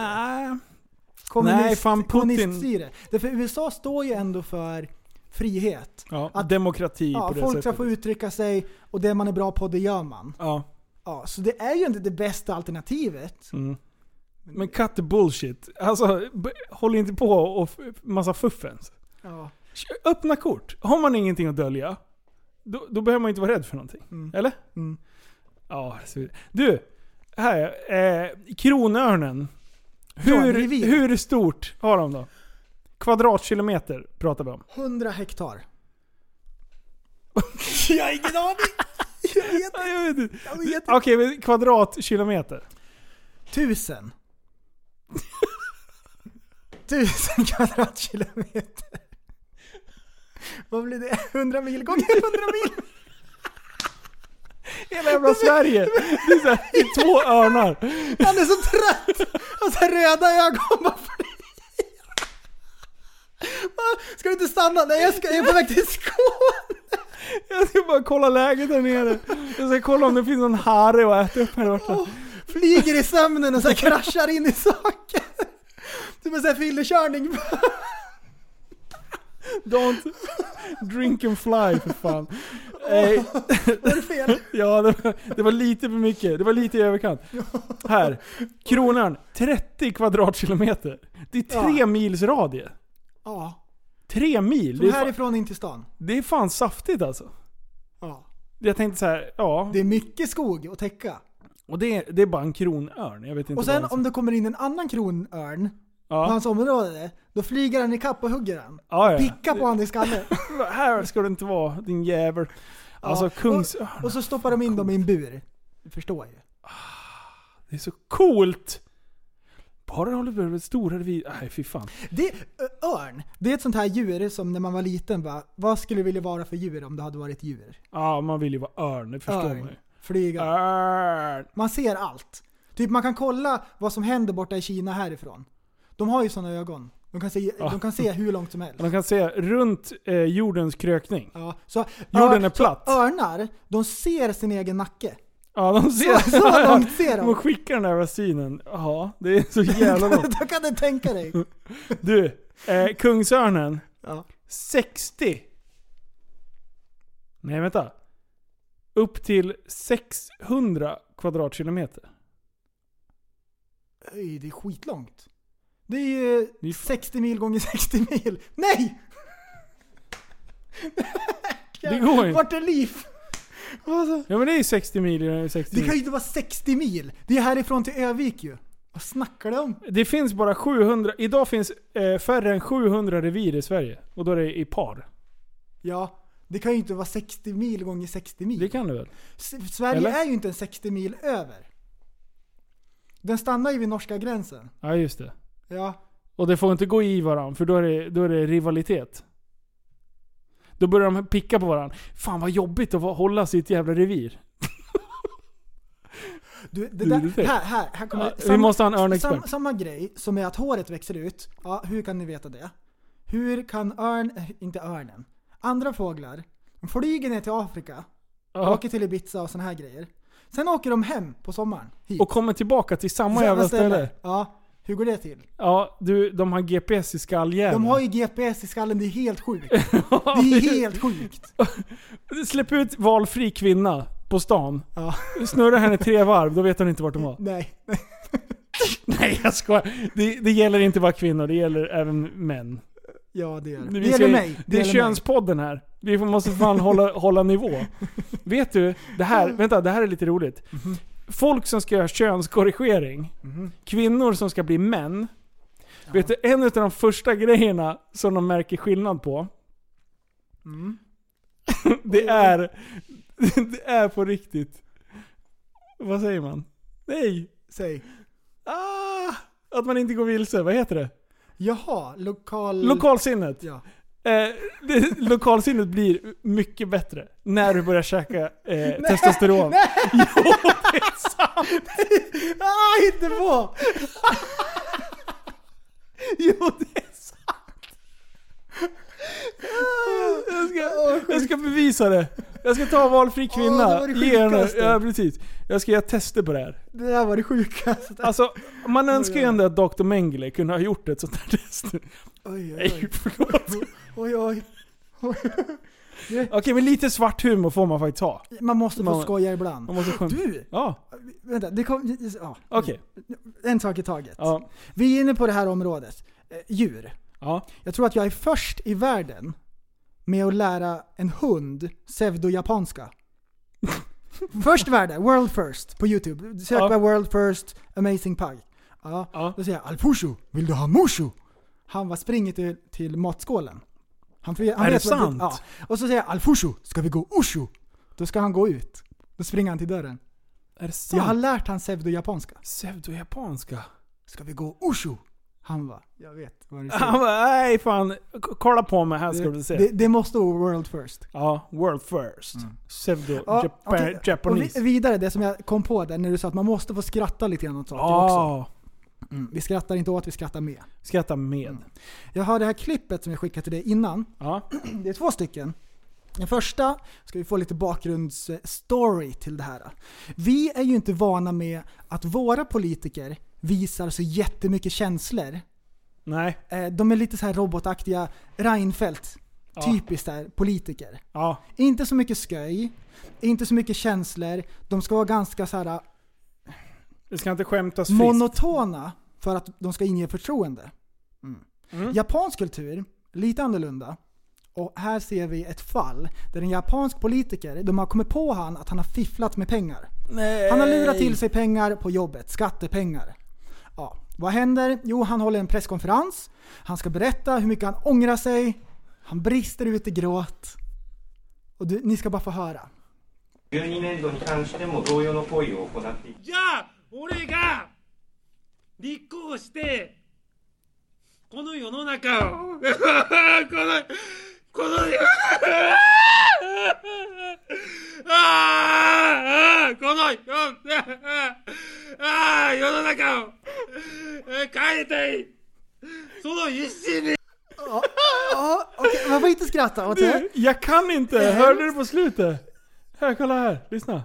[SPEAKER 4] det. Kommuniststyre. Därför USA står ju ändå för frihet.
[SPEAKER 5] Att demokrati på det
[SPEAKER 4] folk
[SPEAKER 5] sättet.
[SPEAKER 4] Ska få uttrycka sig och det man är bra på, det gör man. Så det är ju inte det bästa alternativet.
[SPEAKER 5] Men cut the bullshit. Alltså, håll inte på och massa fuffens. Öppna kort. Har man ingenting att dölja, då behöver man inte vara rädd för någonting. Eller? Ja, du, här, kronörnen. Hur stort har de då? Kvadratkilometer pratar vi om.
[SPEAKER 4] 100 hektar. Jag har ingen aning. Jag vet inte.
[SPEAKER 5] Okej, kvadratkilometer.
[SPEAKER 4] 1000. 1000 kvadratkilometer. Vad blir det? 100 mil gånger 100 mil.
[SPEAKER 5] Hela jävla Sverige. Det är så här, 2 örnar.
[SPEAKER 4] Han är så trött. Och så röda ögon bara flyr. Ska du inte stanna? Nej, jag är på väg till Skåne.
[SPEAKER 5] Jag ska bara kolla läget där nere. Jag ska kolla om det finns någon hare och äta upp här borta.
[SPEAKER 4] Flyger i sömnen och så kraschar in i saker. Som en sån här fyllekörning.
[SPEAKER 5] Drink and fly för fan.
[SPEAKER 4] Var det fel?
[SPEAKER 5] Ja, det var lite för mycket. Det var lite i överkant. Här, Kronan, 30 kvadratkilometer. Det är 3 mils radie.
[SPEAKER 4] Ja.
[SPEAKER 5] 3 mil.
[SPEAKER 4] Från härifrån in till stan.
[SPEAKER 5] Det är fan saftigt alltså.
[SPEAKER 4] Ja.
[SPEAKER 5] Jag tänkte så här, ja.
[SPEAKER 4] Det är mycket skog att täcka.
[SPEAKER 5] Och det är bara en kronörn. Jag vet inte.
[SPEAKER 4] Och sen om det kommer in en annan kronörn på hans område, då flyger han i kapp och hugger han.
[SPEAKER 5] Ja.
[SPEAKER 4] Picka på han i skallen.
[SPEAKER 5] Här ska det inte vara, din jävel. Alltså kungsörn.
[SPEAKER 4] Och så stoppar de in dem i en bur. Du förstår ju.
[SPEAKER 5] Det är så coolt. Bara det håller på med stora revir. Nej, fy fan.
[SPEAKER 4] Örn, det är ett sånt här djur som när man var liten bara, vad skulle du vilja vara för djur om det hade varit djur?
[SPEAKER 5] Ja, man vill ju vara örn, det förstår man ju.
[SPEAKER 4] Flyga.
[SPEAKER 5] Örn.
[SPEAKER 4] Man ser allt. Typ man kan kolla vad som händer borta i Kina härifrån. De har ju såna ögon. De kan se hur långt som helst.
[SPEAKER 5] De kan se runt jordens krökning.
[SPEAKER 4] Ja, så
[SPEAKER 5] jorden är platt.
[SPEAKER 4] Så örnar, de ser sin egen nacke.
[SPEAKER 5] Ja, de ser.
[SPEAKER 4] Så långt ser de.
[SPEAKER 5] De skickar den där synen. Ja, det är så jävla långt.
[SPEAKER 4] Då kan du tänka dig.
[SPEAKER 5] Du, kungsörnen.
[SPEAKER 4] Ja.
[SPEAKER 5] 60. Nej, vänta. Upp till 600 kvadratkilometer.
[SPEAKER 4] Öj, det är skitlångt. Det är 60 mil gånger 60 mil. Nej!
[SPEAKER 5] Det går inte.
[SPEAKER 4] Vart är liv?
[SPEAKER 5] Ja, men det är 60 mil. 60
[SPEAKER 4] det kan ju inte vara 60 mil. Det är härifrån till Övik ju. Vad snackar du om?
[SPEAKER 5] Det finns bara 700. Idag finns färre än 700 revir i Sverige. Och då är det i par.
[SPEAKER 4] Ja, det kan ju inte vara 60 mil gånger 60 mil.
[SPEAKER 5] Det kan det väl?
[SPEAKER 4] Sverige
[SPEAKER 5] Eller?
[SPEAKER 4] är ju inte en 60 mil över. Den stannar ju vid norska gränsen.
[SPEAKER 5] Ja, just det.
[SPEAKER 4] Ja.
[SPEAKER 5] Och det får inte gå i varandra, för då är det rivalitet. Då börjar de picka på varandra. Fan vad jobbigt att hålla sitt jävla revir.
[SPEAKER 4] Du, det där, här kommer
[SPEAKER 5] vi måste ha en örnexpert.
[SPEAKER 4] Samma grej som är att håret växer ut. Ja, hur kan ni veta det? Hur kan inte örnen, andra fåglar, de flyger ner till Afrika, åker till Ibiza och såna här grejer. Sen åker de hem på sommaren hit.
[SPEAKER 5] Och kommer tillbaka till samma jävla ställe.
[SPEAKER 4] Ja, hur går det till?
[SPEAKER 5] Ja, de har GPS i skalljäveln.
[SPEAKER 4] De har ju GPS i skallen, det är helt sjukt. Det är helt sjukt.
[SPEAKER 5] Släpp ut valfri kvinna på stan.
[SPEAKER 4] Ja.
[SPEAKER 5] Snurra henne 3 varv, då vet hon inte vart de var.
[SPEAKER 4] Nej.
[SPEAKER 5] Nej, jag skojar. Det gäller inte bara kvinnor, det gäller även män.
[SPEAKER 4] Ja, det gäller.
[SPEAKER 5] Det gäller mig. Det är könspodden här. Vi måste fan hålla nivå. Vet du, det här är lite roligt. Mm-hmm. Folk som ska göra könskorrigering, kvinnor som ska bli män. Ja. Vet du, en av de första grejerna som de märker skillnad på, det är på riktigt. Vad säger man? Nej.
[SPEAKER 4] Säg.
[SPEAKER 5] Att man inte går vilse. Vad heter det?
[SPEAKER 4] Jaha,
[SPEAKER 5] lokalsinnet.
[SPEAKER 4] Ja.
[SPEAKER 5] Lokalsinnet blir mycket bättre när du börjar käka testosteron.
[SPEAKER 4] Nej.
[SPEAKER 5] Jo, det är sant.
[SPEAKER 4] Inte på.
[SPEAKER 5] Jo, det är sant. Jag ska bevisa det. Jag ska ta valfri kvinna. Ja, precis. Jag ska göra tester på det här.
[SPEAKER 4] Det där var det sjukaste.
[SPEAKER 5] Alltså, man önskar ju ändå att Dr. Mengele kunde ha gjort ett sånt här test.
[SPEAKER 4] Oj. Oj.
[SPEAKER 5] Okej, men lite svart humor får man faktiskt ha.
[SPEAKER 4] Man måste få skoja ibland.
[SPEAKER 5] Du! Ja.
[SPEAKER 4] Vänta, det kom... Ja.
[SPEAKER 5] Okej.
[SPEAKER 4] En sak i taget.
[SPEAKER 5] Ja.
[SPEAKER 4] Vi är inne på det här området. Djur.
[SPEAKER 5] Ja.
[SPEAKER 4] Jag tror att jag är först i världen med att lära en hund pseudo-japanska. Först i världen, world first på YouTube. Sök på world first amazing pug. Ja. Då säger jag, Alfushu, vill du ha mushu? Han var springer till matskålen. Han
[SPEAKER 5] är det sant?
[SPEAKER 4] Ja. Och så säger jag, Alfushu, ska vi gå ushu? Då ska han gå ut. Då springer han till dörren.
[SPEAKER 5] Är det sant?
[SPEAKER 4] Jag har lärt han pseudo-japanska.
[SPEAKER 5] Pseudo-japanska?
[SPEAKER 4] Ska vi gå ushu? Han var, jag vet vad det säger.
[SPEAKER 5] Han var, nej fan, kolla på mig här ska du se.
[SPEAKER 4] Det måste vara world first.
[SPEAKER 5] Ja, world first. Pseudo-japanese.
[SPEAKER 4] Och vidare, det som jag kom på där när du sa att man måste få skratta lite grann åt saker också. Vi skrattar inte åt, vi skrattar med.
[SPEAKER 5] Skrattar med.
[SPEAKER 4] Jag har det här klippet som jag skickade till dig innan.
[SPEAKER 5] Ja.
[SPEAKER 4] Det är 2 stycken. Den första ska vi få lite bakgrundsstory till det här. Vi är ju inte vana med att våra politiker visar så jättemycket känslor.
[SPEAKER 5] Nej.
[SPEAKER 4] De är lite så här robotaktiga. Reinfeldt. Typiskt där, politiker.
[SPEAKER 5] Ja.
[SPEAKER 4] Inte så mycket sköj, inte så mycket känslor. De ska vara ganska så här.
[SPEAKER 5] Det ska inte skämtas friskt.
[SPEAKER 4] Monotona för att de ska inge förtroende. Japansk kultur, lite annorlunda. Och här ser vi ett fall där en japansk politiker, de har kommit på att han har fifflat med pengar.
[SPEAKER 5] Nej.
[SPEAKER 4] Han har lurat till sig pengar på jobbet, skattepengar. Ja, vad händer? Jo, han håller en presskonferens. Han ska berätta hur mycket han ångrar sig. Han brister ut i gråt. Och ni ska bara få höra.
[SPEAKER 10] 12年度に関しても同様の行為を行っている。じゃあ俺が立候補してこの世の中をこの世の中を変えたい。その一心に。
[SPEAKER 4] Okej, man får inte skratta.
[SPEAKER 5] Du, jag kan inte. Hörde du på slutet? Här, kolla här. Lyssna.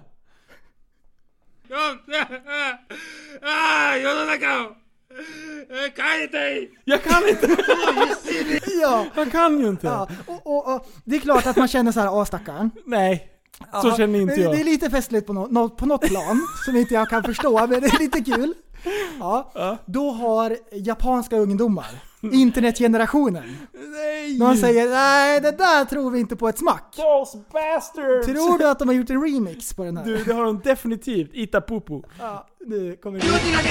[SPEAKER 10] 世の中を変えたい.
[SPEAKER 5] Jag kan inte.
[SPEAKER 4] Ja.
[SPEAKER 5] Jag kan ju inte.
[SPEAKER 4] Ja. Och det är klart att man känner så här, stackarn.
[SPEAKER 5] Nej, så känner inte jag.
[SPEAKER 4] Det är lite festligt på något plan som inte jag kan förstå, men det är lite kul. Ja. Då har japanska ungdomar, internetgenerationen.
[SPEAKER 5] Nej.
[SPEAKER 4] De säger, nej, det där tror vi inte på ett smack.
[SPEAKER 5] Those bastards.
[SPEAKER 4] Tror du att de har gjort en remix på den här?
[SPEAKER 5] Du, det har de definitivt. Itapupu.
[SPEAKER 4] Ja, nu kommer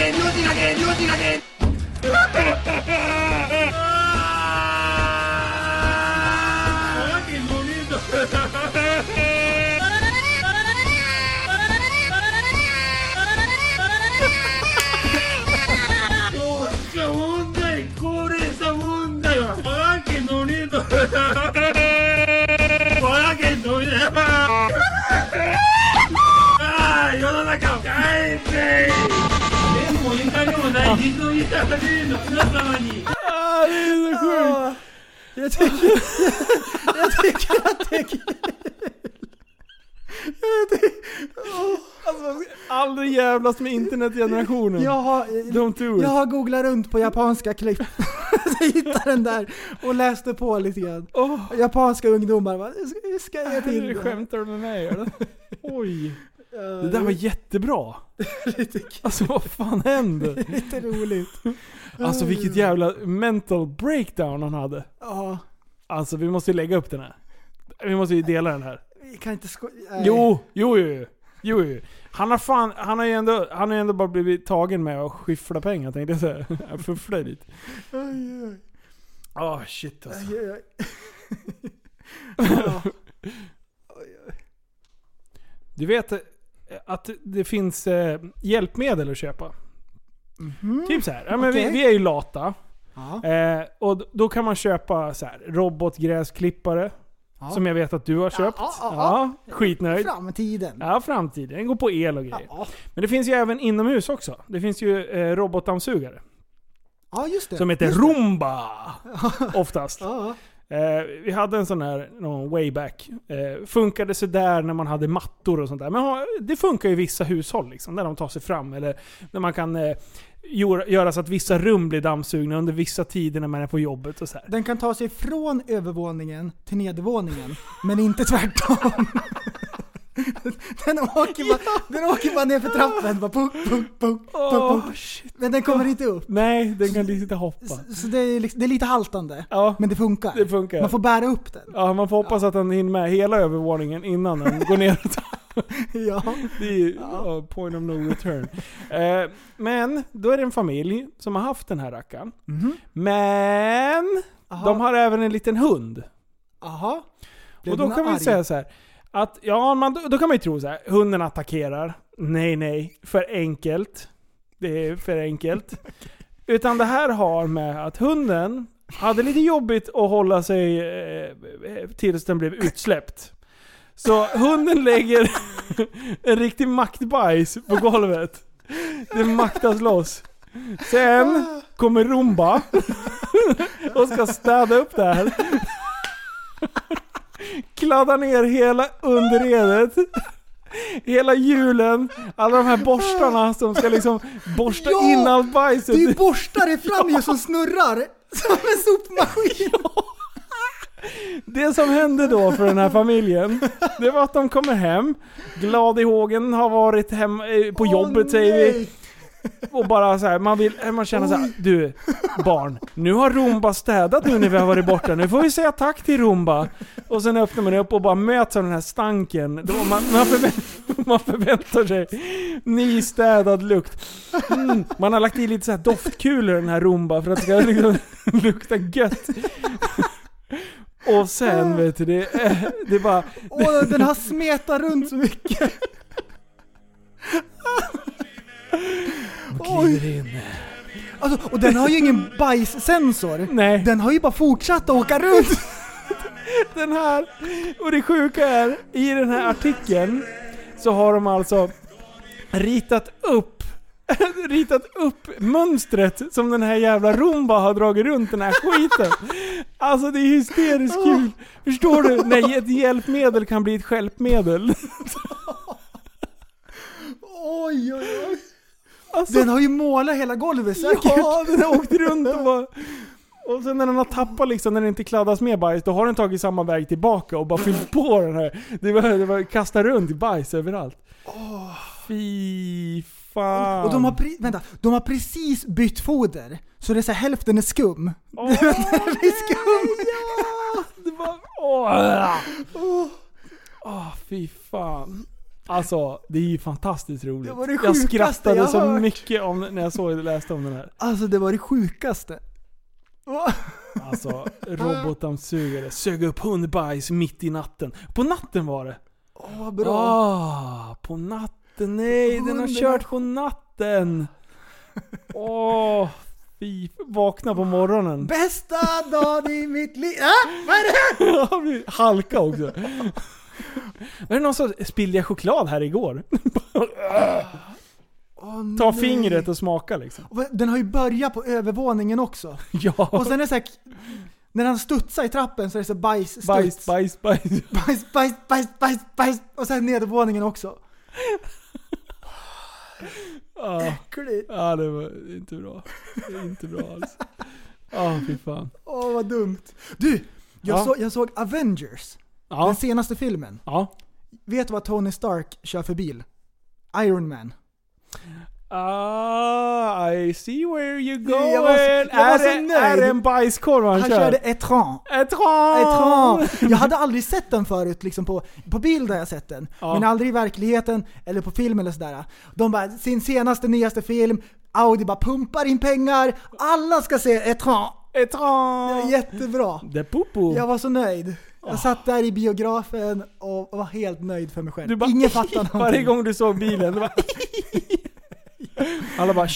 [SPEAKER 4] Jag tycker att det är kul.
[SPEAKER 5] Alltså, aldrig jävlas med internetgenerationen.
[SPEAKER 4] Jag har googlat runt på japanska klipp. Jag hittade den där och läste på lite grann. Japanska ungdomar, vad ska jag till?
[SPEAKER 5] Skämtar du med mig eller? Oj. Det där var jättebra. Alltså vad fan hände?
[SPEAKER 4] Lite roligt.
[SPEAKER 5] Alltså vilket jävla mental breakdown han hade.
[SPEAKER 4] Ja.
[SPEAKER 5] Alltså vi måste ju lägga upp den här. Vi måste ju dela den här.
[SPEAKER 4] Vi kan inte
[SPEAKER 5] Jo. Han har ju ändå bara blivit tagen med att skiffla pengar, tänkte jag säga. Fuffla dit. Shit alltså. Du vet att det finns hjälpmedel att köpa. Typ så här. Ja, men vi är ju lata. Och då kan man köpa så här robotgräsklippare. Som jag vet att du har köpt. Skitnöjd.
[SPEAKER 4] Framtiden.
[SPEAKER 5] Ja, framtiden. Den går på el och grejer. Men det finns ju även inomhus också. Det finns ju robotdammsugare.
[SPEAKER 4] Ja, just det.
[SPEAKER 5] Som heter Roomba. Oftast. Vi hade en sån här någon way back. Funkade så där när man hade mattor och sånt där. Men det funkar ju i vissa hushåll liksom, där de tar sig fram. Eller när man kan göra så att vissa rum blir dammsugna under vissa tider när man är på jobbet och så här.
[SPEAKER 4] Den kan ta sig från övervåningen till nedervåningen, men inte tvärtom. Den åker bara ner för trappen. Bara men den kommer inte upp.
[SPEAKER 5] Nej, den kan inte hoppa.
[SPEAKER 4] Så det är lite haltande. Men det funkar.
[SPEAKER 5] Det funkar.
[SPEAKER 4] Man får bära upp den.
[SPEAKER 5] Ja, man får hoppas att den hinner med hela övervåningen innan den går ner.
[SPEAKER 4] Ja.
[SPEAKER 5] Det är point of no return. Men då är det en familj som har haft den här rackaren. Men de har även en liten hund. Och då kan vi säga så här att då kan man ju tro så här, hunden attackerar. Nej, för enkelt. Det är för enkelt. Utan det här har med att hunden hade lite jobbigt att hålla sig tills den blev utsläppt. Så hunden lägger en riktig maktbajs på golvet. Det maktas loss. Sen kommer Roomba och ska städa upp det här. Kladda ner hela underredet, hela hjulen, alla de här borstarna som ska liksom borsta in allt bajset.
[SPEAKER 4] Det är borstar i fram som snurrar som en sopmaskin.
[SPEAKER 5] Det som hände då för den här familjen, det var att de kommer hem, glad i hågen, har varit hem på jobbet säger vi. Och bara så här, man känner så här, du barn, nu har Rumba städat nu när vi har varit borta. Nu får vi säga tack till Rumba. Och sen öppnar man upp och bara möts av den här stanken. Då man förväntar sig nystädad lukt. Man har lagt i lite så här doftkulor den här Rumba för att det ska liksom lukta gött. Och sen vet du, det bara...
[SPEAKER 4] den har smetat runt så mycket.
[SPEAKER 5] In.
[SPEAKER 4] Alltså, och den har ju ingen bajssensor.
[SPEAKER 5] Nej.
[SPEAKER 4] Den har ju bara fortsatt att åka runt.
[SPEAKER 5] Den här. Och det sjuka är, i den här artikeln så har de alltså ritat upp mönstret som den här jävla Rumba har dragit runt den här skiten. Alltså det är hysteriskt kul. Förstår du? När ett hjälpmedel kan bli ett stjälpmedel.
[SPEAKER 4] Oj. Alltså, den har ju målat hela golvet säkert.
[SPEAKER 5] Ja, den har åkt runt och sen när den har tappat liksom, när den inte kladdas med bajs, då har den tagit samma väg tillbaka och bara fyllt på den här. Det var kasta runt i bajs överallt. Fy fan.
[SPEAKER 4] Och de har precis bytt foder. Så det är så här, hälften är skum. Det är skum.
[SPEAKER 5] Ja, det var fy fan. Alltså, det är ju fantastiskt roligt. Jag skrattade så mycket när jag läste om den här.
[SPEAKER 4] Alltså, det var det sjukaste.
[SPEAKER 5] Alltså, robotdammsugare sög upp hundbajs mitt i natten. På natten var det.
[SPEAKER 4] Vad bra.
[SPEAKER 5] På natten. Nej, den har kört på natten. Fy, vakna på morgonen.
[SPEAKER 4] Bästa dagen i mitt liv. Vad är det?
[SPEAKER 5] Halka också. Var det någon som spillde choklad här igår? Ta fingret och smaka liksom.
[SPEAKER 4] Den har ju börjat på övervåningen också.
[SPEAKER 5] Ja.
[SPEAKER 4] Och sen är det så här, när han studsar i trappen så är det så bajs. Och sen nedervåningen också. Äckligt.
[SPEAKER 5] Ja, det var inte bra. Det är inte bra alls. Fy fan.
[SPEAKER 4] Vad dumt. Du, jag såg Avengers.
[SPEAKER 5] Ja.
[SPEAKER 4] Den senaste filmen.
[SPEAKER 5] Ja.
[SPEAKER 4] Vet du vad Tony Stark kör för bil? Iron Man.
[SPEAKER 5] I see where you go.
[SPEAKER 4] Jag var så nöjd.
[SPEAKER 5] Är det en bajskorv han
[SPEAKER 4] körde Etran. Jag hade aldrig sett den förut liksom på bild har jag sett den. Ja. Men aldrig i verkligheten eller på film eller sådär. De bara, sin senaste nyaste film, Audi bara pumpar in pengar. Alla ska se Etran. Det är jättebra.
[SPEAKER 5] Det är popo.
[SPEAKER 4] Jag var så nöjd. Jag satt där i biografen och var helt nöjd för mig själv.
[SPEAKER 5] Bara,
[SPEAKER 4] ingen fattade någonting.
[SPEAKER 5] Varje gång du såg bilen du bara alla bara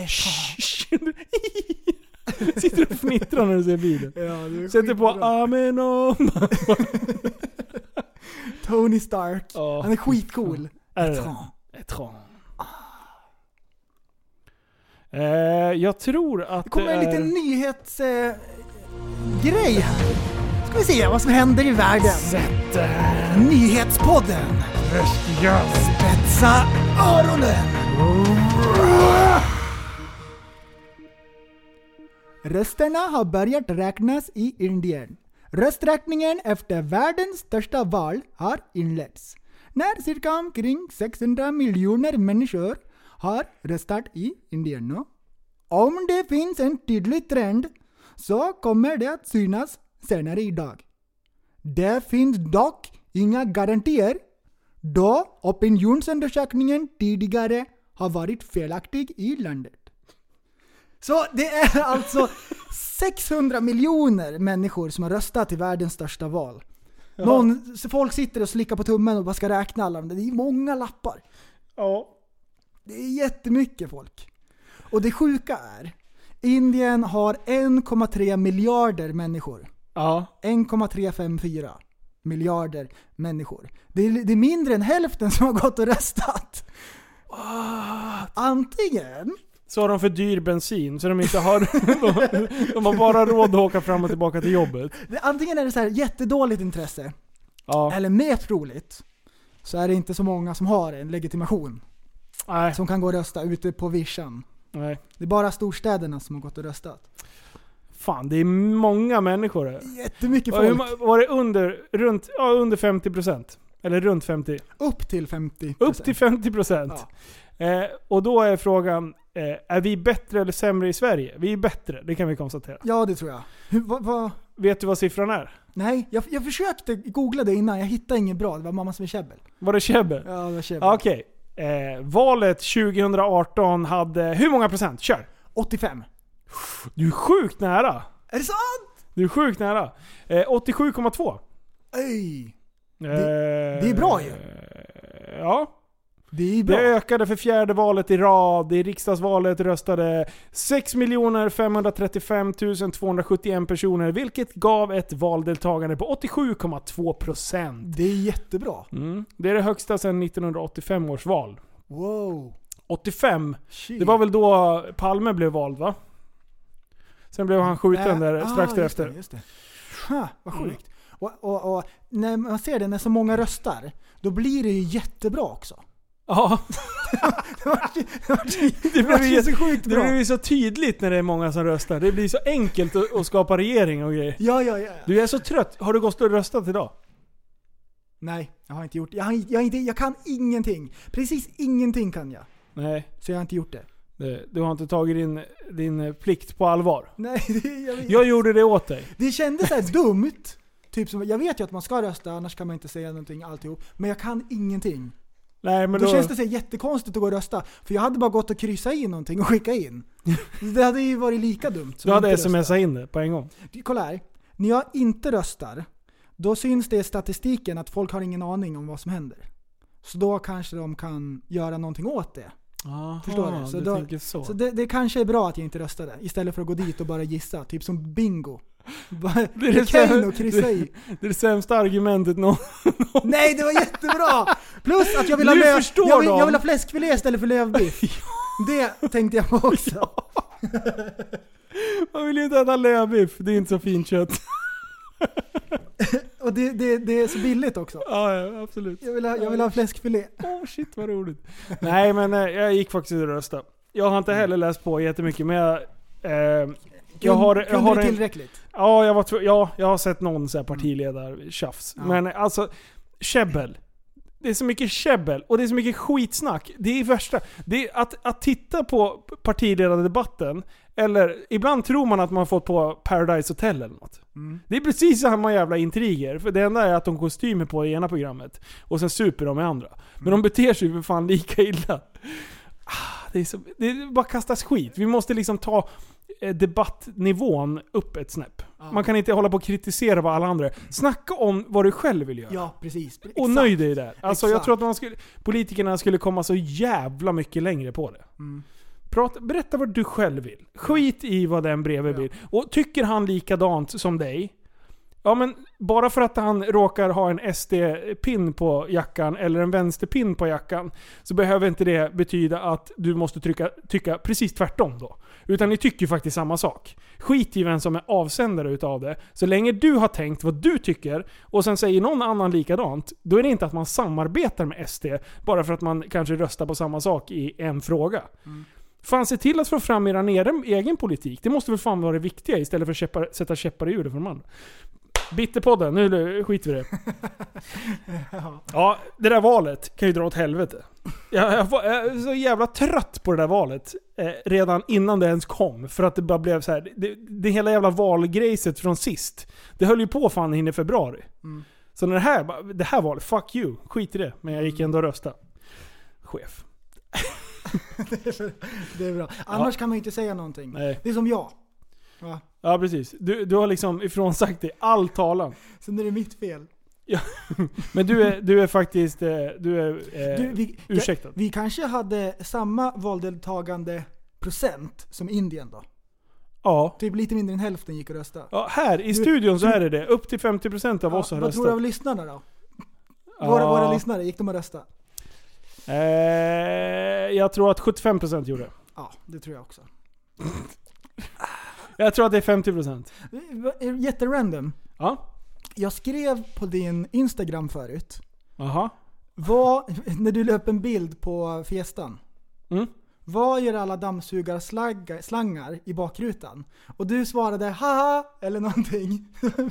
[SPEAKER 5] sitter och fnittrar när du ser bilen.
[SPEAKER 4] Ja,
[SPEAKER 5] sätter på amen och
[SPEAKER 4] Tony Stark. Han är skitcool.
[SPEAKER 5] Etran. Jag tror att
[SPEAKER 4] det kommer en liten nyhetsgrej här. Ska vi se vad som händer i världen. Nyhetspodden. Spetsa öronen. Rösterna har börjat räknas i Indien. Rösträkningen efter världens största val har inletts. När cirka omkring 600 miljoner människor har röstat i Indien nu. Om det finns en tydlig trend så kommer det att synas senare idag. Det finns dock inga garantier då opinionsundersökningen tidigare har varit felaktig i landet. Så det är alltså 600 miljoner människor som har röstat i världens största val. Folk sitter och slickar på tummen och bara ska räkna alla. Det är många lappar.
[SPEAKER 5] Ja.
[SPEAKER 4] Det är jättemycket folk. Och det sjuka är, Indien har 1,3 miljarder människor.
[SPEAKER 5] Ja.
[SPEAKER 4] 1,354 miljarder människor. Det är mindre än hälften som har gått och röstat. Antingen
[SPEAKER 5] så har de för dyr bensin så de inte har de har bara råd att åka fram och tillbaka till jobbet.
[SPEAKER 4] Antingen är det så här jättedåligt intresse. Ja. Eller mer troligt så är det inte så många som har en legitimation.
[SPEAKER 5] Nej.
[SPEAKER 4] Som kan gå och rösta ute på vischan.
[SPEAKER 5] Nej.
[SPEAKER 4] Det är bara storstäderna som har gått och röstat.
[SPEAKER 5] Fan, det är många människor.
[SPEAKER 4] Jättemycket folk.
[SPEAKER 5] Var det under 50%? Eller runt 50?
[SPEAKER 4] Upp till 50%.
[SPEAKER 5] Upp till 50%. Ja. Och då är frågan, är vi bättre eller sämre i Sverige? Vi är bättre, det kan vi konstatera.
[SPEAKER 4] Ja, det tror jag.
[SPEAKER 5] Vet du vad siffran är?
[SPEAKER 4] Nej, jag försökte googla det innan. Jag hittade inget bra. Det var mamma som är käbbel.
[SPEAKER 5] Var det käbbel?
[SPEAKER 4] Ja, det var käbbel.
[SPEAKER 5] Okej. Valet 2018 hade hur många procent? Kör!
[SPEAKER 4] 85.
[SPEAKER 5] Du är sjukt nära.
[SPEAKER 4] Är det sant?
[SPEAKER 5] Du är sjukt nära. 87,2.
[SPEAKER 4] Ej. Det är bra ju.
[SPEAKER 5] Ja.
[SPEAKER 4] Det är bra.
[SPEAKER 5] Det ökade för 4:e valet i rad. I riksdagsvalet röstade 6 535 271 personer, vilket gav ett valdeltagande på 87,2%.
[SPEAKER 4] Det är jättebra.
[SPEAKER 5] Det är det högsta sedan 1985 års val.
[SPEAKER 4] Wow.
[SPEAKER 5] 85. Shit. Det var väl då Palme blev vald, va? Sen blev han skjuten där strax därefter.
[SPEAKER 4] Just det. Vad sjukt. Och när man ser det, när så många röstar, då blir det ju jättebra också.
[SPEAKER 5] Ja.
[SPEAKER 4] det blir så sjukt bra.
[SPEAKER 5] Det blir så tydligt när det är många som röstar. Det blir så enkelt att skapa regering och grejer.
[SPEAKER 4] Ja.
[SPEAKER 5] Du är så trött. Har du gått och röstat idag?
[SPEAKER 4] Nej, jag har inte gjort det. Jag kan ingenting. Precis ingenting kan jag.
[SPEAKER 5] Nej.
[SPEAKER 4] Så jag har inte gjort det.
[SPEAKER 5] Du har inte tagit din plikt på allvar.
[SPEAKER 4] Nej,
[SPEAKER 5] jag gjorde det åt dig.
[SPEAKER 4] Det kändes så här dumt. Typ som, jag vet ju att man ska rösta, annars kan man inte säga någonting alltihop. Men jag kan ingenting.
[SPEAKER 5] Nej, men
[SPEAKER 4] då känns det så jättekonstigt att gå och rösta. För jag hade bara gått och kryssa in någonting och skicka in. Det hade ju varit lika dumt.
[SPEAKER 5] Du hade smsat in det på en gång.
[SPEAKER 4] Kolla här. När jag inte röstar, då syns det i statistiken att folk har ingen aning om vad som händer. Så då kanske de kan göra någonting åt det.
[SPEAKER 5] Aha,
[SPEAKER 4] förstår du? Så det kanske är bra att jag inte röstade. Istället för att gå dit och bara gissa. Typ som bingo. Det är
[SPEAKER 5] det sämsta argumentet någon.
[SPEAKER 4] Nej, det var jättebra. Plus att jag vill ha fläskfilé istället för lövbiff. Det tänkte jag på också.
[SPEAKER 5] Man vill ju inte äta lövbiff. Det är inte så fint kött.
[SPEAKER 4] Och det är så billigt också.
[SPEAKER 5] Ja, absolut.
[SPEAKER 4] Jag vill ha fläskfilé.
[SPEAKER 5] Shit, vad roligt. Nej, men jag gick faktiskt och rösta. Jag har inte heller läst på jättemycket, men jag har
[SPEAKER 4] tillräckligt.
[SPEAKER 5] Ja, jag har sett någon så här partiledar-tjafs. Ja. Men alltså, käbbel. Det är så mycket käbbel och det är så mycket skitsnack. Det är värsta. Det är att titta på partiledardebatten, eller ibland tror man att man har fått på Paradise Hotel eller något. Det är precis samma jävla intriger. För det enda är att de kostymer på i ena programmet och sen super de i andra. Men de beter sig för fan lika illa. Det är bara kastas skit. Vi måste liksom ta debattnivån upp ett snäpp. Man kan inte hålla på och kritisera vad alla andra. Snacka om vad du själv vill göra.
[SPEAKER 4] Ja, precis.
[SPEAKER 5] Och nöj dig där. Alltså, jag tror att politikerna skulle komma så jävla mycket längre på det. Berätta vad du själv vill. Skit i vad den bredvid vill. Och tycker han likadant som dig, ja, men bara för att han råkar ha en SD-pin på jackan eller en vänsterpin på jackan, så behöver inte det betyda att du måste tycka precis tvärtom då. Utan ni tycker faktiskt samma sak. Skit i vem som är avsändare utav det. Så länge du har tänkt vad du tycker och sen säger någon annan likadant, då är det inte att man samarbetar med SD bara för att man kanske röstar på samma sak i en fråga. Fan, se till att få fram er egen politik. Det måste väl fan vara det viktiga istället för att sätta käppar i hjulet för de andra. Bitterpodden, nu skiter vi det. Ja, det där valet kan ju dra åt helvete. Jag är så jävla trött på det där valet redan innan det ens kom. För att det bara blev så här. Det hela jävla valgrejset från sist, det höll ju på fan in i februari. Så när det här valet, fuck you, skit i det. Men jag gick ändå och rösta. Chef.
[SPEAKER 4] Det är bra. Annars kan man ju inte säga någonting.
[SPEAKER 5] Nej.
[SPEAKER 4] Det är som jag. Va?
[SPEAKER 5] Ja, precis. Du har liksom ifrån sagt det all talan.
[SPEAKER 4] Sen är det mitt fel.
[SPEAKER 5] Ja. Men du är faktiskt ursäktad.
[SPEAKER 4] Vi kanske hade samma valdeltagande procent som Indien då.
[SPEAKER 5] Ja.
[SPEAKER 4] Typ lite mindre än hälften gick att rösta.
[SPEAKER 5] Ja, här i studion så är det. Upp till 50% av oss har röstat.
[SPEAKER 4] Vad tror du av lyssnarna då? Våra lyssnare, gick de att rösta?
[SPEAKER 5] Jag tror att 75% gjorde.
[SPEAKER 4] Ja, det tror jag också.
[SPEAKER 5] Jag tror att det är 50%.
[SPEAKER 4] Jätterandom.
[SPEAKER 5] Ja.
[SPEAKER 4] Jag skrev på din Instagram förut.
[SPEAKER 5] Aha.
[SPEAKER 4] När du löp en bild på fiestan. vad gör alla dammsugarslangar i bakrutan? Och du svarade haha eller någonting.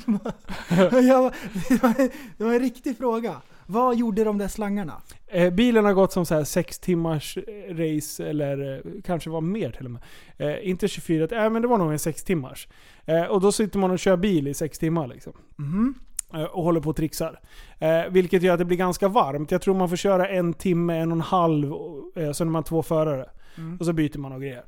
[SPEAKER 4] Det var en riktig fråga. Vad gjorde de där slangarna?
[SPEAKER 5] Bilen har gått som så här 6 timmars race, eller kanske var mer till och med. Inte 24, men det var nog en 6 timmars. Och då sitter man och kör bil i 6 timmar liksom. Och håller på och trixar. Vilket gör att det blir ganska varmt. Jag tror man får köra 1 timme, 1,5, så är man 2 förare. Och så byter man och grejer.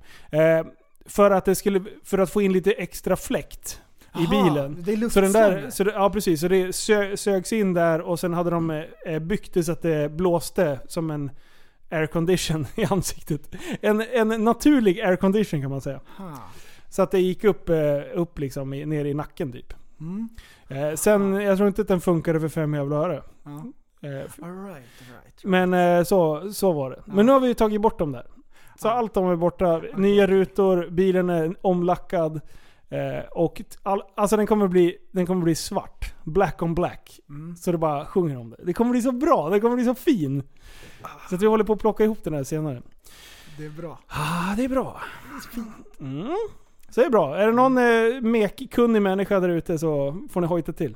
[SPEAKER 5] För att få in lite extra fläkt i bilen.
[SPEAKER 4] Det är
[SPEAKER 5] så den där, ja precis, så det sögs in där och sen hade de byggt det så att det blåste som en aircondition i ansiktet. En naturlig aircondition kan man säga. Så att det gick upp liksom ner i nacken typ. Sen, jag tror inte att den funkade för 5 jävla öre.
[SPEAKER 4] All right.
[SPEAKER 5] Men så var det. Men nu har vi tagit bort dem där. Så allt de är borta. Nya rutor, bilen är omlackad. Och alltså den kommer bli svart. Black on black. Så det bara sjunger om det. Det kommer bli så bra, det kommer bli så fin. Så att vi håller på att plocka ihop den här senare.
[SPEAKER 4] Det är bra.
[SPEAKER 5] Det är bra. Så det är bra. Är det någon kunnig människa där ute så får ni hojta till.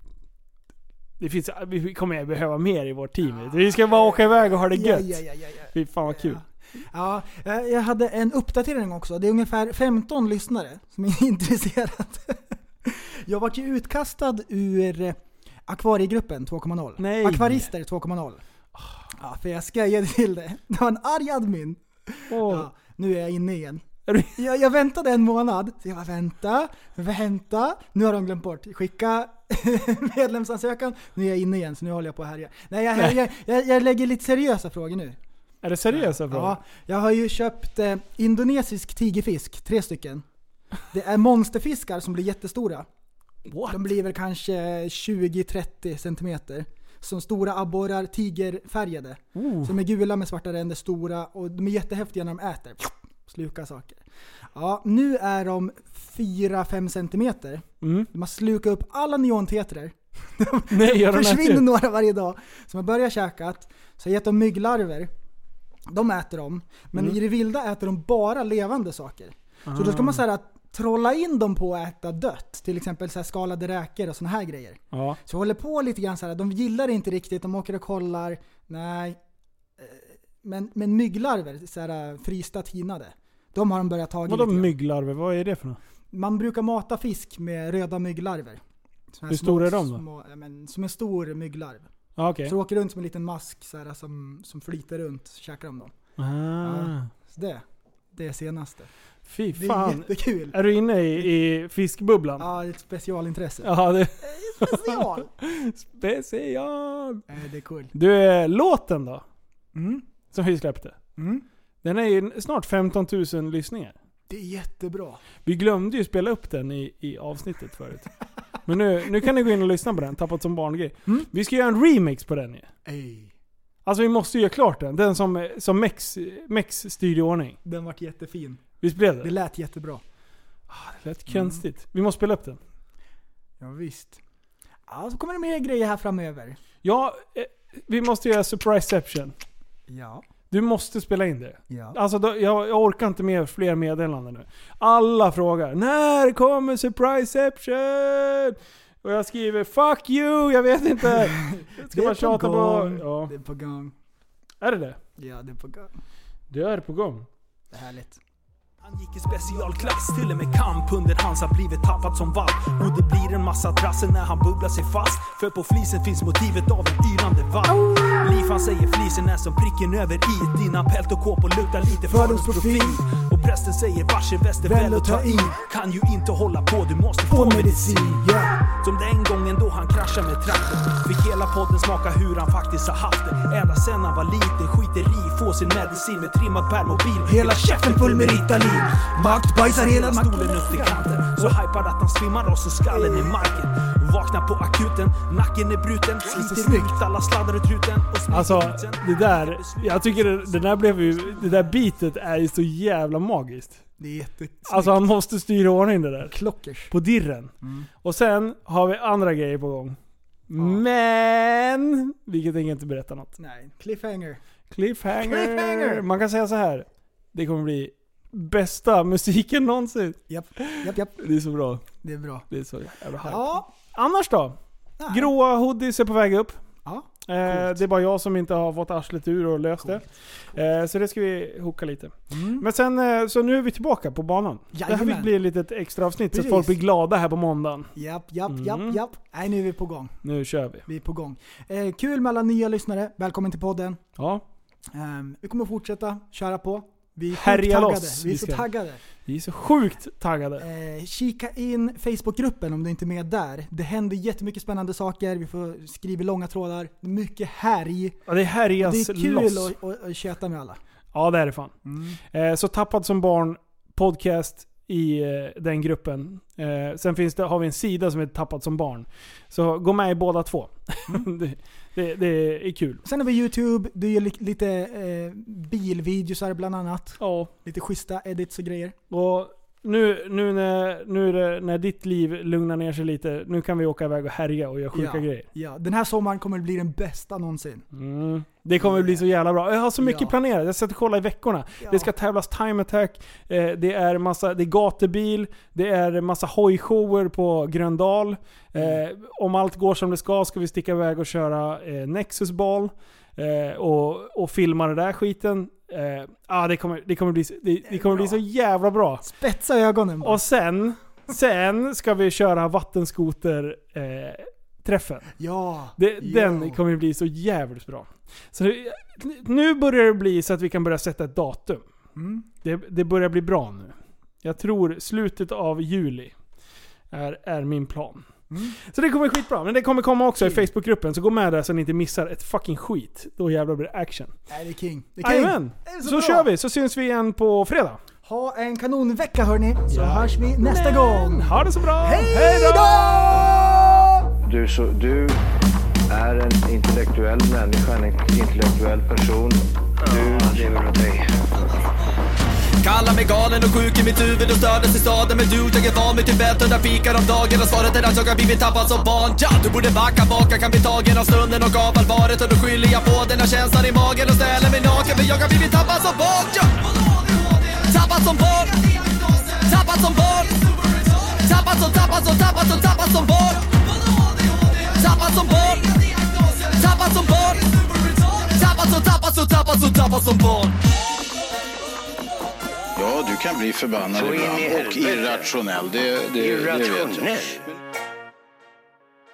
[SPEAKER 5] Vi kommer behöva mer i vårt team. Vi ska bara åka iväg och ha det gött. Fy fan vad kul.
[SPEAKER 4] Ja, jag hade en uppdatering också. Det är ungefär 15 lyssnare som är intresserade. Jag var ju utkastad ur akvariegruppen 2.0.
[SPEAKER 5] Nej.
[SPEAKER 4] Akvarister 2.0. Ja, för jag skojade till det. Det var en arg admin. Ja, nu är jag inne igen. Jag väntade 1 månad. Så jag bara vänta. Nu har de glömt bort. Skicka medlemsansökan. Nu är jag inne igen, så nu håller jag på här. Nej, jag lägger lite seriösa frågor nu.
[SPEAKER 5] Är det seriösa frågor?
[SPEAKER 4] Ja, jag har ju köpt indonesisk tigerfisk, 3 stycken. Det är monsterfiskar som blir jättestora.
[SPEAKER 5] What?
[SPEAKER 4] De blir väl kanske 20-30 centimeter. Som stora abborrar, tigerfärgade. Som är gula med svarta ränder, stora. Och de är jättehäftiga när de äter. Slukar saker. Ja, nu är de 4-5 centimeter. De har slukat upp alla neontetrer. De försvinner några varje dag. Så man börjar käkat. Så jag gett dem mygglarver. De äter dem. Men i det vilda äter de bara levande saker. Så då ska man säga att trolla in dem på att äta dött. Till exempel så här skalade räkor och såna här grejer.
[SPEAKER 5] Ja.
[SPEAKER 4] Så jag håller på lite grann så här. De gillar det inte riktigt. De åker och kollar. Nej. Men mygglarver, så här frysta tinade. De har de börjat ta.
[SPEAKER 5] Vadå mygglarver? Vad är det för något?
[SPEAKER 4] Man brukar mata fisk med röda mygglarver.
[SPEAKER 5] Hur stora är de då?
[SPEAKER 4] Som en stor mygglarv.
[SPEAKER 5] Okay.
[SPEAKER 4] Så åker runt som en liten mask så här, som flyter runt, så käkar de dem. Så det är senaste.
[SPEAKER 5] Fy
[SPEAKER 4] fan.
[SPEAKER 5] Det är
[SPEAKER 4] jättekul.
[SPEAKER 5] Är du inne i fiskbubblan?
[SPEAKER 4] Ja, det är ett specialintresse.
[SPEAKER 5] Ja, det
[SPEAKER 4] special.
[SPEAKER 5] Special.
[SPEAKER 4] Det är cool.
[SPEAKER 5] Du, låten då? Som vi släppte. Den är ju snart 15 000 lyssningar.
[SPEAKER 4] Det är jättebra.
[SPEAKER 5] Vi glömde ju spela upp den i avsnittet förut. Men nu kan ni gå in och lyssna på den. Tappat som barngrej. Vi ska göra en remix på den ju. Alltså vi måste ju göra klart den. Den som Mex styrde i ordning.
[SPEAKER 4] Den vart jättefin.
[SPEAKER 5] Visst blev det?
[SPEAKER 4] Det lät jättebra.
[SPEAKER 5] Det lät konstigt. Vi måste spela upp den.
[SPEAKER 4] Ja visst. Ja, så kommer det mer grejer här framöver.
[SPEAKER 5] Ja, vi måste göra surpriseception.
[SPEAKER 4] Ja.
[SPEAKER 5] Du måste spela in det.
[SPEAKER 4] Ja.
[SPEAKER 5] Alltså jag orkar inte med fler meddelanden nu. Alla frågar, när kommer surpriseception? Och jag skriver, fuck you, jag vet inte. Ska man tjata på? Ja.
[SPEAKER 4] Det är på gång.
[SPEAKER 5] Är det?
[SPEAKER 4] Ja, det är på gång.
[SPEAKER 5] Det är på gång.
[SPEAKER 4] Det är härligt.
[SPEAKER 11] Han gick i specialklass, till och med kamp under hans har blivit tappad som valp. Och det blir en massa trassel när han bubblar sig fast. För på flisen finns motivet av en yrande valp. Liv han säger flisen är som pricken över i. Dina pält och kåpor luktar lite fördomsprofil. Och prästen säger varse väster väl och ta in. Kan ju inte hålla på, du måste få medicin. Som den gången då han kraschade med traktorn. Fick hela podden smaka hur han faktiskt har haft det. Ända sen han var liten, skiter i, få sin medicin med trimmad permobil. Hela käften full med Ritalin. Makt bajsar hela stolen upp till kanten. Så hypad att han svimmar och så skallen i marken. Vaknar på akuten, nacken är bruten. Sliter snyggt, alla sladdar ut truten.
[SPEAKER 5] Alltså det där, jag tycker det där blev ju, det där bitet är ju så jävla magiskt.
[SPEAKER 4] Det är jättesnyggt.
[SPEAKER 5] Alltså han måste styra ordning det där.
[SPEAKER 4] Klockers.
[SPEAKER 5] På dirren. Och sen har vi andra grejer på gång. Men vi kan inte berätta något.
[SPEAKER 4] Nej, cliffhanger.
[SPEAKER 5] Man kan säga så här. Det kommer bli bästa musiken någonsin.
[SPEAKER 4] Japp.
[SPEAKER 5] Det är så bra.
[SPEAKER 4] Det är bra.
[SPEAKER 5] Det är så jävla hype.
[SPEAKER 4] Ja.
[SPEAKER 5] Annars då?
[SPEAKER 4] Nej.
[SPEAKER 5] Gråa hoodies är på väg upp.
[SPEAKER 4] Ja.
[SPEAKER 5] Det är bara jag som inte har fått arslet ur och löst det. Så det ska vi hocka lite. Men sen, så nu är vi tillbaka på banan.
[SPEAKER 4] Jajamän.
[SPEAKER 5] Det här blir ett litet extra avsnitt.
[SPEAKER 4] Precis.
[SPEAKER 5] Så att folk blir glada här på måndagen.
[SPEAKER 4] Japp. Nej, nu är vi på gång.
[SPEAKER 5] Nu kör vi.
[SPEAKER 4] Vi är på gång. Kul med alla nya lyssnare. Välkommen till podden.
[SPEAKER 5] Ja.
[SPEAKER 4] Vi kommer fortsätta köra på. Vi är
[SPEAKER 5] Härja
[SPEAKER 4] taggade.
[SPEAKER 5] loss.
[SPEAKER 4] Vi är så taggade.
[SPEAKER 5] Vi är så sjukt taggade.
[SPEAKER 4] Kika in Facebookgruppen om du inte är med där. Det händer jättemycket spännande saker. Vi får skriva långa trådar. Mycket härj.
[SPEAKER 5] Ja, det är härjas
[SPEAKER 4] loss. Det är
[SPEAKER 5] loss.
[SPEAKER 4] kul att köta med alla.
[SPEAKER 5] Ja, det är det fan. Så Tappad som barn podcast i den gruppen. Sen har vi en sida som heter Tappad som barn. Så gå med i båda två. Det är kul.
[SPEAKER 4] Sen har vi YouTube. Du gör lite bilvideos här bland annat.
[SPEAKER 5] Ja.
[SPEAKER 4] Lite schyssta edits och grejer.
[SPEAKER 5] Och nu när ditt liv lugnar ner sig lite, nu kan vi åka iväg och härja och göra sjuka grejer.
[SPEAKER 4] Ja, den här sommaren kommer bli den bästa någonsin.
[SPEAKER 5] Det kommer bli så jävla bra. Jag har så mycket planerat. Jag ska kolla i veckorna.
[SPEAKER 4] Ja.
[SPEAKER 5] Det ska tävlas time attack. Det är gatubil. Det är massa hojshower på Gröndal. Om allt går som det ska vi sticka iväg och köra Nexus Ball. Och filma det där skiten. Det kommer bli så jävla bra.
[SPEAKER 4] Spetsa ögonen bara.
[SPEAKER 5] Och sen ska vi köra vattenskoter träffen. Den kommer bli så jävligt bra. Så nu börjar det bli så att vi kan börja sätta ett datum. Det börjar bli bra nu. Jag tror slutet av juli är min plan. Så det kommer skitbra. Men det kommer komma också i Facebookgruppen. Så gå med där så ni inte missar ett fucking skit. Då jävlar blir det action.
[SPEAKER 4] Nej, det är king.
[SPEAKER 5] Amen. Så kör vi. Så syns vi igen på fredag.
[SPEAKER 4] Ha en kanonvecka hörni. Så hörs vi nästa gång.
[SPEAKER 5] Ha det så bra.
[SPEAKER 4] Hej då!
[SPEAKER 1] Du är en intellektuell människa, en intellektuell person. Du lever åt dig.
[SPEAKER 2] Kallar mig galen och sjuk i mitt huvud och stördes i staden. Men du, jag är van vid Tibet under fikar om dagen. Och svaret är att jag har blivit tappad som barn. Ja, du borde backa bak, jag kan bli tagen av stunden och av allvaret. Och då skyller jag på den här känslan i magen och ställer mig naken. För jag har blivit tappad som barn. Ja. Tappad som barn. Tappad som barn. Tappad som barn. Tappad som barn. Tappad som barn. Tappad som barn.
[SPEAKER 3] Ja, du kan bli förbannad ibland och irrationell. Det vet jag.